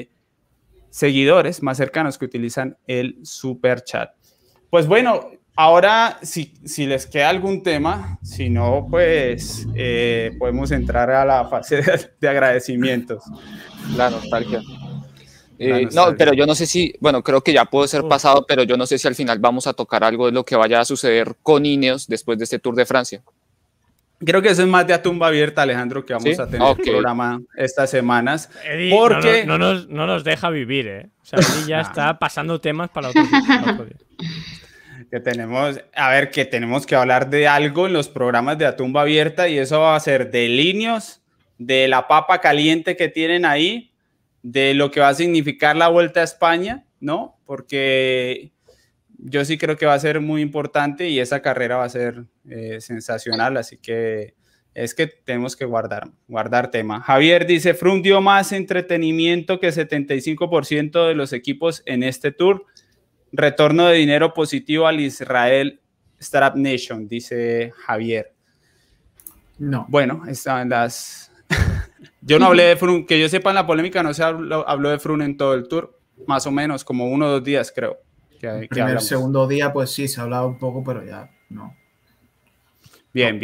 seguidores más cercanos que utilizan el super chat. Pues bueno, ahora si les queda algún tema, si no, pues podemos entrar a la fase de agradecimientos. La nostalgia. No, pero yo no sé si, bueno, creo que ya puede ser pasado, pero yo no sé si al final vamos a tocar algo de lo que vaya a suceder con Ineos después de este Tour de Francia. Creo que eso es más de a tumba abierta, Alejandro, que vamos a tener programa estas semanas. Eddie, porque no nos deja vivir, ¿eh? O sea, Eddie ya está pasando temas para otro día. Que tenemos que hablar de algo en los programas de a tumba abierta, y eso va a ser de Ineos, de la papa caliente que tienen ahí, de lo que va a significar la Vuelta a España, ¿no? Porque yo sí creo que va a ser muy importante y esa carrera va a ser sensacional, así que es que tenemos que guardar tema. Javier dice, Froome dio más entretenimiento que 75% de los equipos en este Tour. Retorno de dinero positivo al Israel Startup Nation, dice Javier. No. Bueno, están las... Yo no hablé de Froome, que yo sepa, en la polémica no se habló de Froome en todo el Tour, más o menos, como 1 o 2 días, creo. Segundo día, pues sí, se ha hablado un poco, pero ya no. Bien.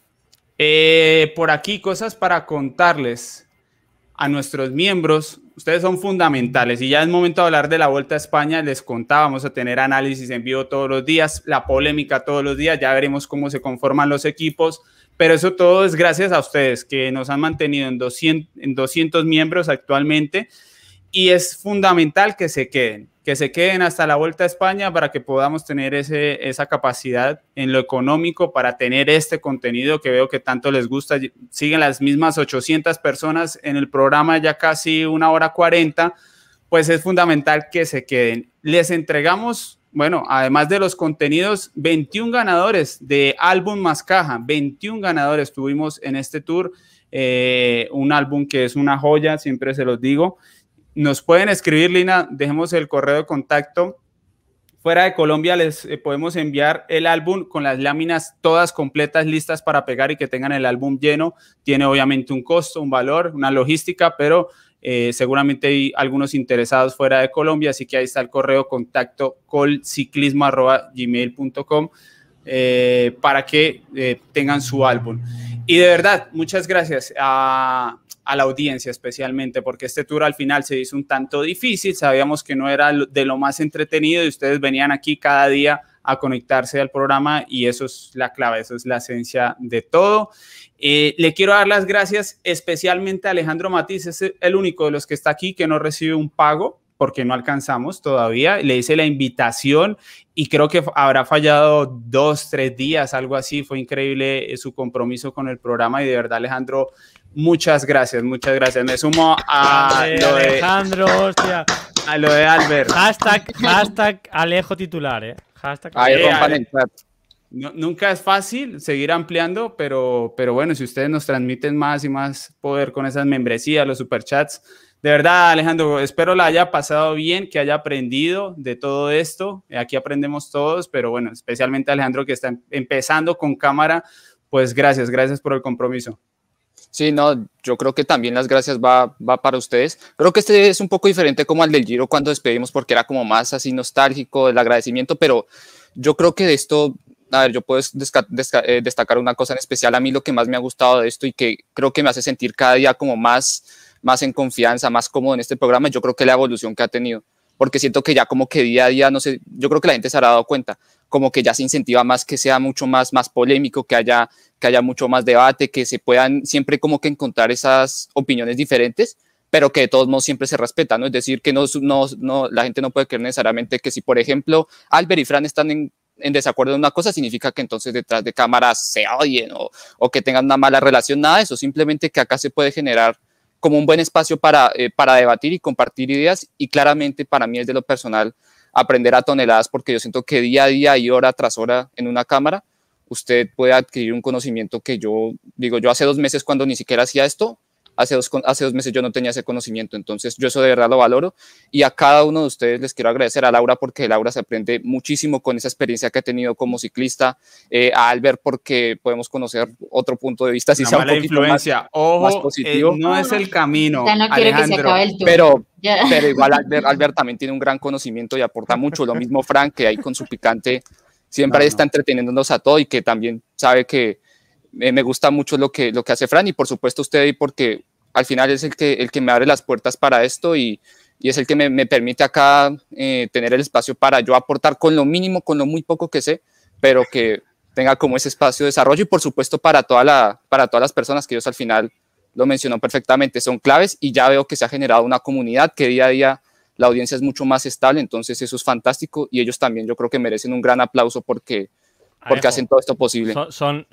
Por aquí, cosas para contarles a nuestros miembros. Ustedes son fundamentales y ya es momento de hablar de la Vuelta a España. Les contaba, vamos a tener análisis en vivo todos los días, la polémica todos los días, ya veremos cómo se conforman los equipos, pero eso todo es gracias a ustedes que nos han mantenido en 200 miembros actualmente, y es fundamental que se queden hasta la Vuelta a España para que podamos tener esa capacidad en lo económico para tener este contenido que veo que tanto les gusta. Siguen las mismas 800 personas en el programa, ya casi 1 hora 40, pues es fundamental que se queden. Les entregamos, bueno, además de los contenidos, 21 ganadores de álbum más caja, 21 ganadores tuvimos en este tour, un álbum que es una joya, siempre se los digo. Nos pueden escribir, Lina, dejemos el correo de contacto. Fuera de Colombia les podemos enviar el álbum con las láminas todas completas, listas para pegar y que tengan el álbum lleno. Tiene obviamente un costo, un valor, una logística, pero seguramente hay algunos interesados fuera de Colombia, así que ahí está el correo contacto colciclismo@gmail.com para que tengan su álbum. Y de verdad, muchas gracias a la audiencia especialmente, porque este tour al final se hizo un tanto difícil, sabíamos que no era de lo más entretenido y ustedes venían aquí cada día a conectarse al programa y eso es la clave, eso es la esencia de todo. Le quiero dar las gracias especialmente a Alejandro Matiz, es el único de los que está aquí que no recibe un pago, porque no alcanzamos todavía. Le hice la invitación y creo que habrá fallado 2, 3 días, algo así. Fue increíble su compromiso con el programa y de verdad, Alejandro, muchas gracias. Me sumo a lo de Alejandro, hostia. A lo de Albert. Hashtag Alejo titular, Hashtag nunca es fácil seguir ampliando, pero bueno, si ustedes nos transmiten más y más poder con esas membresías, los superchats. De verdad, Alejandro, espero la haya pasado bien, que haya aprendido de todo esto. Aquí aprendemos todos, pero bueno, especialmente Alejandro que está empezando con cámara, pues gracias por el compromiso. Sí, no, yo creo que también las gracias va para ustedes. Creo que este es un poco diferente como al del Giro cuando despedimos porque era como más así nostálgico el agradecimiento, pero yo creo que de esto, a ver, yo puedo destacar una cosa en especial. A mí lo que más me ha gustado de esto y que creo que me hace sentir cada día como más en confianza, más cómodo en este programa, yo creo que la evolución que ha tenido, porque siento que ya como que día a día, no sé, yo creo que la gente se habrá dado cuenta, como que ya se incentiva más que sea mucho más polémico, que haya mucho más debate, que se puedan siempre como que encontrar esas opiniones diferentes, pero que de todos modos siempre se respeta, ¿no? Es decir, que la gente no puede creer necesariamente que si, por ejemplo, Albert y Fran están en desacuerdo en una cosa, significa que entonces detrás de cámaras se odien o que tengan una mala relación, nada de eso, simplemente que acá se puede generar como un buen espacio para debatir y compartir ideas, y claramente para mí es de lo personal aprender a toneladas, porque yo siento que día a día y hora tras hora en una cámara usted puede adquirir un conocimiento que yo hace 2 meses cuando ni siquiera hacía esto, hace dos meses yo no tenía ese conocimiento, entonces yo eso de verdad lo valoro, y a cada uno de ustedes les quiero agradecer, a Laura porque Laura se aprende muchísimo con esa experiencia que ha tenido como ciclista, a Albert porque podemos conocer otro punto de vista, si sea un poquito influencia. más positivo. No es el camino, ya no quiero que se acabe el tour. Pero igual Albert también tiene un gran conocimiento y aporta mucho, lo mismo Frank, que ahí con su picante siempre está entreteniéndonos a todo y que también sabe que me gusta mucho lo que hace Fran, y por supuesto usted, porque al final es el que me abre las puertas para esto y es el que me permite acá tener el espacio para yo aportar con lo mínimo, con lo muy poco que sé, pero que tenga como ese espacio de desarrollo, y por supuesto para todas las personas que ellos al final lo mencionó perfectamente, son claves, y ya veo que se ha generado una comunidad que día a día la audiencia es mucho más estable, entonces eso es fantástico, y ellos también yo creo que merecen un gran aplauso porque hacen todo esto posible. O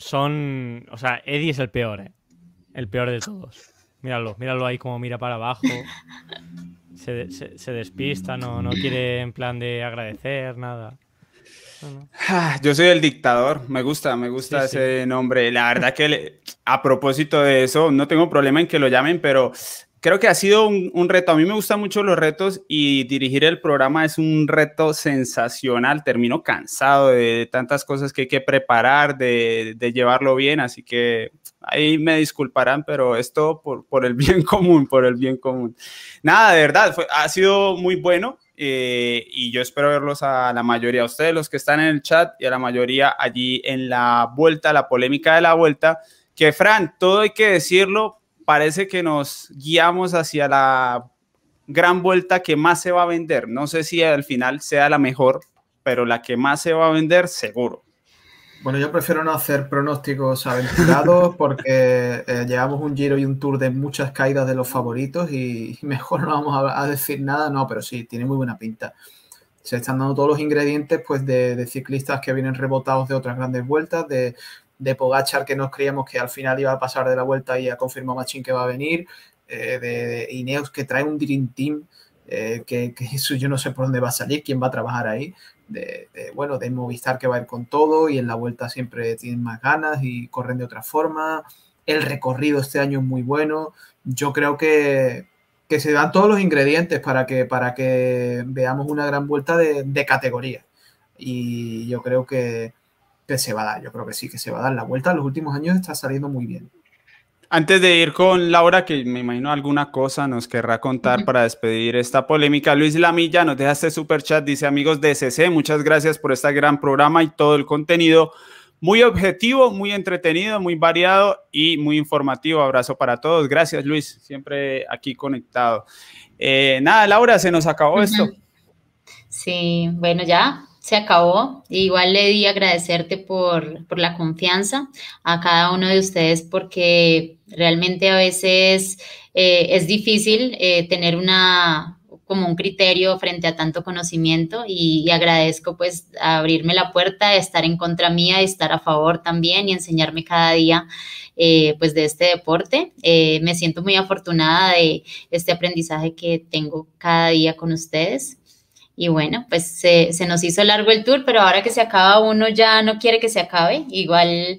sea, Eddie es el peor, el peor de todos. Míralo ahí como mira para abajo, se despista, no quiere en plan de agradecer, nada. No. Yo soy el dictador, me gusta ese nombre. La verdad que a propósito de eso, no tengo problema en que lo llamen, pero creo que ha sido un reto. A mí me gustan mucho los retos y dirigir el programa es un reto sensacional. Termino cansado de tantas cosas que hay que preparar, de llevarlo bien, así que ahí me disculparán, pero esto por el bien común, Nada, de verdad, ha sido muy bueno. Y yo espero verlos a la mayoría, a ustedes los que están en el chat y a la mayoría allí en la vuelta, la polémica de la vuelta, que Fran, todo hay que decirlo, parece que nos guiamos hacia la gran vuelta que más se va a vender, no sé si al final sea la mejor, pero la que más se va a vender seguro. Bueno, yo prefiero no hacer pronósticos aventurados porque llevamos un Giro y un Tour de muchas caídas de los favoritos y mejor no vamos a decir nada, no, pero sí, tiene muy buena pinta. Se están dando todos los ingredientes pues, de ciclistas que vienen rebotados de otras grandes vueltas, de Pogačar, que nos creíamos que al final iba a pasar de la vuelta y ha confirmado Machín que va a venir, de Ineos, que trae un Dream Team, que eso yo no sé por dónde va a salir, quién va a trabajar ahí, de Movistar, que va a ir con todo y en la vuelta siempre tienen más ganas y corren de otra forma. El recorrido este año es muy bueno. Yo creo que se dan todos los ingredientes para que veamos una gran vuelta de categoría, y yo creo que se va a dar. Yo creo que sí, que se va a dar. La vuelta en los últimos años está saliendo muy bien. Antes de ir con Laura, que me imagino alguna cosa nos querrá contar para despedir esta polémica, Luis Lamilla nos deja este super chat, dice: amigos de CC, muchas gracias por este gran programa y todo el contenido, muy objetivo, muy entretenido, muy variado y muy informativo. Abrazo para todos. Gracias, Luis, siempre aquí conectado. Nada, Laura, se nos acabó esto. Sí, bueno, ya se acabó. Igual le di agradecerte por la confianza a cada uno de ustedes, porque realmente a veces es difícil tener como un criterio frente a tanto conocimiento, y agradezco pues abrirme la puerta, estar en contra mía y estar a favor también, y enseñarme cada día pues de este deporte. Me siento muy afortunada de este aprendizaje que tengo cada día con ustedes. Y bueno, pues se nos hizo largo el tour, pero ahora que se acaba uno ya no quiere que se acabe. Igual,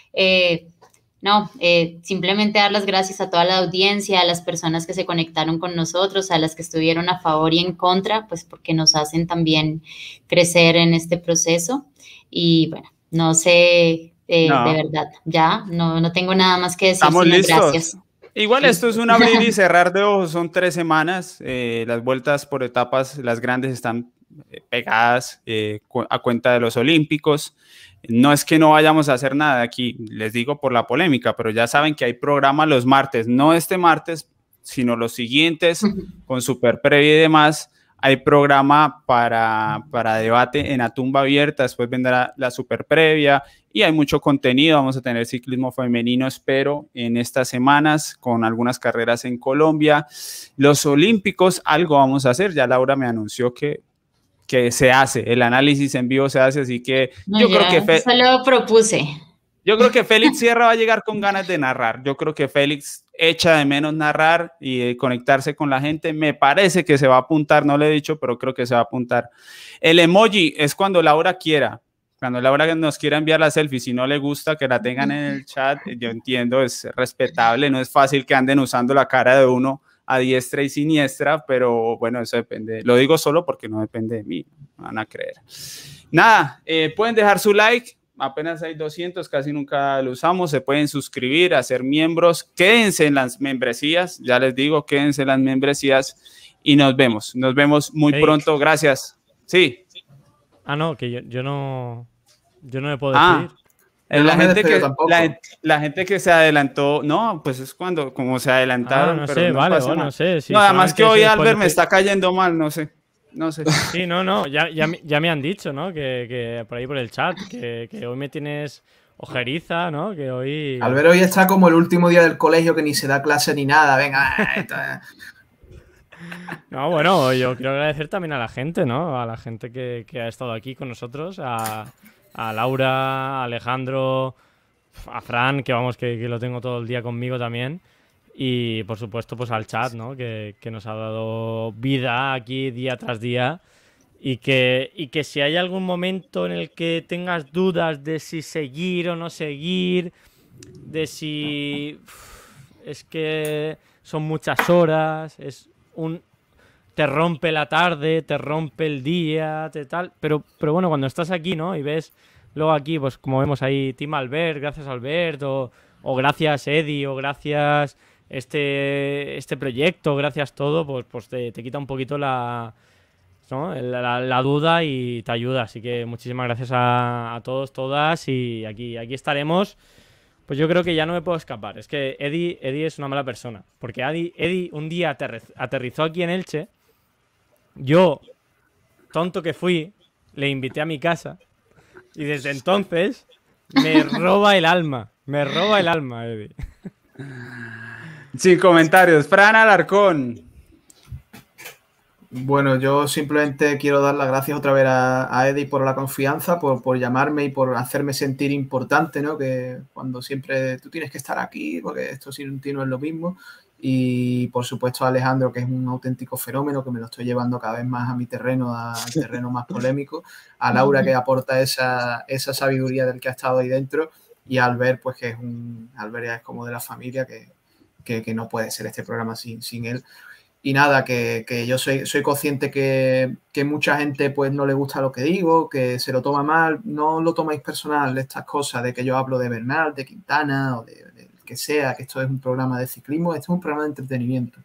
simplemente dar las gracias a toda la audiencia, a las personas que se conectaron con nosotros, a las que estuvieron a favor y en contra, pues porque nos hacen también crecer en este proceso. Y bueno, no sé No. De verdad, ya, no tengo nada más que decir. Estamos listos. Gracias. Igual sí. Esto es un abrir y cerrar de ojos, son 3 semanas, las vueltas por etapas, las grandes están pegadas a cuenta de los olímpicos. No es que no vayamos a hacer nada aquí, les digo por la polémica, pero ya saben que hay programa los martes, no este martes, sino los siguientes, con super previa y demás. Hay programa para debate en la tumba abierta, después vendrá la super previa y hay mucho contenido. Vamos a tener ciclismo femenino, espero, en estas semanas con algunas carreras en Colombia. Los olímpicos, algo vamos a hacer. Ya Laura me anunció que se hace, el análisis en vivo se hace, así que yo creo que... Eso lo propuse. Yo creo que Félix Sierra va a llegar con ganas de narrar. Yo creo que Félix echa de menos narrar y conectarse con la gente. Me parece que se va a apuntar, no le he dicho, pero creo que se va a apuntar. El emoji es cuando Laura quiera. Cuando Laura nos quiera enviar la selfie, si no le gusta que la tengan en el chat, yo entiendo, es respetable. No es fácil que anden usando la cara de uno a diestra y siniestra, pero bueno, eso depende. Lo digo solo porque no depende de mí, no van a creer. Nada, pueden dejar su like. Apenas hay 200, casi nunca lo usamos. Se pueden suscribir, hacer miembros. Quédense en las membresías, ya les digo, quédense en las membresías y nos vemos muy pronto. Gracias. Sí. No, que yo no me puedo despedir. La gente que se adelantó, no, pues es como se adelantaron. No pero sé, no vale, pasa bueno, nada. no sé. Sí, no, además que hoy Albert me decir... está cayendo mal, no sé. Sí, no, ya me han dicho, ¿no? Que por ahí por el chat, que hoy me tienes ojeriza, ¿no? Que hoy... Albert hoy está como el último día del colegio que ni se da clase ni nada, venga. No, bueno, yo quiero agradecer también a la gente, ¿no? A la gente que ha estado aquí con nosotros, a Laura, a Alejandro, a Fran, que vamos, que lo tengo todo el día conmigo también. Y por supuesto pues al chat, ¿no? Que nos ha dado vida aquí día tras día y que si hay algún momento en el que tengas dudas de si seguir o no seguir, de si es que son muchas horas, te rompe la tarde, te rompe el día, tal, pero bueno, cuando estás aquí, ¿no? Y ves luego aquí, pues como vemos ahí, Team Albert, gracias Albert, o gracias Eddie, o gracias este proyecto, gracias todo, pues te quita un poquito la duda y te ayuda. Así que muchísimas gracias a todos, todas, y aquí estaremos. Pues yo creo que ya no me puedo escapar. Es que Eddie es una mala persona, porque Eddie un día aterrizó aquí en Elche. Yo, tonto que fui, le invité a mi casa y desde entonces me roba el alma, Eddie. Sin comentarios. Fran Alarcón. Bueno, yo simplemente quiero dar las gracias otra vez a Eddie por la confianza, por llamarme y por hacerme sentir importante, ¿no? Que cuando siempre tú tienes que estar aquí, porque esto sin ti no es lo mismo. Y por supuesto a Alejandro, que es un auténtico fenómeno, que me lo estoy llevando cada vez más a mi terreno, al terreno más polémico. A Laura, que aporta esa sabiduría del que ha estado ahí dentro. Y a Albert, pues que Albert ya es como de la familia, que no puede ser este programa sin él. Y nada, que yo soy consciente que mucha gente pues no le gusta lo que digo, que se lo toma mal. No lo tomáis personal, estas cosas de que yo hablo de Bernal, de Quintana o de que sea, que esto es un programa de ciclismo. Esto es un programa de entretenimiento.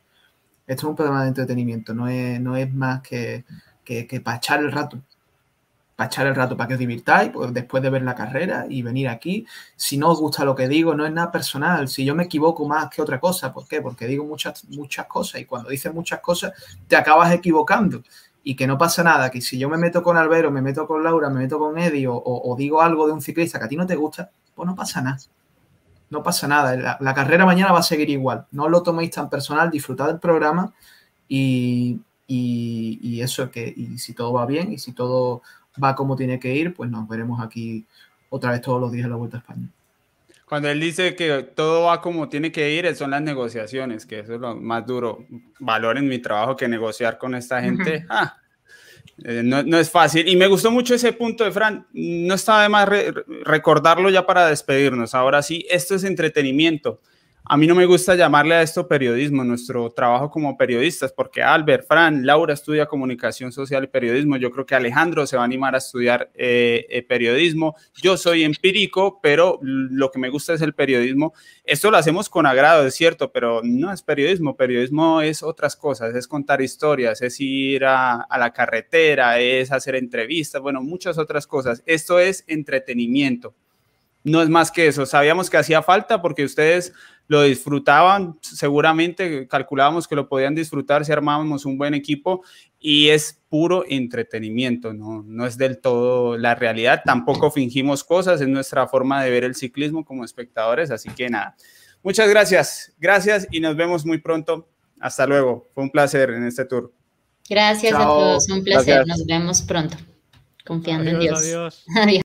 No es más que para echar el rato. Para que os divirtáis, pues, después de ver la carrera y venir aquí. Si no os gusta lo que digo, no es nada personal. Si yo me equivoco más que otra cosa, ¿por qué? Porque digo muchas cosas, y cuando dices muchas cosas te acabas equivocando, y que no pasa nada, que si yo me meto con Albero, me meto con Laura, me meto con Eddie o digo algo de un ciclista que a ti no te gusta, pues no pasa nada. No pasa nada. La carrera mañana va a seguir igual. No lo toméis tan personal, disfrutad del programa y eso, y si todo va bien y si todo va como tiene que ir, pues nos veremos aquí otra vez todos los días en la Vuelta a España. Cuando él dice que todo va como tiene que ir, son las negociaciones, que eso es lo más duro. Valoren mi trabajo, que negociar con esta gente. No es fácil. Y me gustó mucho ese punto de Fran. No estaba de más recordarlo ya para despedirnos. Ahora sí, esto es entretenimiento. A mí no me gusta llamarle a esto periodismo, nuestro trabajo como periodistas, porque Albert, Fran, Laura estudia comunicación social y periodismo. Yo creo que Alejandro se va a animar a estudiar periodismo. Yo soy empírico, pero lo que me gusta es el periodismo. Esto lo hacemos con agrado, es cierto, pero no es periodismo. Periodismo es otras cosas, es contar historias, es ir a la carretera, es hacer entrevistas, bueno, muchas otras cosas. Esto es entretenimiento. No es más que eso. Sabíamos que hacía falta porque ustedes lo disfrutaban, seguramente calculábamos que lo podían disfrutar si armábamos un buen equipo y es puro entretenimiento, no es del todo la realidad, tampoco fingimos cosas, es nuestra forma de ver el ciclismo como espectadores, así que nada, muchas gracias y nos vemos muy pronto, hasta luego, fue un placer en este tour. Gracias. Chao. A todos, un placer, gracias. Nos vemos pronto, confiando en Dios. Adiós. Adiós.